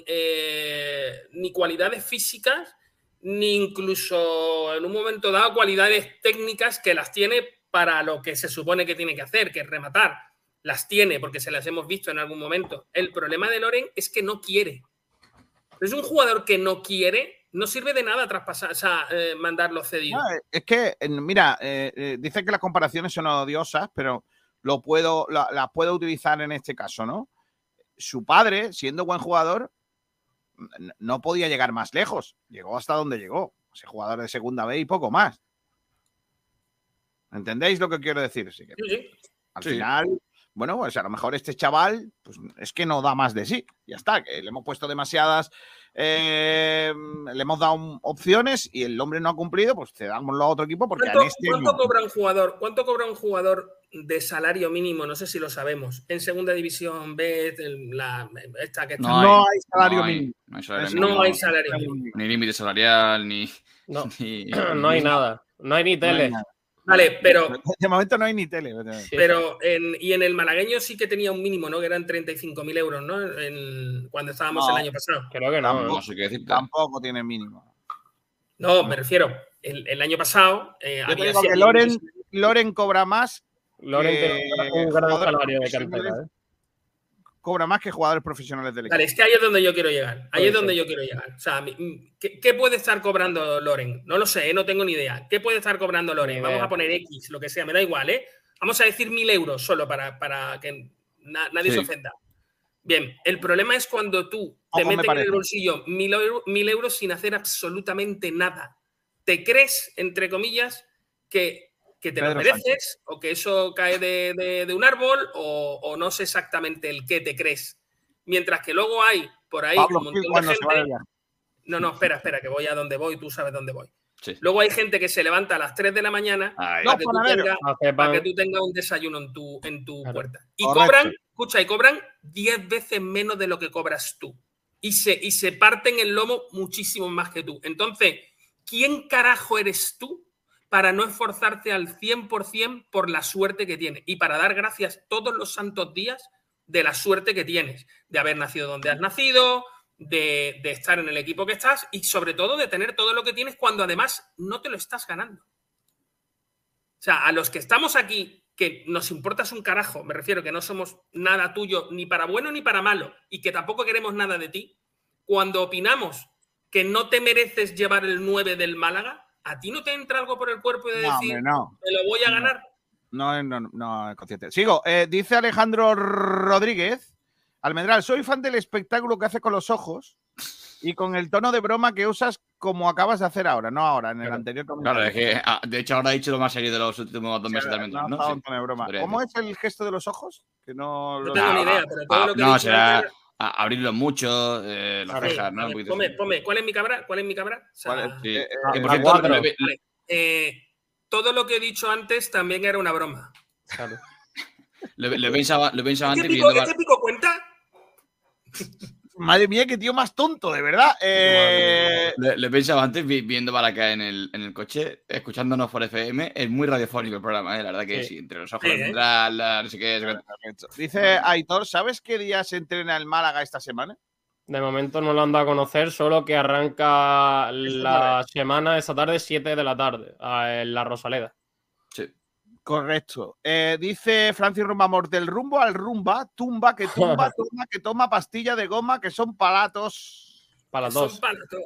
ni cualidades físicas, ni incluso en un momento dado cualidades técnicas que las tiene para lo que se supone que tiene que hacer, que es rematar. Las tiene porque se las hemos visto en algún momento. El problema de Loren es que no quiere. Es un jugador que no quiere, no sirve de nada traspasar, o sea, mandarlo cedido. No, es que, mira, dicen que las comparaciones son odiosas, pero las puedo utilizar en este caso, ¿no? Su padre, siendo buen jugador, no podía llegar más lejos. Llegó hasta donde llegó. Ese jugador de segunda B y poco más. ¿Entendéis lo que quiero decir? Sí. Al final, bueno, pues a lo mejor este chaval pues, es que no da más de sí. Ya está, que le hemos puesto demasiadas... le hemos dado opciones y el hombre no ha cumplido, pues cedámoslo a otro equipo porque ¿Cuánto cobra un jugador de salario mínimo? No sé si lo sabemos. En segunda división B, esta que está. No hay salario mínimo. No hay salario mínimo. Ni límite salarial, ni... No, no hay nada. No hay ni tele. Vale, pero... De momento no hay ni tele. Pero en el malagueño sí que tenía un mínimo, ¿no? Que eran 35.000 euros, ¿no? Cuando estábamos el año pasado. Creo que no. No sé qué decirte. Tampoco tiene mínimo. No, me refiero, el año pasado... Yo te digo que Loren cobra más. Loren tiene un gran salario de cartera, ¿eh? Cobra más que jugadores profesionales del equipo. Vale, es que ahí es donde yo quiero llegar. O sea, ¿qué puede estar cobrando Loren? No lo sé, no tengo ni idea. ¿Qué puede estar cobrando Loren? Vamos a poner X, lo que sea, me da igual, ¿eh? Vamos a decir 1.000 euros solo para que nadie se ofenda. Bien, el problema es cuando tú te metes en el bolsillo 1.000 euros sin hacer absolutamente nada. ¿Te crees, entre comillas, que te lo mereces o que eso cae de un árbol o no sé exactamente el qué te crees? Mientras que luego hay por ahí un montón de gente... No, espera, que voy a donde voy, tú sabes dónde voy. Sí. Luego hay gente que se levanta a las 3 de la mañana para que tú tengas un desayuno en tu puerta. Y cobran 10 veces menos de lo que cobras tú. Y se parten el lomo muchísimo más que tú. Entonces, ¿quién carajo eres tú para no esforzarte al 100% por la suerte que tienes y para dar gracias todos los santos días de la suerte que tienes, de haber nacido donde has nacido, de estar en el equipo que estás y sobre todo de tener todo lo que tienes cuando además no te lo estás ganando? O sea, a los que estamos aquí, que nos importas un carajo, me refiero que no somos nada tuyo ni para bueno ni para malo y que tampoco queremos nada de ti, cuando opinamos que no te mereces llevar el 9 del Málaga, ¿a ti no te entra algo por el cuerpo de decir, me lo voy a ganar? No, consciente. Sigo. Dice Alejandro Rodríguez, Almendral, soy fan del espectáculo que hace con los ojos y con el tono de broma que usas como acabas de hacer ahora, no ahora, en el anterior comentario. Claro, es que de hecho ahora he dicho lo más serio de los últimos 2 meses también. ¿Cómo es el gesto de los ojos? Que no tengo ni idea, pero todo lo que no, será antes... abrirlo mucho, las cejas, ¿no? Ponme, ¿cuál es mi cabra? O sea, todo lo que he dicho antes también era una broma. Claro. Lo pensaba antes viendo... ¿Este pico cuenta? Madre mía, qué tío más tonto, de verdad. Lo pensaba antes viendo Balacá en el coche, escuchándonos por FM. Es muy radiofónico el programa, la verdad que sí. Entre los ojos, no sé qué. Dice Aitor, ¿sabes qué día se entrena el Málaga esta semana? De momento no lo han dado a conocer, solo que arranca la semana esta tarde, 7 de la tarde, en la Rosaleda. Sí. Correcto. Dice Francis Rumbamor, del rumbo al rumba, tumba, que tumba, toma, que toma pastilla de goma, que son palatos. Palatos.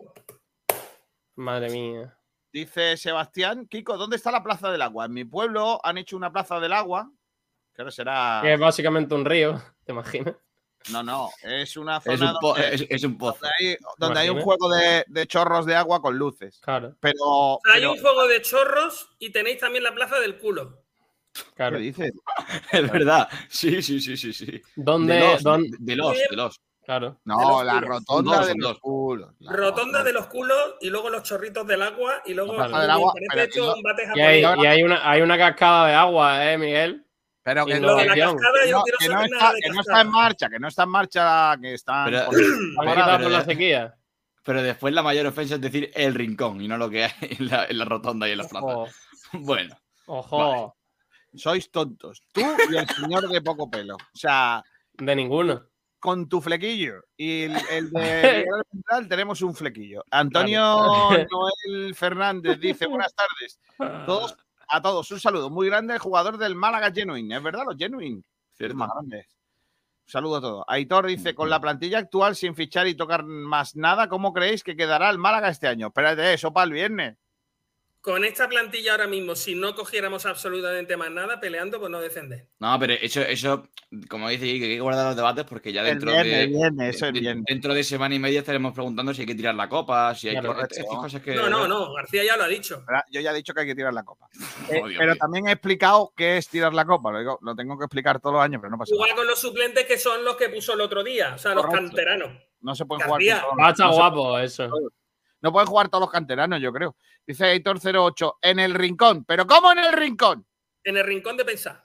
Madre mía. Dice Sebastián, Kiko, ¿dónde está la Plaza del Agua? En mi pueblo han hecho una Plaza del Agua, que ahora será... Que es básicamente un río, ¿te imaginas? No, es una Es zona un pozo. donde hay un juego de chorros de agua con luces. Claro. Pero hay un juego de chorros y tenéis también la plaza del culo. Claro. ¿Qué dices? Es verdad. Sí. ¿Dónde? De los. Claro. No, la rotonda de los culos. Rotonda de los culos y luego los chorritos del agua y luego Rotonda del agua, parece pero hecho un bate Y hay, japonés. hay una cascada de agua, Miguel. Pero que Lo de la Innovación. cascada yo que quiero no saber nada de está en cascada. marcha, que no está en marcha, que está Pero- ¿Han quitado por la sequía? Pero después la mayor ofensa es decir el rincón y no lo que hay en la rotonda y en las plazas. Bueno. Ojo. Vale. sois tontos. Tú y el señor de poco pelo. O sea, De ninguno. con tu flequillo y el de Miguel Central tenemos un flequillo. Antonio Noel Fernández dice, buenas tardes. A todos, un saludo. Muy grande jugador del Málaga Genuine. Es verdad, los Genuine. Cierto. Más grandes. Un saludo a todos. Aitor dice, con la plantilla actual sin fichar y tocar más nada, ¿cómo creéis que quedará el Málaga este año? Espérate, eso para el viernes. Con esta plantilla ahora mismo, si no cogiéramos absolutamente más nada, peleando, pues no descender. No, pero eso como dice, que hay que guardar los debates porque ya dentro dentro de semana y media estaremos preguntando si hay que tirar la copa, si hay estas cosas que... No, García ya lo ha dicho. Yo ya he dicho que hay que tirar la copa. Dios Pero mío. también he explicado qué es tirar la copa. Lo tengo que explicar todos los años, pero no pasa Jugar nada. con los suplentes que son los que puso el otro día, o sea, los Correcto. canteranos. No se pueden jugar. García. con Va a estar no se- guapo eso. No pueden jugar todos los canteranos, yo creo. Dice Aitor 08, en el rincón. ¿Pero cómo en el rincón? En el rincón de pensar.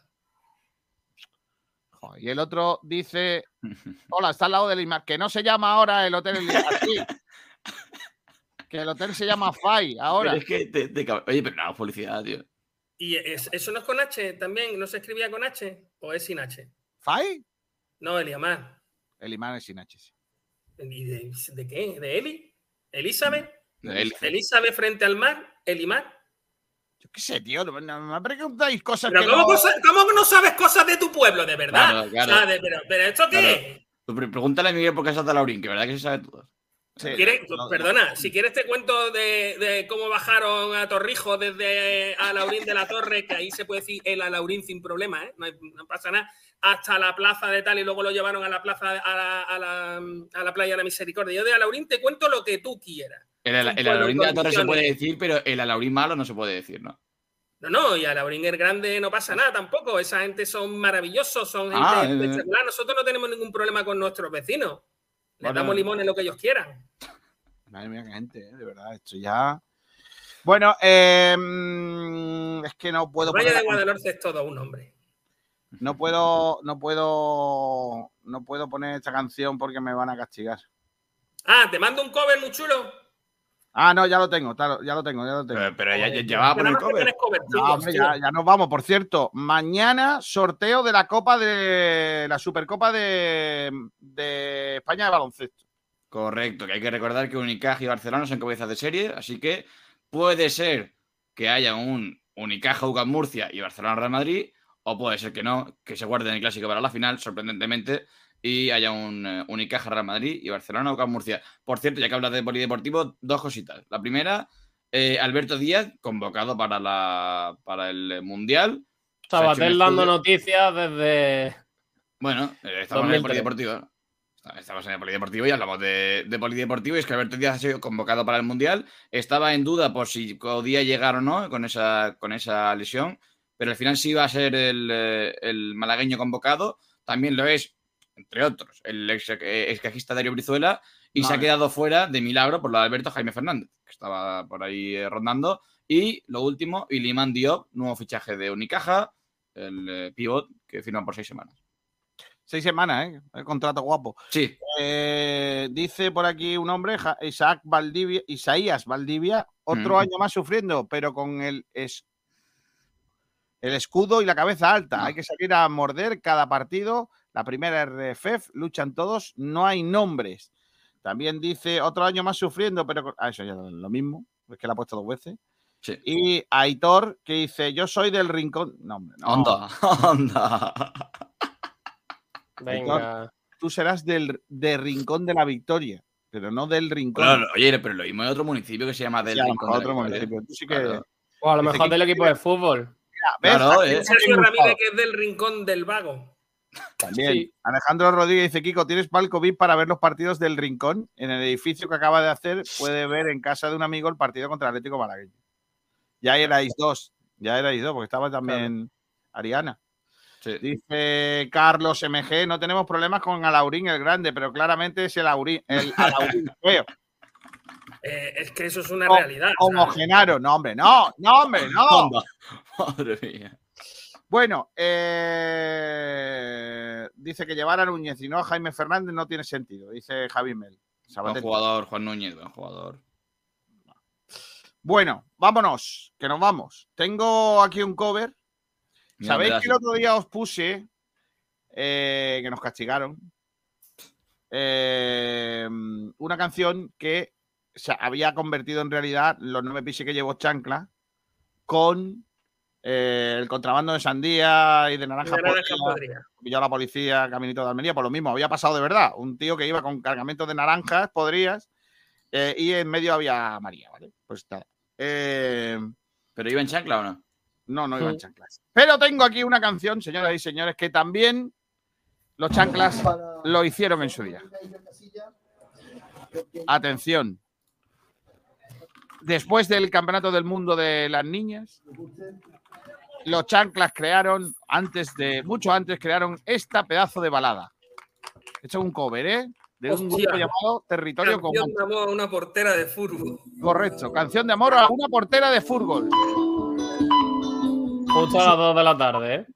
Joder, y el otro dice, hola, está al lado del Imar, que no se llama ahora el hotel así. Que el hotel se llama Fai ahora. Pero es que oye, pero no, publicidad, tío. ¿Y eso no es con H también? ¿No se escribía con H? ¿O es sin H? ¿Fai? No, Eliamar. El Imar es sin H. Sí. ¿Y de qué? ¿De Eli? ¿Elizabeth? De Eli. ¿Elizabeth frente al mar? ¿Elimar? Yo qué sé, tío. No me preguntáis cosas ¿Pero que cómo, no... ¿cómo no sabes cosas de tu pueblo, de verdad? Claro. O sea, ¿pero esto qué Claro. es? Tú pregúntale a Miguel por qué es de Laurín, que verdad que se sabe todo. Sí, Perdona, si quieres te cuento de cómo bajaron a Torrijos desde Alaurín de la Torre, que ahí se puede decir el Alaurín sin problema, ¿eh? No pasa nada, hasta la plaza de tal y luego lo llevaron a la plaza, a la playa de la Misericordia. Yo de Alaurín te cuento lo que tú quieras. El Alaurín de la Torre se puede decir, pero el Alaurín malo no se puede decir, ¿no? No, y Alaurín el Grande no pasa nada tampoco. Esa gente son maravillosos, son gente espectacular. Nosotros no tenemos ningún problema con nuestros vecinos. Les damos limones lo que ellos quieran. Madre mía, qué gente, de verdad, esto ya... Bueno, es que no puedo... Valle de Guadalhorce es todo un hombre. No puedo poner esta canción porque me van a castigar. Ah, te mando un cover muy chulo. Ah, no, ya lo tengo. Pero ya va a poner cover. No, hombre, ya nos vamos. Por cierto, mañana sorteo de la Copa de la Supercopa de España de baloncesto. Correcto, que hay que recordar que Unicaja y Barcelona son cabezas de serie, así que puede ser que haya un Unicaja UCAM Murcia y Barcelona Real Madrid, o puede ser que no, que se guarden el clásico para la final, sorprendentemente, y haya un Unicaja Real Madrid y Barcelona UCAM Murcia. Por cierto, ya que hablas de polideportivo, dos cositas. La primera, Alberto Díaz, convocado para el Mundial. Sabatel dando noticias desde... Bueno, estamos en el polideportivo, ¿no? Estamos en el polideportivo y hablamos de polideportivo, y es que Alberto Díaz ha sido convocado para el Mundial. Estaba en duda por si podía llegar o no con esa lesión, pero al final sí va a ser el malagueño convocado. También lo es, entre otros, el excajista Darío Brizuela, y se ha quedado fuera de milagro por lo de Alberto Jaime Fernández, que estaba por ahí rondando. Y lo último, Iliman Diop, nuevo fichaje de Unicaja, el pivot que firma por 6 semanas. 6 semanas, ¿eh? El contrato guapo. Sí. Dice por aquí un hombre, Isaías Valdivia, otro año más sufriendo, pero con el escudo y la cabeza alta. Hay que salir a morder cada partido. La primera RFF, luchan todos, no hay nombres. También dice, otro año más sufriendo, pero... eso ya es lo mismo, es que la ha puesto 2 veces. Sí. Y Aitor, que dice, yo soy del rincón... No, hombre, no. Onda. Venga. Aitor, tú serás del Rincón de la Victoria, pero no del Rincón. Claro, oye, pero lo mismo en otro municipio que se llama del Rincón. Otro municipio. Tú sí que... Claro. O a lo mejor del equipo de fútbol. ¿Ves? Claro, Sergio Ramírez, que es del Rincón del Vago. También. Sí. Alejandro Rodríguez dice, Kiko, ¿tienes palco VIP para ver los partidos del Rincón? En el edificio que acaba de hacer puede ver en casa de un amigo el partido contra el Atlético malagueño. Ya erais dos, porque estaba también Ariana. Sí. Dice Carlos MG, no tenemos problemas con Alaurín el Grande, pero claramente es el Alaurín feo. Es que eso es una realidad. Como Genaro. No, hombre, no. Madre mía. Bueno, dice que llevar a Núñez y no a Jaime Fernández no tiene sentido, dice Javi Mel. Buen jugador, Juan Núñez, buen jugador. Bueno, vámonos, que nos vamos. Tengo aquí un cover. ¿Sabéis que el otro día os puse que nos castigaron? Una canción que se había convertido en realidad los 9 pisos que llevo chancla con el contrabando de sandía y de naranja podrida. Pilló a la policía, caminito de Almería, por lo mismo, había pasado de verdad. Un tío que iba con cargamentos de naranjas podridas y en medio había María, ¿vale? Pues nada. ¿Pero iba en chancla o no? No iba en chanclas. Pero tengo aquí una canción, señoras y señores, que también los chanclas lo hicieron en su día. Atención. Después del Campeonato del Mundo de las Niñas, los chanclas crearon, mucho antes, crearon esta pedazo de balada. He hecho un cover, ¿eh? De un grupo llamado Territorio Común. Canción de amor a una portera de fútbol. Correcto, canción de amor a una portera de fútbol. Justo a las 2 de la tarde, ¿eh?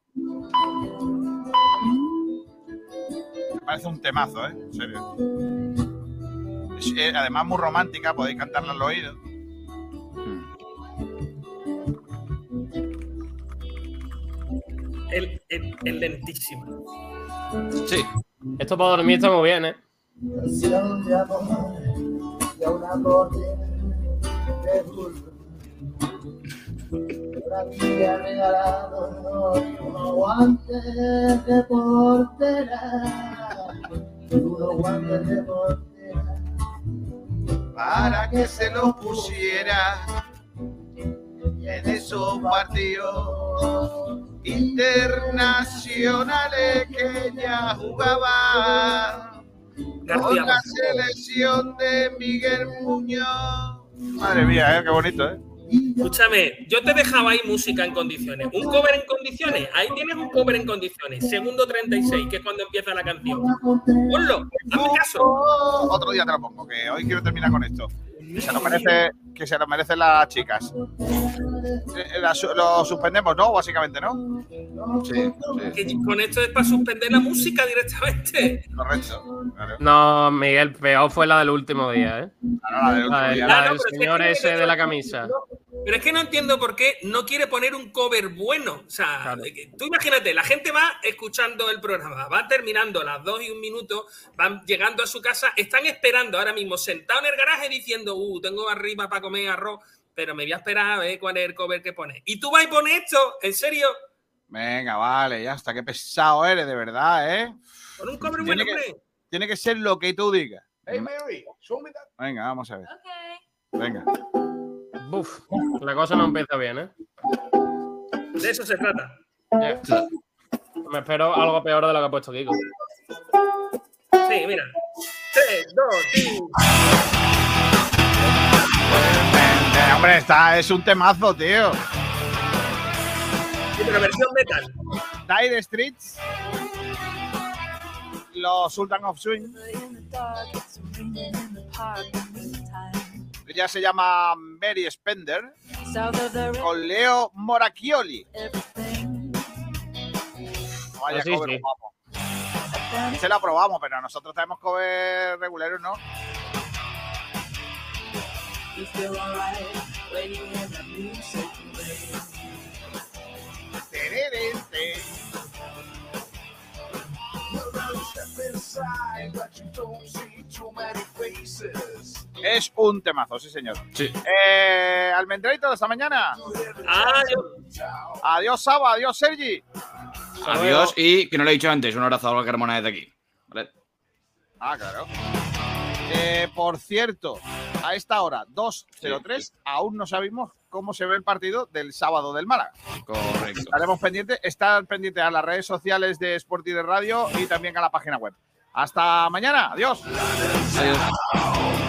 Me parece un temazo, ¿eh? En serio. Además, muy romántica, podéis cantarla al oído. Es lentísimo. Sí. Esto para dormir está muy bien, ¿eh? Canción de amor y a una portera de fútbol. Ahora me ha regalado unos guantes de portera. Unos guantes de portera. Para que se los pusiera en esos partidos internacionales que ella jugaba con la selección de Miguel Muñoz. Madre mía, qué bonito, ¿eh? Escúchame, yo te dejaba ahí música en condiciones. Un cover en condiciones. Ahí tienes un cover en condiciones. Segundo 36, que es cuando empieza la canción. Ponlo, hazme caso. Otro día te lo pongo, que hoy quiero terminar con esto. Que se lo merecen las chicas. Lo suspendemos, ¿no? Básicamente, ¿no? Sí. Que con esto es para suspender la música directamente. Correcto. Claro. No, Miguel, peor fue la del último día, ¿eh? La del señor ese de la camisa. Pero es que no entiendo por qué no quiere poner un cover bueno. O sea, claro. Tú imagínate, la gente va escuchando el programa, va terminando las 2 y 1 minuto, van llegando a su casa, están esperando ahora mismo sentado en el garaje diciendo, tengo arriba para comer arroz, pero me voy a esperar a ver cuál es el cover que pone. ¿Y tú vas y pones esto? ¿En serio? Venga, vale, ya está. Qué pesado eres, de verdad, ¿eh? Con un cover bueno, hombre. Tiene que ser lo que tú digas. Hey, Mary, show me that. Venga, vamos a ver. Okay. Venga. Buf, la cosa no empieza bien, ¿eh? De eso se trata. Yeah. Me espero algo peor de lo que ha puesto Kiko. Sí, mira. 3, 2, 1. Hombre, es un temazo, tío. Sí, pero versión metal. Dire Streets. Los Sultan of Swing. Ella se llama Mary Spender con Leo Moracchioli. Vaya sí, cover guapo. Se la probamos, pero nosotros tenemos cover regulares, ¿no? Es un temazo, sí, señor. Sí. Almendraito, hasta mañana. Adiós. Adiós, Saba. Adiós, Sergi. Adiós. Y que no lo he dicho antes, un abrazo a Olga Carmona desde aquí. ¿Vale? Ah, claro. Por cierto, a esta hora, 2:03, aún no sabemos cómo se ve el partido del sábado del Málaga. Correcto. Estaremos pendientes, estar pendientes a las redes sociales de Sport y de Radio y también a la página web. Hasta mañana, adiós. Adiós.